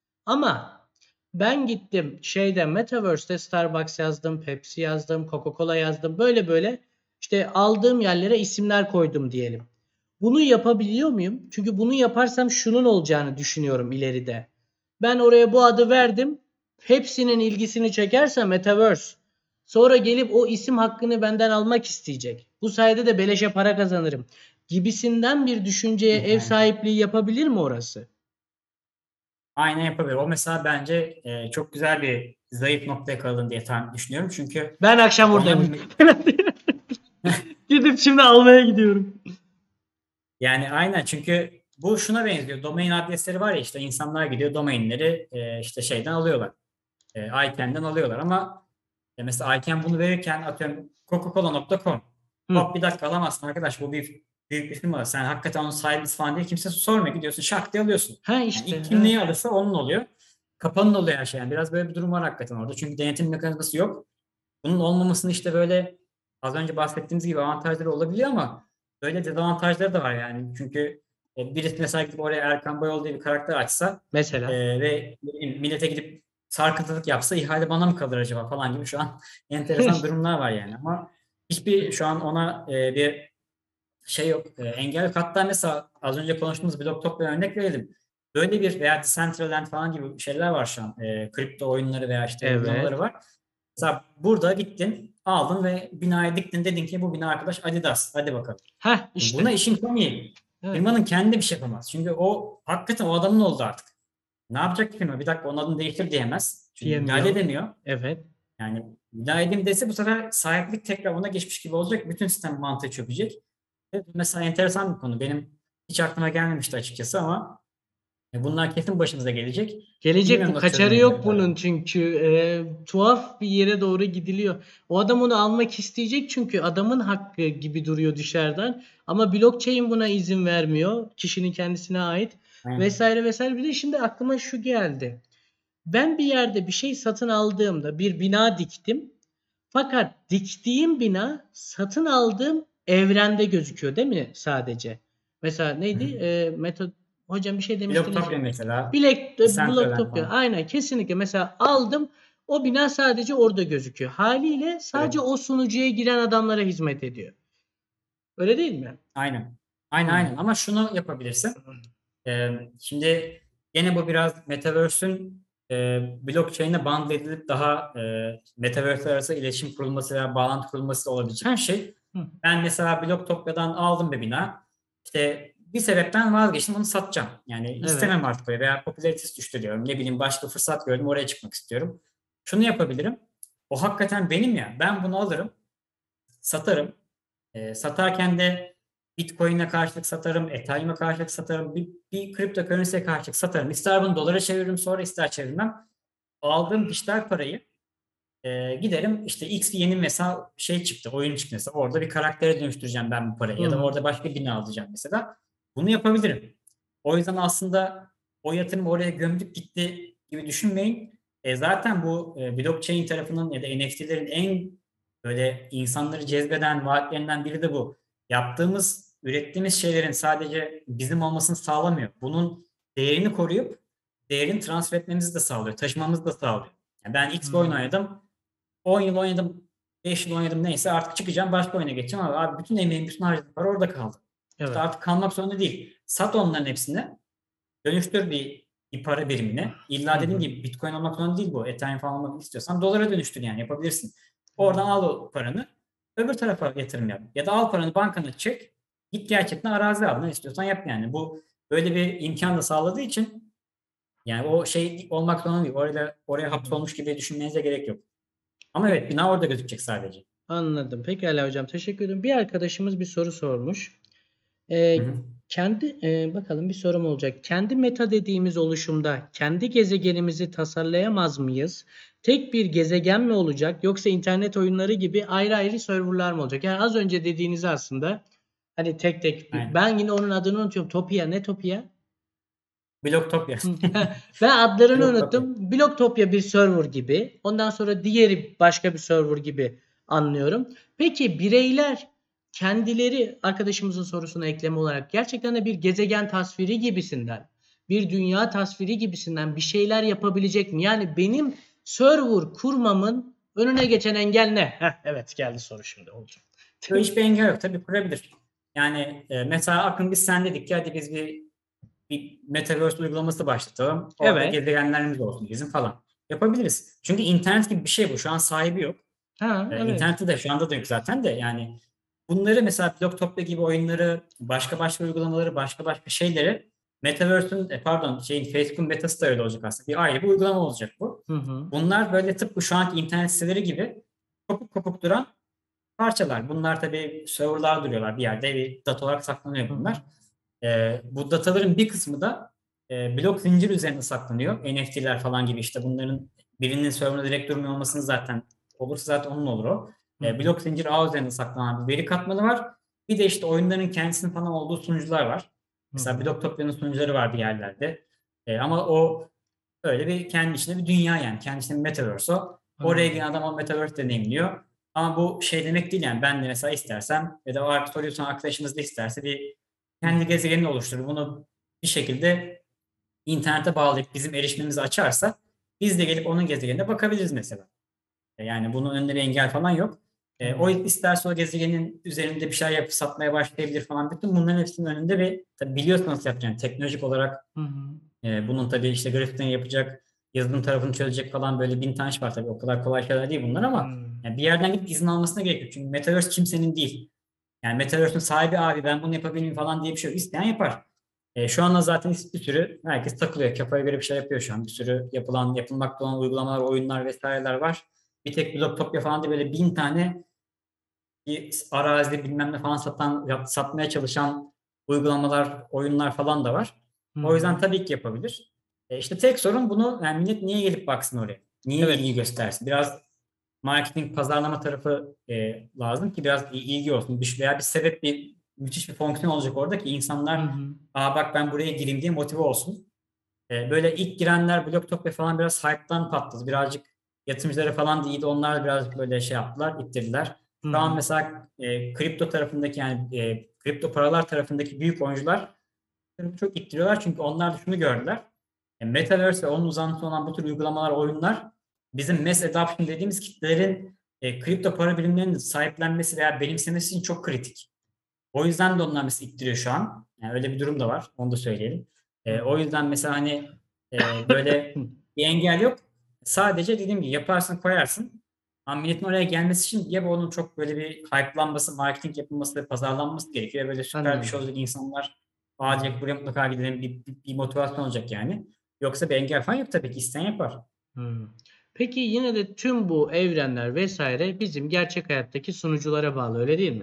Ama ben gittim şeyde Metaverse'de Starbucks yazdım, Pepsi yazdım, Coca-Cola yazdım. Böyle böyle işte aldığım yerlere isimler koydum diyelim. Bunu yapabiliyor muyum? Çünkü bunu yaparsam şunun olacağını düşünüyorum ileride. Ben oraya bu adı verdim. Hepsinin ilgisini çekerse Metaverse. Sonra gelip o isim hakkını benden almak isteyecek. Bu sayede de beleşe para kazanırım. Gibisinden bir düşünceye ev Yani sahipliği yapabilir mi orası? aynen yapabilir. O mesela bence e, çok güzel bir zayıf nokta yakaladın diye tahmin düşünüyorum. Çünkü Ben akşam oradayım. onun Gidip şimdi almaya gidiyorum. yani aynen çünkü bu şuna benziyor. Domain adresleri var ya işte insanlar gidiyor domainleri e, işte şeyden alıyorlar. E, Ican'den alıyorlar ama e, mesela Ican bunu verirken atıyorum coca cola nokta com. Hı. Hop bir dakika alamazsın arkadaş bu bir büyük bir firma. Sen hakikaten onun sahibisin falan diye kimse sormuyor. Gidiyorsun şak diye alıyorsun. Ha Yani işte. ilk kim Ha. neyi alırsa onun oluyor. Kapanın oluyor her şey. Yani biraz böyle bir durum var hakikaten orada. Çünkü denetim mekanizması yok. Bunun olmamasını işte böyle az önce bahsettiğimiz gibi avantajları olabiliyor ama böyle dezavantajları da var yani. Çünkü e, birisi mesela gidip oraya Erkan Bayol diye bir karakter açsa Mesela. e, ve ne bileyim, millete gidip sarkıntılık yapsa ihale bana mı kalır acaba falan gibi şu an enteresan durumlar var yani. Ama hiçbir şu an ona e, bir şey yok. E, engel yok. Hatta mesela az önce konuştuğumuz Bloktopya örnek verelim. Böyle bir veya Decentraland falan gibi şeyler var şu an. E, kripto oyunları veya işte Evet. uygulamaları var. Mesela burada gittin, aldın ve binaya diktin, dedin ki bu bina arkadaş Adidas. Hadi bakalım. Heh işte. Buna işin komiği. Evet. Firmanın kendi bir şey yapamaz. Çünkü o hakikaten o adamın oldu artık. Ne yapacak ki firma? Bir dakika onun adını değiştir diyemez. Çünkü Diyemiyor. müdahale edemiyor. Evet. Yani müdahale edeyim dese bu sefer sahiplik tekrar ona geçmiş gibi olacak. Bütün sistem mantığı çökecek. Evet, mesela enteresan bir konu. Benim hiç aklıma gelmemişti açıkçası ama e, bunlar kesin başımıza gelecek. Gelecek, Bilmiyorum bu nasıl kaçarı yok çözümlenecekler. bunun çünkü e, tuhaf bir yere doğru gidiliyor. O adam onu almak isteyecek çünkü adamın hakkı gibi duruyor dışarıdan. Ama blockchain buna izin vermiyor. Kişinin kendisine ait Aynen. vesaire vesaire. Bir de şimdi aklıma şu geldi. Ben bir yerde bir şey satın aldığımda bir bina diktim. Fakat diktiğim bina satın aldığım evrende gözüküyor değil mi sadece? Mesela neydi? Hı hı. E, metot hocam bir şey demiştiniz. Bloktopya mesela. Bilek, Decentraland Bloktopya. falan. Aynen kesinlikle. Mesela aldım. O bina sadece orada gözüküyor. Haliyle sadece Evet. o sunucuya giren adamlara hizmet ediyor. Öyle değil mi? Aynen. Aynen Hmm. aynen. Ama şunu yapabilirsin. Ee, şimdi gene bu biraz Metaverse'ün e, blockchain'e band edilip daha e, Metaverse arası iletişim kurulması veya bağlantı kurulması olabilecek bir şey. Hı. Ben mesela Blocktopya'dan aldım bir bina. İşte bir sebepten vazgeçtim, onu satacağım. Yani Evet. istemem artık böyle veya popülaritesi düştü diyorum. Ne bileyim başka fırsat gördüm, oraya çıkmak istiyorum. Şunu yapabilirim. O hakikaten benim ya. Ben bunu alırım, satarım. E, satarken de Bitcoin'e karşılık satarım, Ethereum'e karşılık satarım, bir, bir kripto currency'ye karşılık satarım. İster bunu dolara çeviririm sonra ister çevirmem. Aldığım dijital parayı e, giderim işte X yeni mesela şey çıktı, oyun çıktı mesela. Orada bir karaktere dönüştüreceğim ben bu parayı Hı ya da hı. orada başka birini alacağım mesela. Bunu yapabilirim. O yüzden aslında o yatırım oraya gömdük gitti gibi düşünmeyin. E, zaten bu e, blockchain tarafının ya da N F T'lerin en böyle insanları cezbeden vaatlerinden biri de bu. Yaptığımız, ürettiğimiz şeylerin sadece bizim olmasını sağlamıyor. Bunun değerini koruyup değerini transfer etmemizi de sağlıyor, taşımamızı da sağlıyor. Yani ben X bir oyun Hmm. oynadım, on yıl oynadım, beş yıl oynadım neyse artık çıkacağım başka oyuna geçeceğim abi, abi bütün emeğim, bütün harcadığım para orada kaldı. Evet. İşte artık kalmak zorunda değil. Sat onların hepsini, dönüştür bir, bir para birimine. İlla Hı dediğim hı. gibi Bitcoin olmak zorunda değil bu. Ethereum falan olmak istiyorsan dolara dönüştür yani yapabilirsin. Oradan al o paranı, öbür tarafa yatırım yap. Ya da al paranı bankana çek, git gerçekten arazi al, ne istiyorsan yap yani. Bu böyle bir imkan da sağladığı için yani o şey olmak zorunda değil. Orada, oraya hapsolmuş gibi düşünmenize gerek yok. Ama evet bina orada gözükecek sadece. Anladım. Pekala hocam. Teşekkür ederim. Bir arkadaşımız bir soru sormuş. Ee, Hı hı. kendi e, bakalım bir sorum olacak. Kendi meta dediğimiz oluşumda kendi gezegenimizi tasarlayamaz mıyız? Tek bir gezegen mi olacak yoksa internet oyunları gibi ayrı ayrı serverlar mı olacak? Yani az önce dediğiniz aslında hani tek tek bir, Aynen. ben yine onun adını unutuyorum. Topia ne Topia? Bloktopya. Hı. Ben adlarını Bloktopya. unuttum. Bloktopya bir server gibi. Ondan sonra diğeri başka bir server gibi anlıyorum. Peki bireyler kendileri arkadaşımızın sorusuna ekleme olarak gerçekten de bir gezegen tasviri gibisinden, bir dünya tasviri gibisinden bir şeyler yapabilecek mi? Yani benim server kurmamın önüne geçen engel ne? Heh, evet geldi soru şimdi oldu. Böyle hiçbir engel yok. Tabii kurabilir. Yani e, mesela Akın biz sen dedik ki hadi biz bir, bir Metaverse uygulaması başlatalım. Orada Evet. gezegenlerimiz olsun bizim falan. Yapabiliriz. Çünkü internet gibi bir şey bu. Şu an sahibi yok. Ha, E, evet. internette de şu anda da yok zaten de yani bunları mesela Bloktopya gibi oyunları, başka başka uygulamaları, başka başka şeyleri Metaverse'ün e, pardon şeyin Facebook'un metası da öyle olacak aslında. Bir ayrı bir uygulama olacak bu. Hı hı. Bunlar böyle tıpkı şu anki internet siteleri gibi kopuk kopuk duran parçalar. Bunlar tabii serverlar duruyorlar bir yerde. Bir data olarak saklanıyor Hı hı. bunlar. E, bu dataların bir kısmı da e, blok zincir üzerinde saklanıyor. N F T'ler falan gibi işte bunların birinin serverında direkt durmuyor olmasını zaten olursa zaten onun olur o. Hı E, hı. blok zincir ağ üzerinde saklanan bir veri katmanı var. Bir de işte oyunların kendisinin falan olduğu sunucular var. Hı Mesela hı. Blocktopya'nın sunucuları var bir yerlerde. E, ama o öyle bir kendi içinde bir dünya yani. Kendi içinde bir metaverse o. Oraya Anladım. gelen adam o metaverse deneyimliyor. Ama bu şey demek değil yani ben de mesela istersem ya da o arkadaşın arkadaşımız da isterse bir Hı kendi hı. gezegenini oluşturur. Bunu bir şekilde internete bağlayıp bizim erişimimizi açarsa biz de gelip onun gezegenine bakabiliriz mesela. E, Yani bunun önünde bir engel falan yok. E, o isterse o gezegenin üzerinde bir şey yapıp satmaya başlayabilir falan. Bütün bunların hepsinin önünde bir tabii biliyorsun nasıl yapacağını. Teknolojik olarak Hı hı. e, bunun tabii işte grafiklerini yapacak, yazılım tarafını çözecek falan böyle bin tane iş var tabii. O kadar kolay şeyler değil bunlar ama Hmm. yani bir yerden gidip izin almasına gerekiyor. Çünkü Metaverse kimsenin değil. Yani Metaverse'ün sahibi abi ben bunu yapabilirim falan diye bir şey yok. İsteyen yapar. E, şu anda zaten bir sürü herkes takılıyor. Kafaya göre bir şey yapıyor şu an. Bir sürü yapılan, yapılmakta olan uygulamalar, oyunlar vesaireler var. Bir tek Blocktopia falan da böyle bin tane bir arazi bilmem ne falan satan, yap- satmaya çalışan uygulamalar, oyunlar falan da var. Hı O yüzden hı. tabii ki yapabilir. E işte tek sorun bunu yani millet niye gelip baksın oraya? Niye ilgi Evet. göstersin? Biraz marketing, pazarlama tarafı e, lazım ki biraz il- ilgi olsun. Bir, veya bir sebep, bir müthiş bir fonksiyon olacak orada ki Hı insanlar hı. aa bak ben buraya gireyim diye motive olsun. E, böyle ilk girenler Blocktopia falan biraz hype'tan patladı. Birazcık yatırımcıları falan da iyiydi. Onlar birazcık böyle şey yaptılar, ittirdiler. Hı Şu an hı. mesela e, kripto tarafındaki yani e, kripto paralar tarafındaki büyük oyuncular çok ittiriyorlar. Çünkü onlar da şunu gördüler. E, Metaverse ve onun uzantısı olan bu tür uygulamalar, oyunlar bizim mass adoption dediğimiz kitlelerin e, kripto para birimlerinin sahiplenmesi veya benimsemesi için çok kritik. O yüzden de onlar mesela ittiriyor şu an. Yani öyle bir durum da var. Onu da söyleyelim. Hı E, hı. o yüzden mesela hani e, böyle bir engel yok. Sadece dediğim gibi yaparsın koyarsın. Ama milletin oraya gelmesi için ya bu onun çok böyle bir hype'lanması, marketing yapılması, pazarlanması gerekiyor. Ya böyle süper bir şey Anladım. olacak insanlar Hı aa hı. diyecek buraya mutlaka gidelim bir, bir, bir motivasyon olacak yani. Yoksa bir engel falan yok tabii ki. İsteyen yapar. Hı. Peki yine de tüm bu evrenler vesaire bizim gerçek hayattaki sunuculara bağlı öyle değil mi?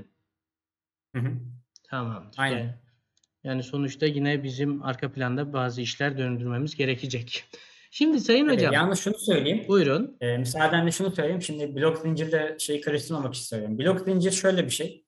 Hı hı. Tamamdır. Yani Aynen. yani sonuçta yine bizim arka planda bazı işler döndürmemiz gerekecek. Şimdi Sayın Tabii. Hocam, Yalnız şunu söyleyeyim. buyurun. E, müsaadenle şunu söyleyeyim. Şimdi blok zincirle şeyi karıştırmamak için söylüyorum. Blok zincir şöyle bir şey.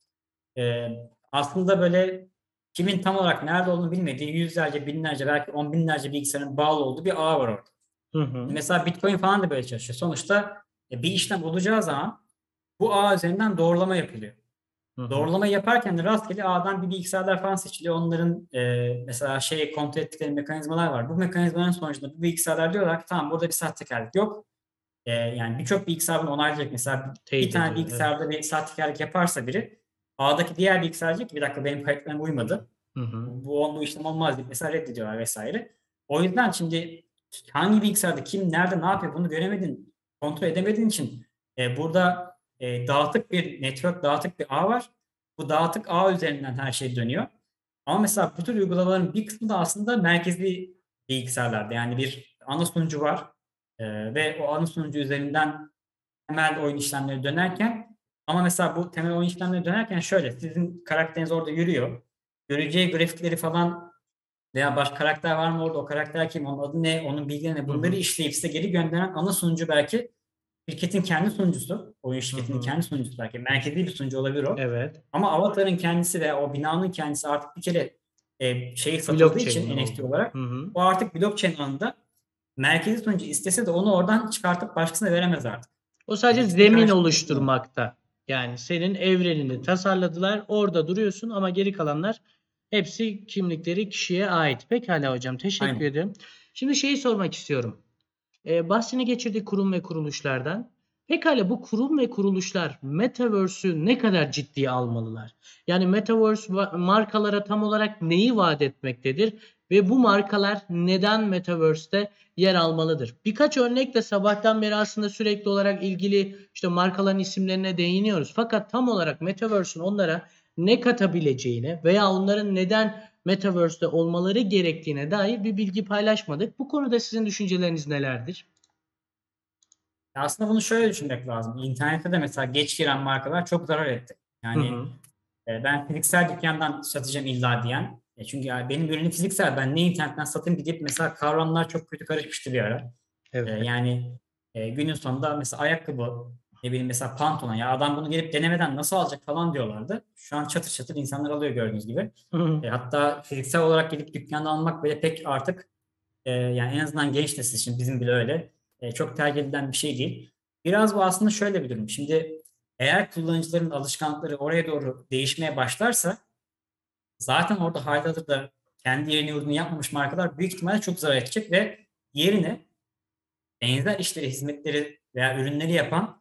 E, aslında böyle kimin tam olarak nerede olduğunu bilmediği yüzlerce, binlerce, belki on binlerce bilgisayarın bağlı olduğu bir ağ var orada. Hı hı. Mesela Bitcoin falan da böyle çalışıyor. Sonuçta e, bir işlem olacağı zaman bu ağ üzerinden doğrulama yapılıyor. Hı hı. Doğrulama yaparken de rastgele ağdan bir bilgisayarlar falan seçiliyor. Onların e, mesela şey kontrol ettikleri mekanizmalar var. Bu mekanizmaların sonucunda bu bilgisayarlar diyorlar ki tamam burada bir sahtekarlık yok. E, yani birçok bilgisayar bunu onaylayacak. Mesela bir Teyit tane ediyor. Evet. bilgisayarda bir sahtekarlık yaparsa biri ağdaki diğer bilgisayar diyecek ki bir dakika benim kayıtlarım uymadı. Hı hı. Bu, bu işlem olmaz deyip mesela reddediyorlar vesaire. O yüzden şimdi hangi bilgisayarda kim nerede ne yapıyor bunu göremedin, kontrol edemediğin için e, burada e, dağıtık bir network, dağıtık bir ağ var. Bu dağıtık ağ üzerinden her şey dönüyor. Ama mesela bu tür uygulamaların bir kısmı da aslında merkezli bilgisayarlarda. Yani bir ana sunucu var e, ve o ana sunucu üzerinden temel oyun işlemleri dönerken ama mesela bu temel oyun işlemleri dönerken şöyle sizin karakteriniz orada yürüyor. Göreceği grafikleri falan veya baş karakter var mı orada o karakter kim onun adı ne onun bilgileri ne Hı bunları hı. işleyip size geri gönderen ana sunucu belki şirketin kendi sunucusu. Oyun Hı şirketinin hı. kendi sunucusu belki. Merkezi bir sunucu olabilir o. Evet. Ama avatarın kendisi veya o binanın kendisi artık bir kere e, şey satıldığı için Blockchain N F T oldu. olarak Hı hı. o artık blockchain alanında merkezi sunucu istese de onu oradan çıkartıp başkasına veremez artık. O sadece Yani ikisini zemin karşılaştırmıyor. oluşturmakta. Yani senin evrenini tasarladılar, orada duruyorsun ama geri kalanlar hepsi kimlikleri kişiye ait. Pekala hocam, teşekkür Aynen. ederim. Şimdi şeyi sormak istiyorum. Ee, bahsini geçirdik kurum ve kuruluşlardan. Pekala bu kurum ve kuruluşlar Metaverse'ü ne kadar ciddiye almalılar? Yani Metaverse va- markalara tam olarak neyi vaat etmektedir? Ve bu markalar neden Metaverse'te yer almalıdır? Birkaç örnekle sabahtan beri aslında sürekli olarak ilgili işte markaların isimlerine değiniyoruz. Fakat tam olarak Metaverse'ün onlara ne katabileceğine veya onların neden Metaverse'te olmaları gerektiğine dair bir bilgi paylaşmadık. Bu konuda sizin düşünceleriniz nelerdir? Aslında bunu şöyle düşünmek lazım. İnternette de mesela geç giren markalar çok zarar etti. Hı Yani hı. e, ben fiziksel dükkandan satacağım illa diyen. E, çünkü ya benim ürünüm fiziksel. Ben ne internetten satayım gidip mesela kavramlar çok kötü karışmıştı bir ara. E, Evet. yani e, günün sonunda mesela ayakkabı ne bileyim mesela pantolon ya adam bunu gelip denemeden nasıl alacak falan diyorlardı. Şu an çatır çatır insanlar alıyor gördüğünüz gibi. Hı hı. E, hatta fiziksel olarak gidip dükkanda almak bile pek artık e, yani en azından genç nesil için bizim bile öyle e, çok tercih edilen bir şey değil. Biraz bu aslında şöyle bir durum. Şimdi eğer kullanıcıların alışkanlıkları oraya doğru değişmeye başlarsa zaten orada halihazırda kendi yerini yurdunu yapmamış markalar büyük ihtimalle çok zarar edecek ve yerine benzer işleri, hizmetleri veya ürünleri yapan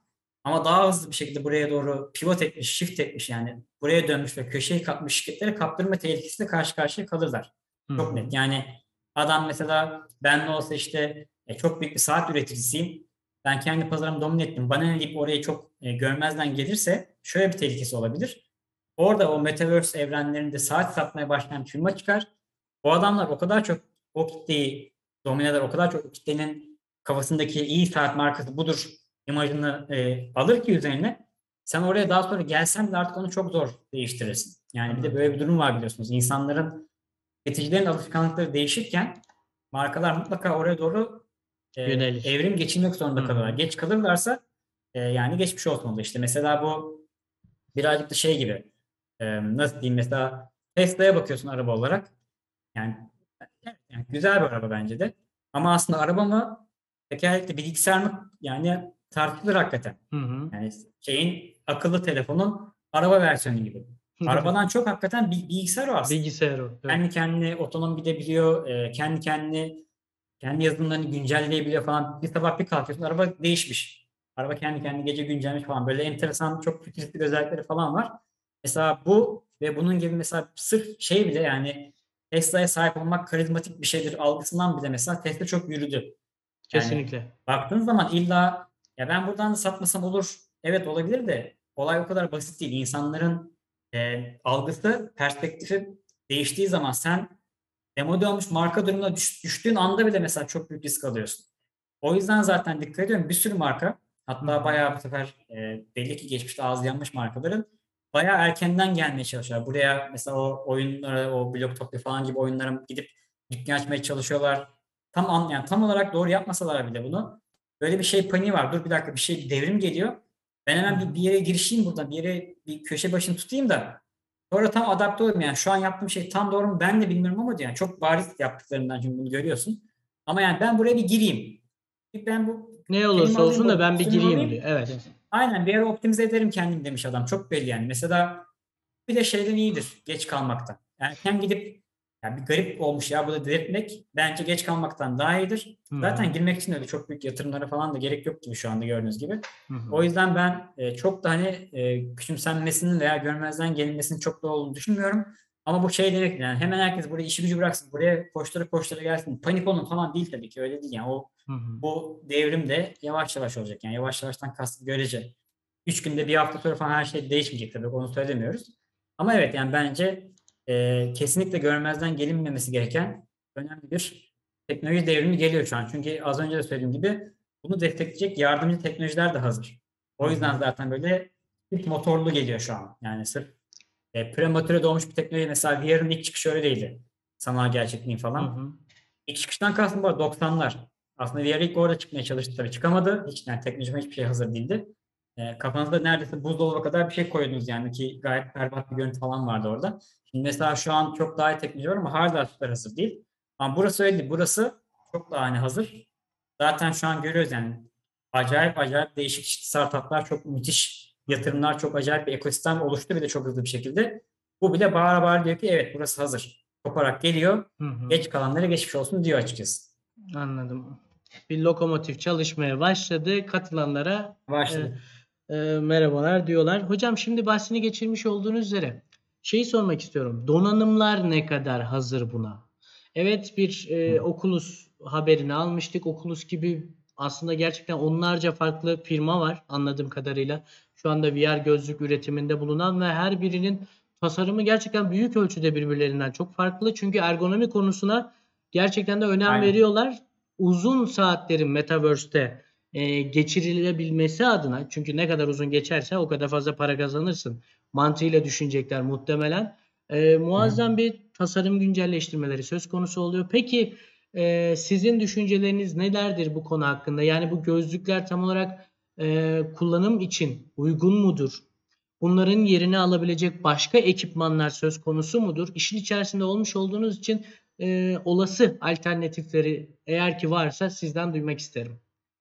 ama daha hızlı bir şekilde buraya doğru pivot etmiş, shift etmiş, yani buraya dönmüş ve köşeyi kapmış şirketlere kaptırma tehlikesiyle karşı karşıya kalırlar. Hı Çok hı. net. Yani adam mesela ben ne olsa işte e, çok büyük bir saat üreticisiyim. Ben kendi pazarımı domine ettim. Bana ne deyip orayı çok e, görmezden gelirse şöyle bir tehlikesi olabilir. Orada o Metaverse evrenlerinde saat satmaya başlayan bir firma çıkar. O adamlar o kadar çok o kitleyi domine eder, o kadar çok o kitlenin kafasındaki iyi saat markası budur imajını e, alır ki üzerine, sen oraya daha sonra gelsen de artık onu çok zor değiştirirsin. Yani bir de böyle bir durum var biliyorsunuz. İnsanların, tüketicilerin alışkanlıkları değişirken markalar mutlaka oraya doğru e, Yönelir. evrim geçirmek zorunda Hı hı. kalırlar. Geç kalırlarsa e, yani geçmiş olsun oldu. İşte mesela bu birazcık da şey gibi, e, nasıl diyeyim, mesela Tesla'ya bakıyorsun araba olarak. Yani, yani güzel bir araba bence de. Ama aslında araba mı, tekerlekli bilgisayar mı, yani tartışılır hakikaten. Hı hı. Yani şeyin, akıllı telefonun araba versiyonu gibi. Arabadan çok hakikaten bir bilgisayar o aslında. Bilgisayar o. Evet. Kendi kendine otonom gidebiliyor, e, kendi kendine kendi yazılımlarını güncelleyebiliyor falan. Bir sabah bir kalkıyorsun, araba değişmiş. Araba kendi kendine gece güncellemiş falan. Böyle enteresan, çok fütüristik özellikleri falan var. Mesela bu ve bunun gibi, mesela sırf şey bile, yani Tesla'ya sahip olmak karizmatik bir şeydir algısından bile mesela Tesla çok yürüdü. Yani Kesinlikle. baktığın zaman illa ya ben buradan da satmasam olur. Evet, olabilir de olay o kadar basit değil. İnsanların e, algısı, perspektifi değiştiği zaman sen demode olmuş marka durumuna düş- düştüğün anda bile mesela çok büyük risk alıyorsun. O yüzden zaten dikkat ediyorum, bir sürü marka, Hı hatta hı. bayağı bu sefer e, belli ki geçmişte ağzı yanmış markaların bayağı erkenden gelmeye çalışıyorlar. Buraya mesela o oyunlara, o Bloktopya falan gibi oyunlara gidip dükkan açmaya çalışıyorlar. Tam an, yani tam olarak doğru yapmasalar bile bunu, böyle bir şey paniği var. Dur bir dakika, bir şey, bir devrim geliyor. Ben Hı hemen hı. bir, bir yere girişeyim buradan, bir yere bir köşe başını tutayım da sonra tam adapte olayım. Yani şu an yaptığım şey tam doğru mu ben de bilmiyorum ama diyor. Yani çok bariz yaptıklarından, çünkü bunu görüyorsun. Ama yani ben buraya bir gireyim. Bir ben bu Ne şeyimi olursa alayım, olsun da bu ben bir pozisyonu gireyim diyor. alayım. Evet. Aynen, bir ara optimize ederim kendim demiş adam. Çok belli yani. Mesela bir de şeyden iyidir geç kalmaktan. Erken gidip, yani bir garip olmuş ya burada delirtmek bence geç kalmaktan daha iyidir. Hı hı. Zaten girmek için öyle çok büyük yatırımlara falan da gerek yok gibi şu anda gördüğünüz gibi. Hı hı. O yüzden ben e, çok da hani e, küçümsenmesinin veya görmezden gelinmesinin çok da olduğunu düşünmüyorum. Ama bu şey demek, yani hemen herkes buraya işi gücü bıraksın, buraya koştura koştura gelsin, panik olun falan değil, tabii ki öyle değil. Yani o Hı hı. bu devrim de yavaş yavaş olacak. Yani yavaş yavaştan kastım görece. Üç günde, bir hafta sonra falan her şey değişmeyecek tabii, onu söylemiyoruz. Ama evet, yani bence e, kesinlikle görmezden gelinmemesi gereken önemli bir teknoloji devrimi geliyor şu an. Çünkü az önce de söylediğim gibi bunu destekleyecek yardımcı teknolojiler de hazır. Hı O hı. yüzden zaten böyle çift motorlu geliyor şu an. Yani sırf e, prematüre doğmuş bir teknoloji, mesela V R'ın ilk çıkışı öyle değildi. Sanal gerçekliğin Hı falan. hı. İlk çıkıştan kastım bu arada doksanlar. Aslında V R ilk orada çıkmaya çalıştı tabii. Çıkamadı. Hiç, yani teknolojik hiçbir şey hazır değildi. E, kafanızda neredeyse buzdolabı kadar bir şey koydunuz yani, ki gayet berbat bir görüntü falan vardı orada. Şimdi mesela şu an çok daha iyi teknoloji var ama hala süper hazır değil. Ama burası öyle değil. Burası çok daha hani hazır. Zaten şu an görüyoruz yani, acayip acayip değişik startuplar, çok müthiş yatırımlar, çok acayip bir ekosistem oluştu bir de çok hızlı bir şekilde. Bu bile bağıra bağıra diyor ki evet burası hazır. Koparak geliyor. Hı hı. Geç kalanlara geçmiş olsun diyor açıkçası. Anladım. Bir lokomotif çalışmaya başladı. Katılanlara e, Başladı. e, merhabalar diyorlar. Hocam şimdi bahsini geçirmiş olduğunuz üzere şeyi sormak istiyorum. Donanımlar ne kadar hazır buna? Evet, bir e, Oculus haberini almıştık. Oculus gibi aslında gerçekten onlarca farklı firma var anladığım kadarıyla. Şu anda V R gözlük üretiminde bulunan ve her birinin tasarımı gerçekten büyük ölçüde birbirlerinden çok farklı. Çünkü ergonomi konusuna gerçekten de önem Aynen. veriyorlar. Uzun saatlerin Metaverse'te e, geçirilebilmesi adına, çünkü ne kadar uzun geçerse o kadar fazla para kazanırsın mantığıyla düşünecekler muhtemelen. E, Hı. muazzam bir tasarım güncelleştirmeleri söz konusu oluyor. Peki e, sizin düşünceleriniz nelerdir bu konu hakkında? Yani bu gözlükler tam olarak e, kullanım için uygun mudur? Bunların yerini alabilecek başka ekipmanlar söz konusu mudur? İşin içerisinde olmuş olduğunuz için e, olası alternatifleri eğer ki varsa sizden duymak isterim.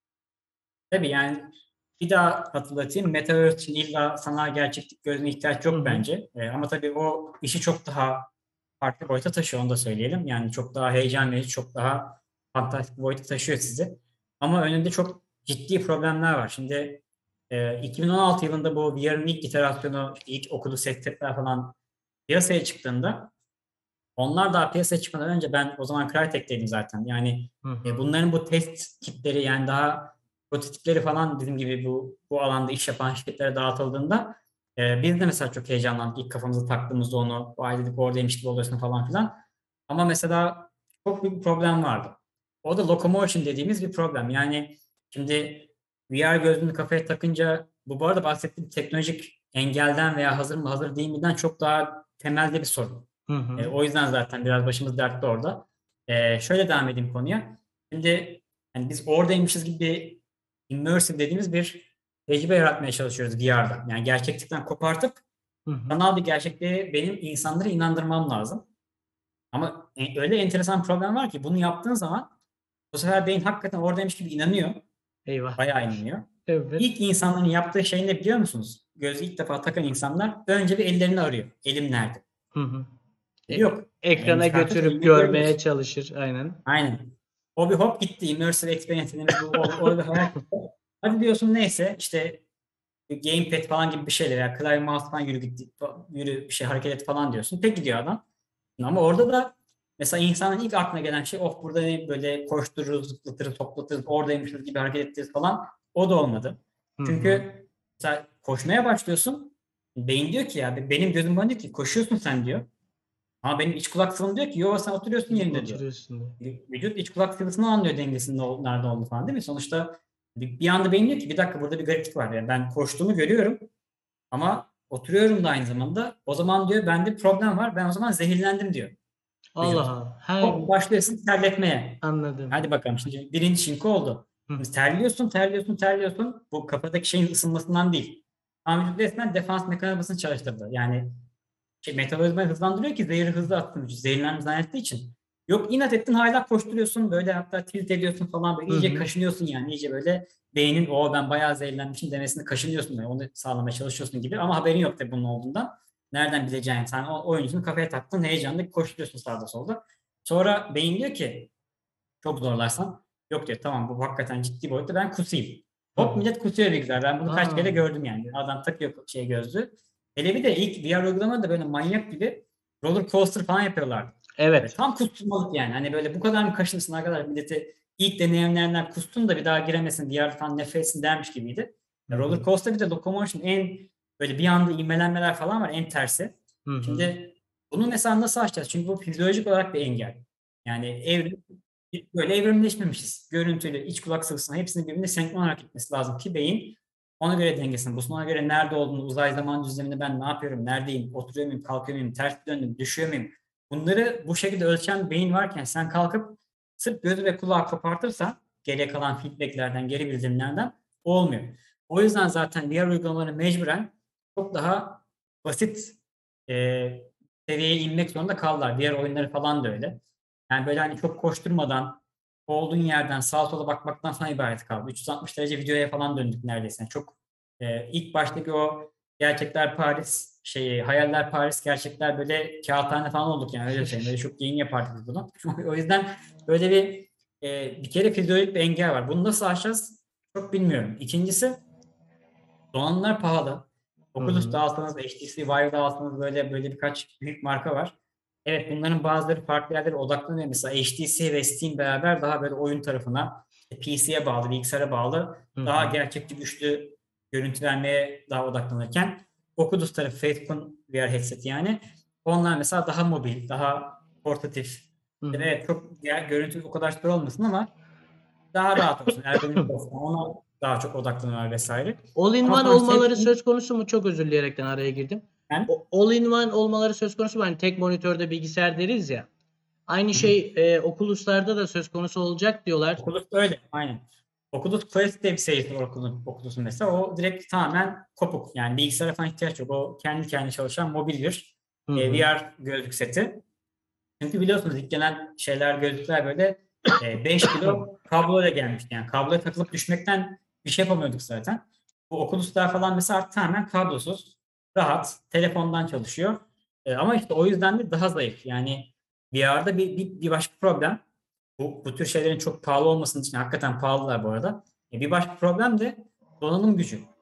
Tabii yani, bir daha hatırlatayım. Metaverse için illa sanal gerçeklik gözüne ihtiyaç Hı yok hı. bence. E, ama tabii o işi çok daha farklı boyuta taşıyor, onu da söyleyelim. Yani çok daha heyecan verici, çok daha fantastik bir boyuta taşıyor sizi. Ama önünde çok ciddi problemler var. Şimdi e, iki bin on altı yılında bu V R'ın ilk iterasyonu, işte ilk Oculus headsetler falan piyasaya çıktığında, onlar daha piyasaya çıkmadan önce ben o zaman Crytek'teydim zaten. Yani Hı hı. e, bunların bu test kitleri, yani daha prototipleri falan bizim gibi bu bu alanda iş yapan şirketlere dağıtıldığında e, biz de mesela çok heyecanlandık. İlk kafamıza taktığımızda onu, vay dedik oradaymış gibi oluyorsun falan filan. Ama mesela çok büyük bir problem vardı. O da locomotion dediğimiz bir problem. Yani şimdi V R gözlüğünü kafaya takınca, bu bu arada bahsettiğim teknolojik engelden veya hazır mı hazır değil mi'den çok daha temelde bir sorun. Hı hı. E, o yüzden zaten biraz başımız dertte orada. E, şöyle devam edeyim konuya. Şimdi hani biz oradaymışız gibi bir immersive dediğimiz bir tecrübe yaratmaya çalışıyoruz V R'da. Yani gerçeklikten kopartıp Hı hı. sanal bir gerçekliğe benim insanları inandırmam lazım. Ama e, öyle enteresan bir problem var ki bunu yaptığın zaman bu sefer beyin hakikaten oradaymış gibi inanıyor. Eyvah. Bayağı inanıyor. Evet. İlk insanların yaptığı şey ne biliyor musunuz? Gözü ilk defa takan insanlar önce bir ellerini arıyor. Elim nerede? Hı hı. E- Yok. Yani elini ekrana çıkartıyorsun, götürüp elini görmeye görmüyorsun. çalışır. Aynen. Aynen. O bir hop gitti. Immersive experience dediğimiz bu o, o bir hayal kırıklığı. Hadi diyorsun neyse işte gamepad falan gibi bir şeyler veya klavye mouse falan yürü gitti, yürü bir şey hareket et falan diyorsun. Pek gidiyor adam. Ama orada da mesela insanın ilk aklına gelen şey, oh burada ne böyle koştururuz, zıplatırız, toplatırız, oradaymışız gibi hareket ederiz falan. O da olmadı. Hı hı. Çünkü mesela koşmaya başlıyorsun. Beyin diyor ki ya, benim gözüm bana diyor ki koşuyorsun sen diyor. Ama benim iç kulak sıvım diyor ki yo sen oturuyorsun yerinde diyor. Oturuyorsun diye. Vücut iç kulak sıvısını anlıyor dengesinin ol- nerede olduğunu falan, değil mi? Sonuçta bir, bir anda beyin diyor ki bir dakika burada bir gariplik var. Yani ben koştuğumu görüyorum ama oturuyorum da aynı zamanda. O zaman diyor bende bir problem var. Ben o zaman zehirlendim diyor Allah vücut. Allah. He, Hop başlıyorsun terletmeye. anladım. Hadi bakalım şimdi birinci şinko oldu. Hı. Şimdi terliyorsun, terliyorsun, terliyorsun. Bu kafadaki şeyin ısınmasından değil. Ama vücut resmen defans mekanizmasını çalıştırdı. Yani şey, metabolizmayı hızlandırıyor ki zehri hızlı atsın vücut. Zehirlenme zannettiği için. Yok inat ettin hala koşturuyorsun. Böyle hatta tilt ediyorsun falan. Böyle Hı iyice hı. kaşınıyorsun yani. İyice böyle beynin o ben bayağı zehirlenmişim demesini kaşınıyorsun. Böyle. Onu sağlamaya çalışıyorsun gibi. Ama haberin yok tabii bunun olduğundan. Nereden bileceğin, sen o oyuncunu kafaya taktın. Heyecanla koşturuyorsun sağda solda. Sonra beyin diyor ki çok zorlarsan, yok diyor tamam bu hakikaten ciddi boyutta, ben kusayım. Hı Hop hı. millet kusuyor bilgisayar. Ben bunu kaç kere Aa, gördüm yani. Adam takıyor şey gözlüğü. Hele bir de ilk V R uygulamalarda da böyle manyak gibi roller coaster falan yapıyorlardı. Ve evet. tam kusturmalık yani. Hani böyle bu kadar mı kaşınsın arkadaşlar, milleti ilk deneyimleyenler kustun da bir daha giremesin, V R falan nefretsin dermiş gibiydi. Hı Ya roller hı. coaster bir de locomotion en böyle bir anda ivmelenmeler falan var en tersi. Hı hı. Şimdi bunu mesela nasıl aşacağız? Çünkü bu fizyolojik olarak bir engel. Yani evrim böyle evrimleşmemişiz. Görüntülü, iç kulak sıvısına hepsinin birbirine senkron hareket etmesi lazım ki beyin ona göre dengesini bulsun. Ona göre nerede olduğunu, uzay zaman düzleminde ben ne yapıyorum, neredeyim, oturuyor muyum, kalkıyor muyum, ters döndüm, düşüyor muyum? Bunları bu şekilde ölçen bir beyin varken sen kalkıp sırf gözü ve kulağı kopartırsan geriye kalan feedbacklerden, geri bildirimlerden olmuyor. O yüzden zaten diğer uygulamaları mecburen çok daha basit e, seviyeye inmek zorunda kaldılar. Diğer oyunları falan da öyle. Yani böyle hani çok koşturmadan olduğun yerden sağa sola bakmaktan falan ibaret kaldı. üç yüz altmış derece videoya falan döndük neredeyse. Yani çok e, ilk baştaki o gerçekler Paris şeyi, hayaller Paris, gerçekler böyle kağıthane falan olduk yani, öyle söyleyeyim. Böyle çok yayın yapardık biz bunu. O yüzden böyle bir e, bir kere fizyolojik bir engel var. Bunu nasıl aşacağız çok bilmiyorum. İkincisi donanımlar pahalı. Hı Oculus'ta hı. alsanız, H T C Vive'da alsanız böyle böyle birkaç büyük marka var. Evet bunların bazıları farklı yerlere odaklanıyor. Mesela H T C ve Steam beraber daha böyle oyun tarafına, işte P C'ye bağlı, bilgisayara bağlı Hı daha hı. gerçekçi, güçlü görüntü vermeye daha odaklanırken Oculus tarafı, Facebook'un V R headseti yani. Onlar mesela daha mobil, daha portatif. Hı hı. Evet çok diğer görüntü o kadar süper olmasın ama daha rahat olsun, ergonomik olsun. Ona daha çok odaklanıyorlar vesaire. Ama All-in-one sonuçta olmaları hepsinin söz konusu mu? Çok özür dileyerekten araya girdim. yani, O, all-in-one olmaları söz konusu mu? Hani tek monitörde bilgisayar deriz ya. Aynı şey e, Oculus'larda da söz konusu olacak diyorlar. Oculus öyle. Aynen. Oculus Quest diye bir serisi var Oculus, Oculus'un mesela. O direkt tamamen kopuk. Yani bilgisayara falan ihtiyaç yok. O kendi kendine çalışan mobil bir Hı e, hı. V R gözlük seti. Çünkü biliyorsunuz ilk gelen şeyler, gözlükler böyle e, beş kilo kabloyla gelmişti. Yani kabloya takılıp düşmekten bir şey yapamıyorduk zaten. Bu Oculus'lar falan mesela artık tamamen kablosuz, rahat, telefondan çalışıyor. E, ama işte o yüzden de daha zayıf. Yani V R'da bir, bir, bir başka problem. Bu, bu tür şeylerin çok pahalı olmasının için, hakikaten pahalılar bu arada. E, bir başka problem de donanım gücü.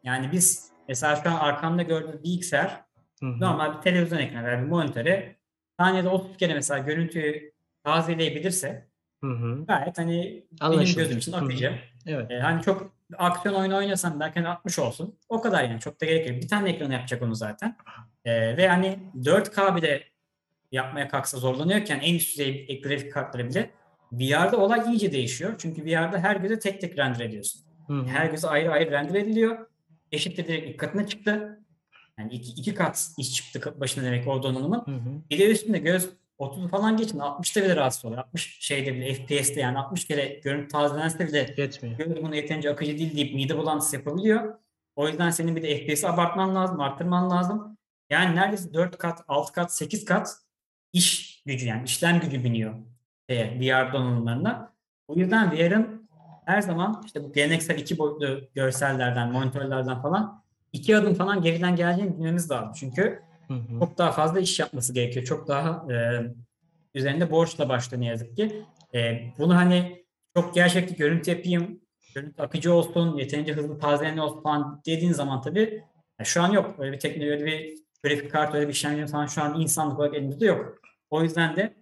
Yani biz mesela şu an arkamda gördüğünüz bilgisayar Hı hı. normal bir televizyon ekranı veya bir monitöre saniyede otuz kere mesela görüntüyü tazeleyebilirse Hı hı. gayet hani benim gözüm Anlaşılır. için Hı hı. akıcı. Evet. Ee, hani çok aksiyon oyunu oynasam belki hani altmış olsun. O kadar yani çok da gerek yok. Bir tane ekran yapacak onu zaten. Ee, ve hani dört K bile yapmaya kalksa zorlanıyorken en üst düzey ek- grafik kartları bile V R'da olay iyice değişiyor. Çünkü V R'da her göze tek tek render ediyorsun. Hı hı. Her göze ayrı ayrı render ediliyor. Eşittir direkt ilk katına çıktı. Yani iki, iki kat iş çıktı başına demek o donanımın. Hı hı. Bir de üstünde göz otuz falan geçin altmışta bile rahatsız oluyor. altmış şeyde bile F P S'te yani altmış kere görüntü tazelense bile Yetmiyor. göz bunu yeterince akıcı değil deyip mide bulantısı yapabiliyor. O yüzden senin bir de F P S'i abartman lazım, arttırman lazım. Yani neredeyse dört kat, altı kat, sekiz kat iş gücü yani işlem gücü biniyor şeye, V R donanımlarına. O yüzden V R'ın her zaman işte bu geleneksel iki boyutlu görsellerden, monitörlerden falan iki adım falan geriden geleceğini bilmemiz lazım. Çünkü Hı hı. çok daha fazla iş yapması gerekiyor. Çok daha e, üzerinde borçla başlıyor ne yazık ki. E, bunu hani çok gerçekçi görüntü yapayım, görüntü akıcı olsun, yeterince hızlı tazeleniyor olsun falan dediğin zaman tabii ya şu an yok. Öyle bir teknoloji, öyle bir grafik kart, öyle bir işlemci falan şu an insanlık olarak elimizde yok. O yüzden de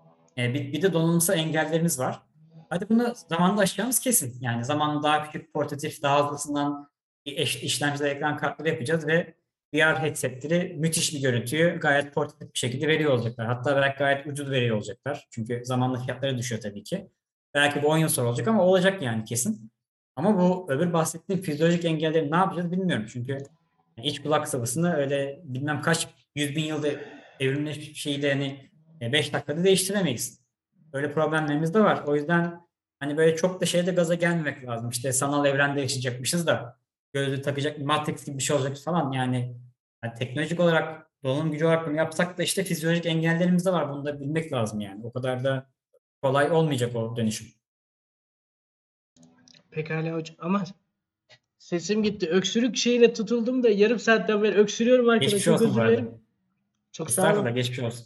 e, bir, bir de donanımsal engellerimiz var. Hadi bunu zamanla aşacağımız kesin. Yani zamanla daha küçük, portatif, daha hızlısından eş, işlemciler, ekran kartları yapacağız ve V R headsetleri müthiş bir görüntüyü gayet portatif bir şekilde veriyor olacaklar. Hatta belki gayet ucuz veriyor olacaklar. Çünkü zamanla fiyatları düşüyor tabii ki. Belki bu on yıl sonra olacak ama olacak yani kesin. Ama bu öbür bahsettiğim fizyolojik engelleri ne yapacağız bilmiyorum. Çünkü iç kulak sıvısını öyle bilmem kaç yüz bin yılda evrimleşmiş bir şeyi de hani beş dakikada değiştiremeyiz. Böyle problemlerimiz de var. O yüzden hani böyle çok da şeyde gaza gelmemek lazım. İşte sanal evrende yaşayacakmışız da gözlüğü takacak, Matrix gibi bir şey olacak falan. Yani, yani teknolojik olarak, donanım gücü olarak bunu yapsak da işte fizyolojik engellerimiz de var. Bunu da bilmek lazım yani. O kadar da kolay olmayacak o dönüşüm. Pekala hocam ama sesim gitti. Öksürük şeyle tutuldum da yarım saatten beri öksürüyorum arkadaşlar. Geçmiş Çok olsun bu özür arada. dilerim. Çok sağ olun. Estağfurullah geçmiş olsun.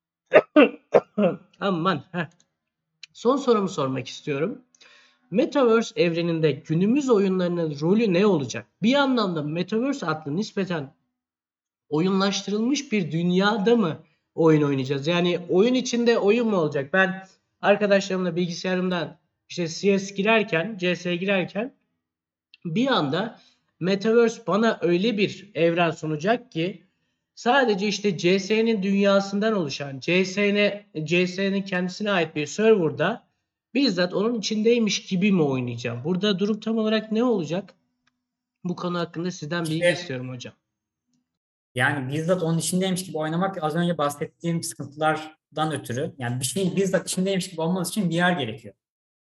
Aman. Heh. Son sorumu sormak istiyorum. Metaverse evreninde günümüz oyunlarının rolü ne olacak? Bir anlamda Metaverse adlı nispeten oyunlaştırılmış bir dünyada mı oyun oynayacağız? Yani oyun içinde oyun mu olacak? Ben arkadaşlarımla bilgisayarımdan işte C S girerken, C S girerken bir anda Metaverse bana öyle bir evren sunacak ki sadece işte C S'nin dünyasından oluşan C S'ne C S'nin kendisine ait bir serverda bizzat onun içindeymiş gibi mi oynayacağım? Burada durum tam olarak ne olacak? Bu konu hakkında sizden bilgi İşte istiyorum hocam. yani bizzat onun içindeymiş gibi oynamak az önce bahsettiğim sıkıntılardan ötürü. Yani bir şeyin bizzat içindeymiş gibi olması için V R gerekiyor.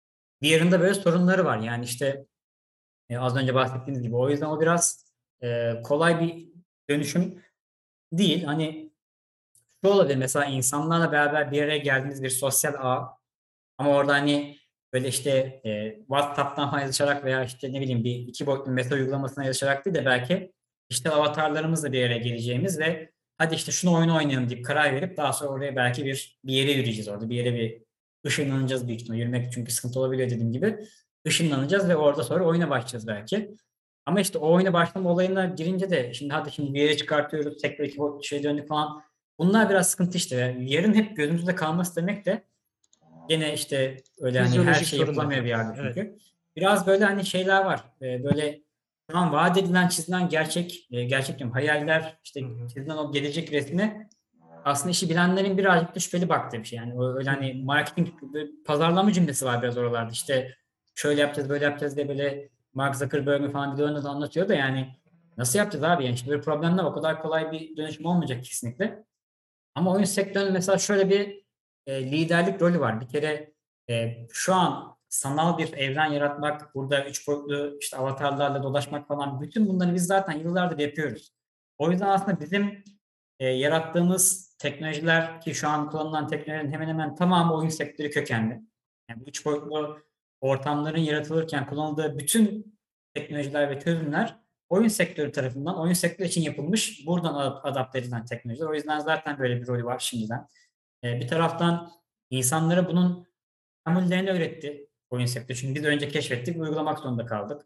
V R'ın da böyle sorunları var. Yani işte e, az önce bahsettiğiniz gibi. O yüzden o biraz e, kolay bir dönüşüm değil. Hani şu olabilir mesela insanlarla beraber bir araya geldiğiniz bir sosyal ağ ama orada hani böyle işte e, WhatsApp'tan falan yazışarak veya işte ne bileyim bir iki boyutlu meta uygulamasına yazışarak değil de belki işte avatarlarımızla bir araya geleceğimiz ve hadi işte şunu oyunu oynayalım deyip karar verip daha sonra oraya belki bir bir yere yürüyeceğiz orada. Bir yere bir ışınlanacağız büyük ihtimalle. Yürümek çünkü sıkıntı olabiliyor dediğim gibi. Işınlanacağız ve orada sonra oyuna başlayacağız belki. Ama işte o oyuna başlama olayına girince de şimdi hadi şimdi bir yere çıkartıyoruz. Tekrar iki boyutlu şey döndük falan. Bunlar biraz sıkıntı işte. Yani yarın hep gözümüzde kalması demek de gene işte öyle hani her Fizyolojik şey sorun yapılamıyor bir demek. yerde Evet. çünkü. Biraz böyle hani şeyler var. Ee, böyle şu an vaat edilen çizilen gerçek, e, gerçek diyorum hayaller işte Hı hı. çizilen o gelecek resmi aslında işi bilenlerin birazcık da şüpheli baktığı bir şey. Yani o öyle hani marketing pazarlama cümlesi var biraz oralarda. İşte şöyle yapacağız böyle yapacağız diye böyle Mark Zuckerberg falan videolarında da anlatıyor da yani nasıl yapacağız abi? Yani işte böyle problemler o kadar kolay bir dönüşüm olmayacak kesinlikle. Ama oyun sektörünün mesela şöyle bir e, liderlik rolü var. Bir kere e, şu an sanal bir evren yaratmak, burada üç boyutlu işte avatarlarla dolaşmak falan bütün bunları biz zaten yıllardır yapıyoruz. O yüzden aslında bizim e, yarattığımız teknolojiler ki şu an kullanılan teknolojilerin hemen hemen tamamı oyun sektörü kökenli. Yani bu üç boyutlu ortamların yaratılırken kullanıldığı bütün teknolojiler ve çözümler oyun sektörü tarafından, oyun sektörü için yapılmış, buradan adapte edilen teknolojiler. O yüzden zaten böyle bir rolü var şimdiden. Ee, bir taraftan insanlara bunun temellerini öğretti oyun sektörü. Çünkü biz önce keşfettik, uygulamak zorunda kaldık.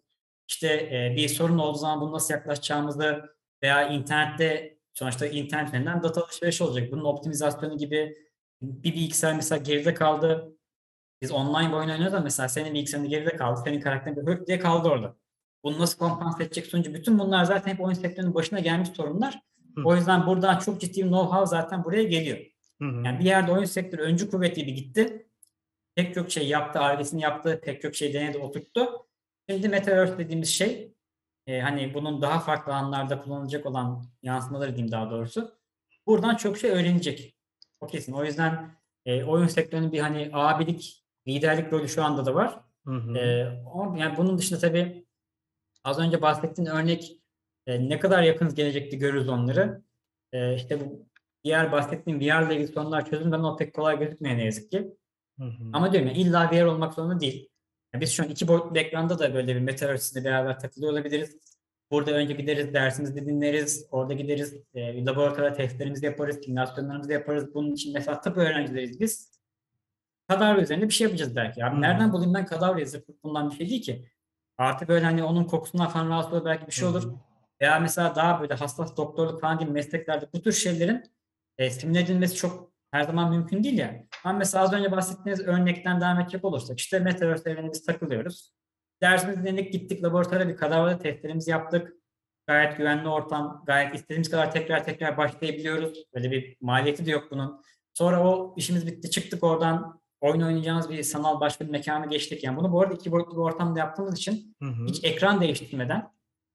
işte e, bir sorun olduğu zaman bunu nasıl yaklaşacağımızı veya internette sonuçta internet üzerinden data alışverişi olacak. Bunun optimizasyonu gibi bir bilgisayar mesela geride kaldı. Biz online bir oyun oynuyoruz ama mesela senin bilgisayarın geride kaldı. Senin karakterin de hırt diye kaldı orada. Bunu nasıl kompanse edecek sonucu? Bütün bunlar zaten hep oyun sektörünün başına gelmiş sorunlar. Hı. O yüzden buradan çok ciddi bir know-how zaten buraya geliyor. Hı hı. Yani bir yerde oyun sektörü öncü kuvvetliydi gitti. Pek çok şey yaptı, ailesini yaptı, pek çok şey denedi, oturttu. Şimdi Metaverse dediğimiz şey, e, hani bunun daha farklı alanlarda kullanılacak olan yansımaları diyeyim daha doğrusu. Buradan çok şey öğrenecek. O kesin. O yüzden e, oyun sektörünün bir hani abilik, liderlik rolü şu anda da var. Hı hı. E, ama yani bunun dışında tabii az önce bahsettiğin örnek e, ne kadar yakın gelecekte görürüz onları. E, işte bu diğer bahsettiğim V R ile ilgili sorunlar çözülmeden o pek kolay gözükmüyor ne yazık ki. Hı hı. Ama diyorum ya illa V R olmak zorunda değil. Yani biz şu an iki boyutlu bir ekranda da böyle bir metaverse'le beraber takılıyor olabiliriz. Burada önce gideriz, dersimizi dinleriz. Orada gideriz, e, laboratuvara testlerimizi yaparız, simülasyonlarımızı yaparız. Bunun için mesela tıp öğrencileriyiz biz. Kadavra üzerinde bir şey yapacağız belki. Abi Hı. nereden bulayım ben kadavra yazıp bundan bir şey değil ki. Artı böyle hani onun kokusundan falan rahatsız olur belki bir şey Hı hı. olur. Veya mesela daha böyle hassas doktorluk falan gibi mesleklerde bu tür şeylerin e, simüle edilmesi çok her zaman mümkün değil ya. Ama mesela az önce bahsettiğiniz örnekten devam edecek olursak işte Metaverse evrenine biz takılıyoruz. Dersimizi dinledik, gittik laboratuvara bir kadavra testlerimizi yaptık. Gayet güvenli ortam, gayet istediğimiz kadar tekrar tekrar başlayabiliyoruz. Böyle bir maliyeti de yok bunun. Sonra o işimiz bitti, çıktık oradan oyun oynayacağımız bir sanal başka bir mekana geçtik. Yani bunu bu arada iki boyutlu bir ortamda yaptığımız için Hı hı. hiç ekran değiştirmeden,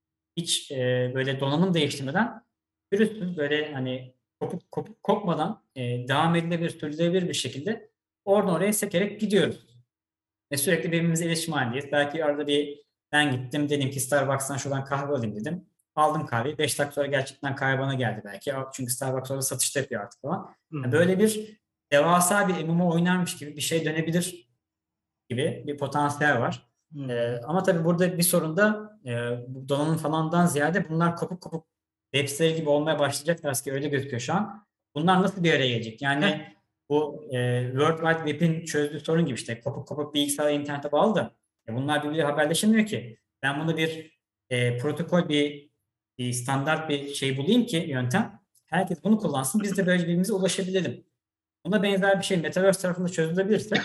hiç e, böyle donanım değiştirmeden pürüzsüz böyle hani kopuk kopuk kopmadan e, devam edilebilir, sürdürülebilir bir şekilde oradan oraya sekerek gidiyoruz. Ve sürekli birbirimize iletişim halindeyiz. Belki arada bir ben gittim dedim ki Starbucks'tan şuradan kahve alayım dedim. Aldım kahveyi. beş dakika sonra gerçekten kahve bana geldi belki. Çünkü Starbucks orada satışta yapıyor artık falan. Hı Yani hı. böyle bir devasa bir M M O oynarmış gibi bir şey dönebilir gibi bir potansiyel var. Hı hı. Ee, ama tabii burada bir sorun da e, bu donanım falandan ziyade bunlar kopuk kopuk web siteleri gibi olmaya başlayacaklar ki öyle gözüküyor şu an. Bunlar nasıl bir araya gelecek? Heh. Yani bu e, World Wide Web'in çözdüğü sorun gibi işte kopuk kopuk bilgisayarla internete bağlı da e, bunlar birbiriyle haberleşemiyor ki. Ben bunu bir e, protokol, bir, bir standart bir şey bulayım ki yöntem. Herkes bunu kullansın. Biz de böyle birbirimize ulaşabilelim. Buna benzer bir şey Metaverse tarafında çözülebilirse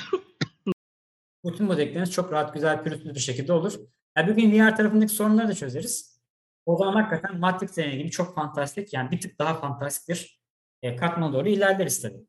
bütün bu dedikleriniz çok rahat, güzel, pürüzsüz bir şekilde olur. Yani bugün V R tarafındaki sorunları da çözeriz. O zaman hakikaten Matrix deney gibi çok fantastik, yani bir tık daha fantastik bir e, katmana doğru ilerleriz tabii.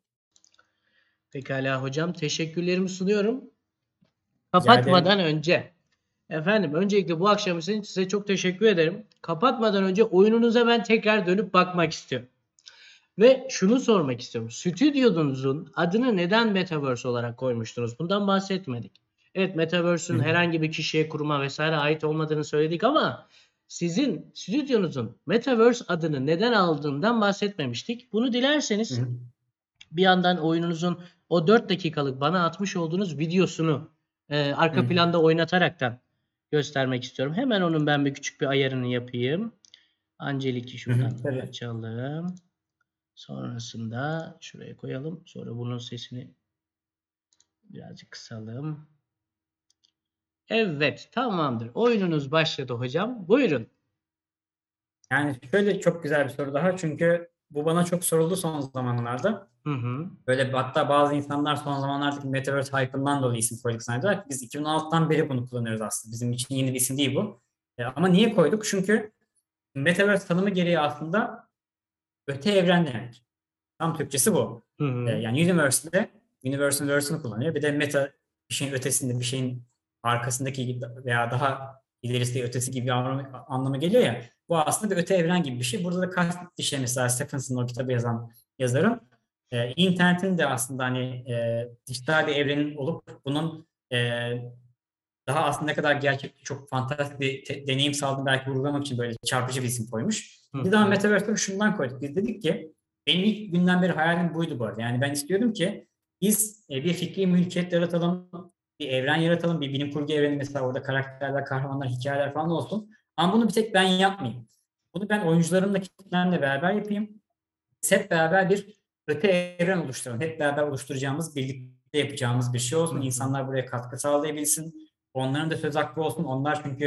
Pekala hocam, teşekkürlerimi sunuyorum. Rica Kapatmadan ederim. önce, efendim öncelikle bu akşam için size çok teşekkür ederim. Kapatmadan önce oyununuza ben tekrar dönüp bakmak istiyorum. Ve şunu sormak istiyorum. Stüdyonuzun adını neden Metaverse olarak koymuştunuz? Bundan bahsetmedik. Evet, Metaverse'ün Hı hı. herhangi bir kişiye, kuruma vesaire ait olmadığını söyledik ama sizin stüdyonuzun Metaverse adını neden aldığından bahsetmemiştik. Bunu Hı dilerseniz hı. bir yandan oyununuzun o dört dakikalık bana atmış olduğunuz videosunu e, arka Hı. planda oynataraktan göstermek istiyorum. Hemen onun ben bir küçük bir ayarını yapayım. Angelik'i Hı hı. şuradan Tabii. açalım. Sonrasında şuraya koyalım. Sonra bunun sesini birazcık kısalım. Evet, tamamdır. Oyununuz başladı hocam. Buyurun. Yani şöyle çok güzel bir soru daha, çünkü bu bana çok soruldu son zamanlarda. Hı hı. Böyle hatta bazı insanlar son zamanlardaki Metaverse hype'ından dolayı isim koyduk zannediyorlar. Biz iki bin on altıdan beri bunu kullanıyoruz aslında. Bizim için yeni bir isim değil bu. E, ama niye koyduk? Çünkü Metaverse tanımı gereği aslında öte evren demek. Tam Türkçesi bu. Hı E, hı. yani Universe'de Universe'ın verse'ını kullanıyor. Bir de meta, bir şeyin ötesinde, bir şeyin arkasındaki gibi veya daha ilerisi ötesi gibi bir anlamı, anlamı geliyor ya. Bu aslında bir öte evren gibi bir şey. Burada da kastettiği şey mesela Stephenson'ın o kitabı yazan yazarın e, internetin de aslında hani e, dijital bir evrenin olup bunun e, daha aslında ne kadar gerçek, çok fantastik bir te- deneyim sağladığını belki vurgulamak için böyle çarpıcı bir isim koymuş. Hı Bir daha hı. Metaverse'de şundan koyduk. Biz dedik ki benim ilk günden beri hayalim buydu bu arada. Yani ben istiyordum ki biz e, bir fikri mülkiyet yaratalım, bir evren yaratalım, bir bilim kurgu evreni, mesela orada karakterler, kahramanlar, hikayeler falan olsun. Ama bunu bir tek ben yapmayayım. Bunu ben oyuncularımla, kitlemle beraber yapayım. Biz hep beraber bir öte evren oluşturalım. Hep beraber oluşturacağımız, birlikte yapacağımız bir şey Hı olsun. hı. İnsanlar buraya katkı sağlayabilsin. Onların da söz hakkı olsun. Onlar çünkü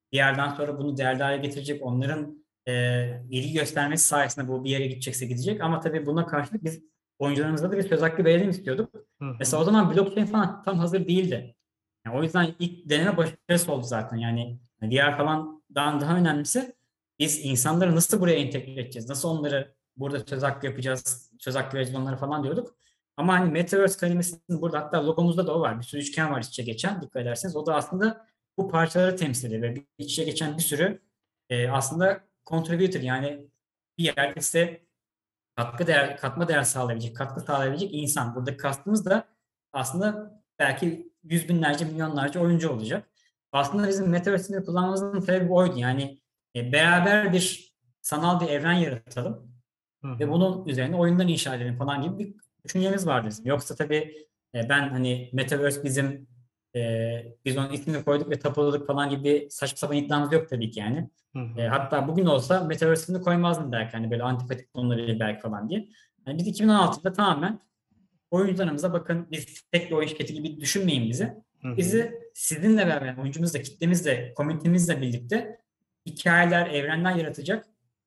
bir yerden sonra bunu değerli hale getirecek. Onların e, ilgi göstermesi sayesinde bu bir yere gidecekse gidecek. Ama tabii buna karşılık biz oyuncularımızda da bir söz hakkı verelim istiyorduk. Hı hı. Mesela o zaman blockchain falan tam hazır değildi. Yani o yüzden ilk deneme başarısı oldu zaten. Yani diğer falandan daha önemlisi biz insanları nasıl buraya entegre edeceğiz? Nasıl onları burada söz hakkı yapacağız? Söz hakkı vereceğiz onlara falan diyorduk. Ama hani Metaverse kelimesinin burada hatta logomuzda da o var. Bir sürü üçgen var iç içe geçen. Dikkat ederseniz o da aslında bu parçaları temsil ediyor. Ve bir iç içe geçen bir sürü e, aslında contributor yani bir yerde size katkı değer, katma değer sağlayabilecek, katkı sağlayabilecek insan. Burada kastımız da aslında belki yüz binlerce, milyonlarca oyuncu olacak. Aslında bizim Metaverse'ini kullanmamızın sebebi oydu. Yani e, beraber bir sanal bir evren yaratalım Hı hı. ve bunun üzerine oyundan inşa edelim falan gibi bir düşüncemiz vardı bizim. Yoksa tabii e, ben hani Metaverse bizim e, biz onun ismini koyduk ve tapuladık falan gibi bir saçma sapan iddiamız yok tabii ki yani. Hı hı. E, hatta bugün olsa Metaverse'ini koymazdım belki hani böyle antipatik bulunabilir belki falan diye. Yani biz iki bin on altıda tamamen oyuncularımıza bakın biz tek bir oyun şirketi gibi düşünmeyin bizi. Hı hı. Bizi sizinle beraber oyuncumuzla, kitlemizle, komünitemizle birlikte hikayeler, evrenler yaratacak.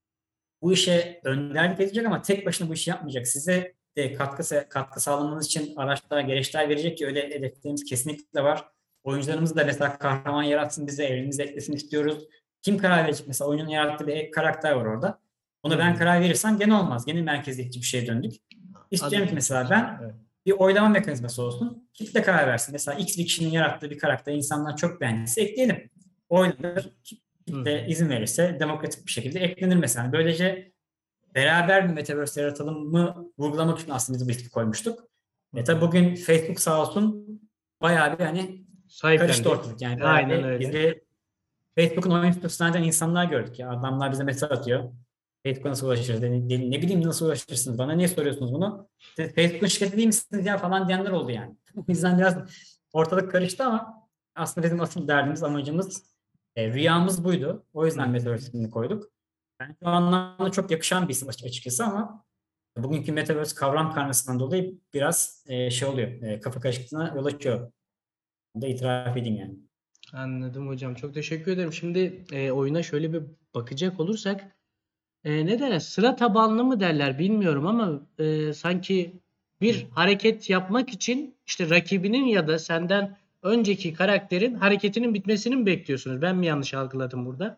Bu işe önderlik edecek ama tek başına bu işi yapmayacak. Size de katkı, katkı sağlamanız için araçlar, gereçler verecek ki öyle hedeflerimiz kesinlikle var. Oyuncularımız da mesela kahraman yaratsın bize, evrenimize eklesin istiyoruz. Kim karar verecek? Mesela oyunun yarattığı bir ek karakter var orada. Ona ben karar verirsem gene olmaz. Gene merkeziyetçi bir şeye döndük. İstiyorum ki mesela ben Evet. bir oylama mekanizması olsun. Kitle karar versin. Mesela X bir kişinin yarattığı bir karakter insanlar çok beğendiyse ekleyelim. Oylanır. Kitle izin verirse demokratik bir şekilde eklenir mesela. Böylece beraber bir metaverse yaratalım mı vurgulamak için aslında biz bu ismi koymuştuk. E tabi bugün Facebook sağ olsun bayağı bir hani karıştı Sahiplendi. ortalık. Yani bayağı Aynen bir öyle. bizi Facebook'un oyun sitesinden insanlar gördük ya. Adamlar bize mesaj atıyor. Facebook'a nasıl ulaşırız? Ne, ne, ne bileyim nasıl ulaşırsınız? Bana niye soruyorsunuz bunu? Siz Facebook'un şirketi değil misiniz ya falan diyenler oldu yani. O yüzden biraz ortalık karıştı ama aslında bizim asıl derdimiz, amacımız, e, rüyamız buydu. O yüzden Hı. Metaverse ismini koyduk. Ben şu anlamda çok yakışan bir isim açıkçası ama bugünkü Metaverse kavram karmasından dolayı biraz e, şey oluyor. E, kafa karışıklığına yol açıyor. Bunu da itiraf edeyim yani. Anladım hocam. Çok teşekkür ederim. Şimdi e, oyuna şöyle bir bakacak olursak e, ne derler? Sıra tabanlı mı derler bilmiyorum ama e, sanki bir hareket yapmak için işte rakibinin ya da senden önceki karakterin hareketinin bitmesini mi bekliyorsunuz? Ben mi yanlış algıladım burada?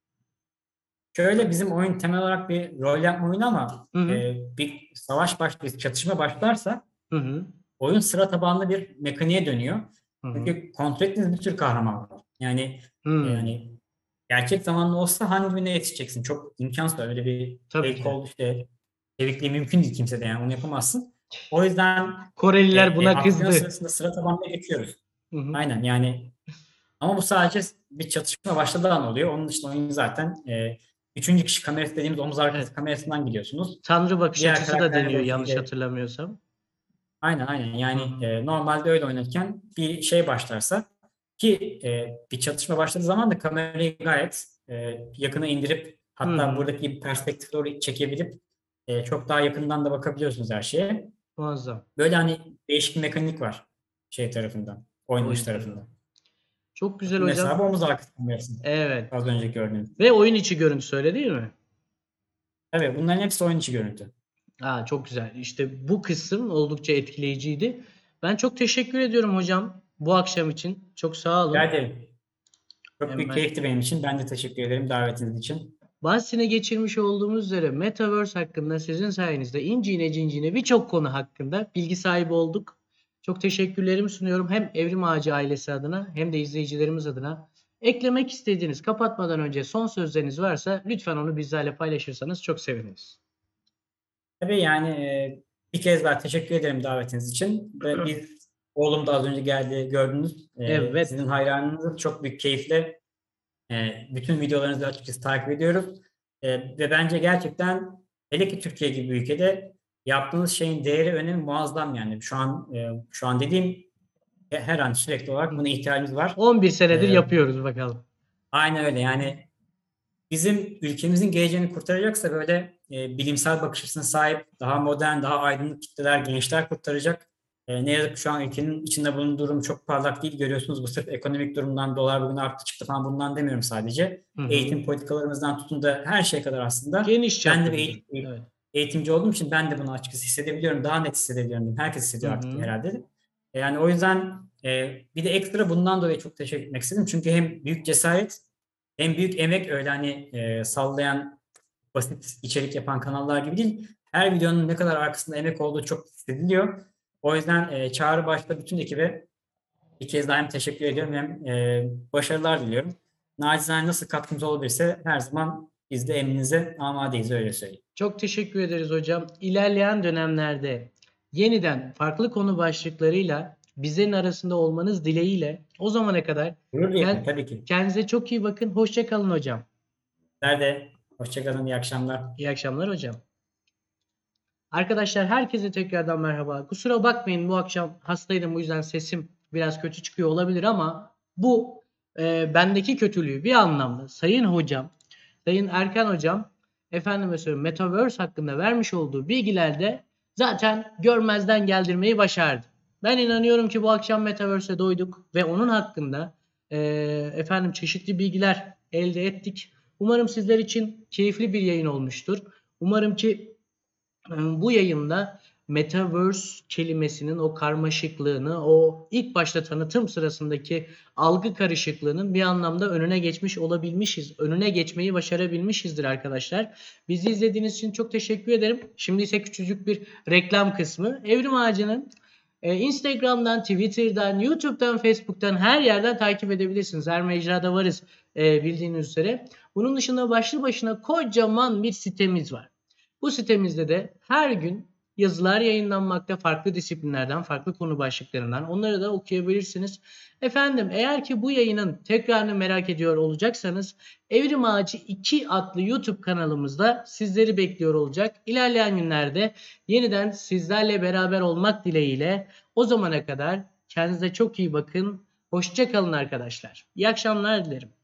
Şöyle bizim oyun temel olarak bir rol yapma oyunu ama Hı hı. e, bir savaş baş, bir çatışma başlarsa Hı hı. oyun sıra tabanlı bir mekaniğe dönüyor. Hı hı. Çünkü kontrol ettiğiniz bir tür kahraman var. Yani e, Hı. yani gerçek zamanlı olsa hangi birine yetişeceksin? Çok imkansız. Öyle bir Tabii el ki. kol işte çevikliği mümkün değil kimsede yani onu yapamazsın. O yüzden e, Koreliler e, buna aksiyon kızdı. sırasında sıra tabanına geçiyoruz. Hı hı. Aynen yani ama bu sadece bir çatışma başladığı an oluyor. Onun dışında oyun zaten e, üçüncü kişi kamerası dediğimiz omuz arkası Evet. kamerasından gidiyorsunuz. Tanrı bakış Diğer açısı da karakterler deniyor olsun yanlış işte hatırlamıyorsam. aynen aynen Hı yani hı. e, normalde öyle oynarken bir şey başlarsa ki e, bir çatışma başladığı zaman da kamerayı gayet e, yakına indirip Hı hatta hı. buradaki perspektife doğru çekebilip e, çok daha yakından da bakabiliyorsunuz her şeye. Muazzam. Böyle hani değişik bir mekanik var şey tarafından, oynanış Oyun tarafı. tarafından. Çok güzel Bakın mesela bu hocam. omuz arkası kamerası. Evet. Az önceki gördüğünüz. Ve oyun içi görüntüsü öyle değil mi? Evet bunların hepsi oyun içi görüntü. Aa, çok güzel. İşte bu kısım oldukça etkileyiciydi. Ben çok teşekkür ediyorum hocam bu akşam için. Çok sağ Rica olun. ederim. Çok büyük Hemen keyifti benim için. Ben de teşekkür ederim davetiniz için. bahsine geçirmiş olduğumuz üzere Metaverse hakkında sizin sayenizde incine cincine birçok konu hakkında bilgi sahibi olduk. Çok teşekkürlerimi sunuyorum hem Evrim Ağacı ailesi adına hem de izleyicilerimiz adına. Eklemek istediğiniz, kapatmadan önce son sözleriniz varsa lütfen onu bizlerle paylaşırsanız çok seviniriz. Tabii yani e, bir kez daha teşekkür ederim davetiniz için. Ve biz oğlum da az önce geldi gördünüz. E, Evet. sizin hayranınızı çok büyük keyifle e, bütün videolarınızı açıkçası takip ediyoruz. E, ve bence gerçekten hele ki Türkiye gibi bir ülkede yaptığınız şeyin değeri önemi muazzam yani. Şu an e, şu an dediğim her an sürekli olarak buna ihtiyacımız var. on bir senedir E, yapıyoruz bakalım. aynen öyle yani bizim ülkemizin geleceğini kurtaracaksa böyle e, bilimsel bakış açısına sahip, daha modern, daha aydınlık kitleler, gençler kurtaracak. E, ne yazık ki şu an ülkenin içinde bulunduğu durum çok parlak değil. Görüyorsunuz bu sırf ekonomik durumdan dolar bugün arttı çıktı falan bundan demiyorum sadece. Hı hı. Eğitim politikalarımızdan tutun da her şeye kadar aslında. Geniş Ben çaplı de bir bir eğitim, durum. Evet. eğitimci olduğum için ben de bunu açıkçası hissedebiliyorum. Daha net hissedebiliyorum diyeyim. Herkes Hı hissediyor artık hı. herhalde. E, Yani o yüzden e, bir de ekstra bundan dolayı çok teşekkür etmek istedim. Çünkü hem büyük cesaret hem büyük emek öyle hani e, sallayan basit içerik yapan kanallar gibi değil. Her videonun ne kadar arkasında emek olduğu çok hissediliyor. O yüzden e, Çağrı başta bütün ekibe bir kez daha hem teşekkür ediyorum hem e, başarılar diliyorum. Nacizane nasıl katkımız olabilirse her zaman biz de emrinize amadeyiz öyle söyleyeyim. Çok teşekkür ederiz hocam. İlerleyen dönemlerde yeniden farklı konu başlıklarıyla bizlerin arasında olmanız dileğiyle o zamana kadar Gurur duydum kend- tabii ki. kendinize çok iyi bakın. Hoşça kalın hocam. Sizler de hoşçakalın, iyi akşamlar. İyi akşamlar hocam. Arkadaşlar herkese tekrardan merhaba. Kusura bakmayın bu akşam hastaydım, bu yüzden sesim biraz kötü çıkıyor olabilir ama bu e, bendeki kötülüğü bir anlamda Sayın Hocam, Sayın Erkan Hocam efendime söyleyeyim Metaverse hakkında vermiş olduğu bilgilerde zaten görmezden geldirmeyi başardı. Ben inanıyorum ki bu akşam Metaverse'e doyduk ve onun hakkında e, efendim çeşitli bilgiler elde ettik. Umarım sizler için keyifli bir yayın olmuştur. Umarım ki bu yayında Metaverse kelimesinin o karmaşıklığını, o ilk başta tanıtım sırasındaki algı karışıklığının bir anlamda önüne geçmiş olabilmişiz. Önüne geçmeyi başarabilmişizdir arkadaşlar. Bizi izlediğiniz için çok teşekkür ederim. Şimdi ise küçücük bir reklam kısmı. Evrim Ağacı'nın e, Instagram'dan, Twitter'dan, YouTube'dan, Facebook'tan her yerden takip edebilirsiniz. Her mecrada varız e, bildiğiniz üzere. Bunun dışında başlı başına kocaman bir sitemiz var. Bu sitemizde de her gün yazılar yayınlanmakta farklı disiplinlerden, farklı konu başlıklarından. Onları da okuyabilirsiniz. Efendim eğer ki bu yayının tekrarını merak ediyor olacaksanız Evrim Ağacı iki adlı YouTube kanalımızda sizleri bekliyor olacak. İlerleyen günlerde yeniden sizlerle beraber olmak dileğiyle o zamana kadar kendinize çok iyi bakın. Hoşça kalın arkadaşlar. İyi akşamlar dilerim.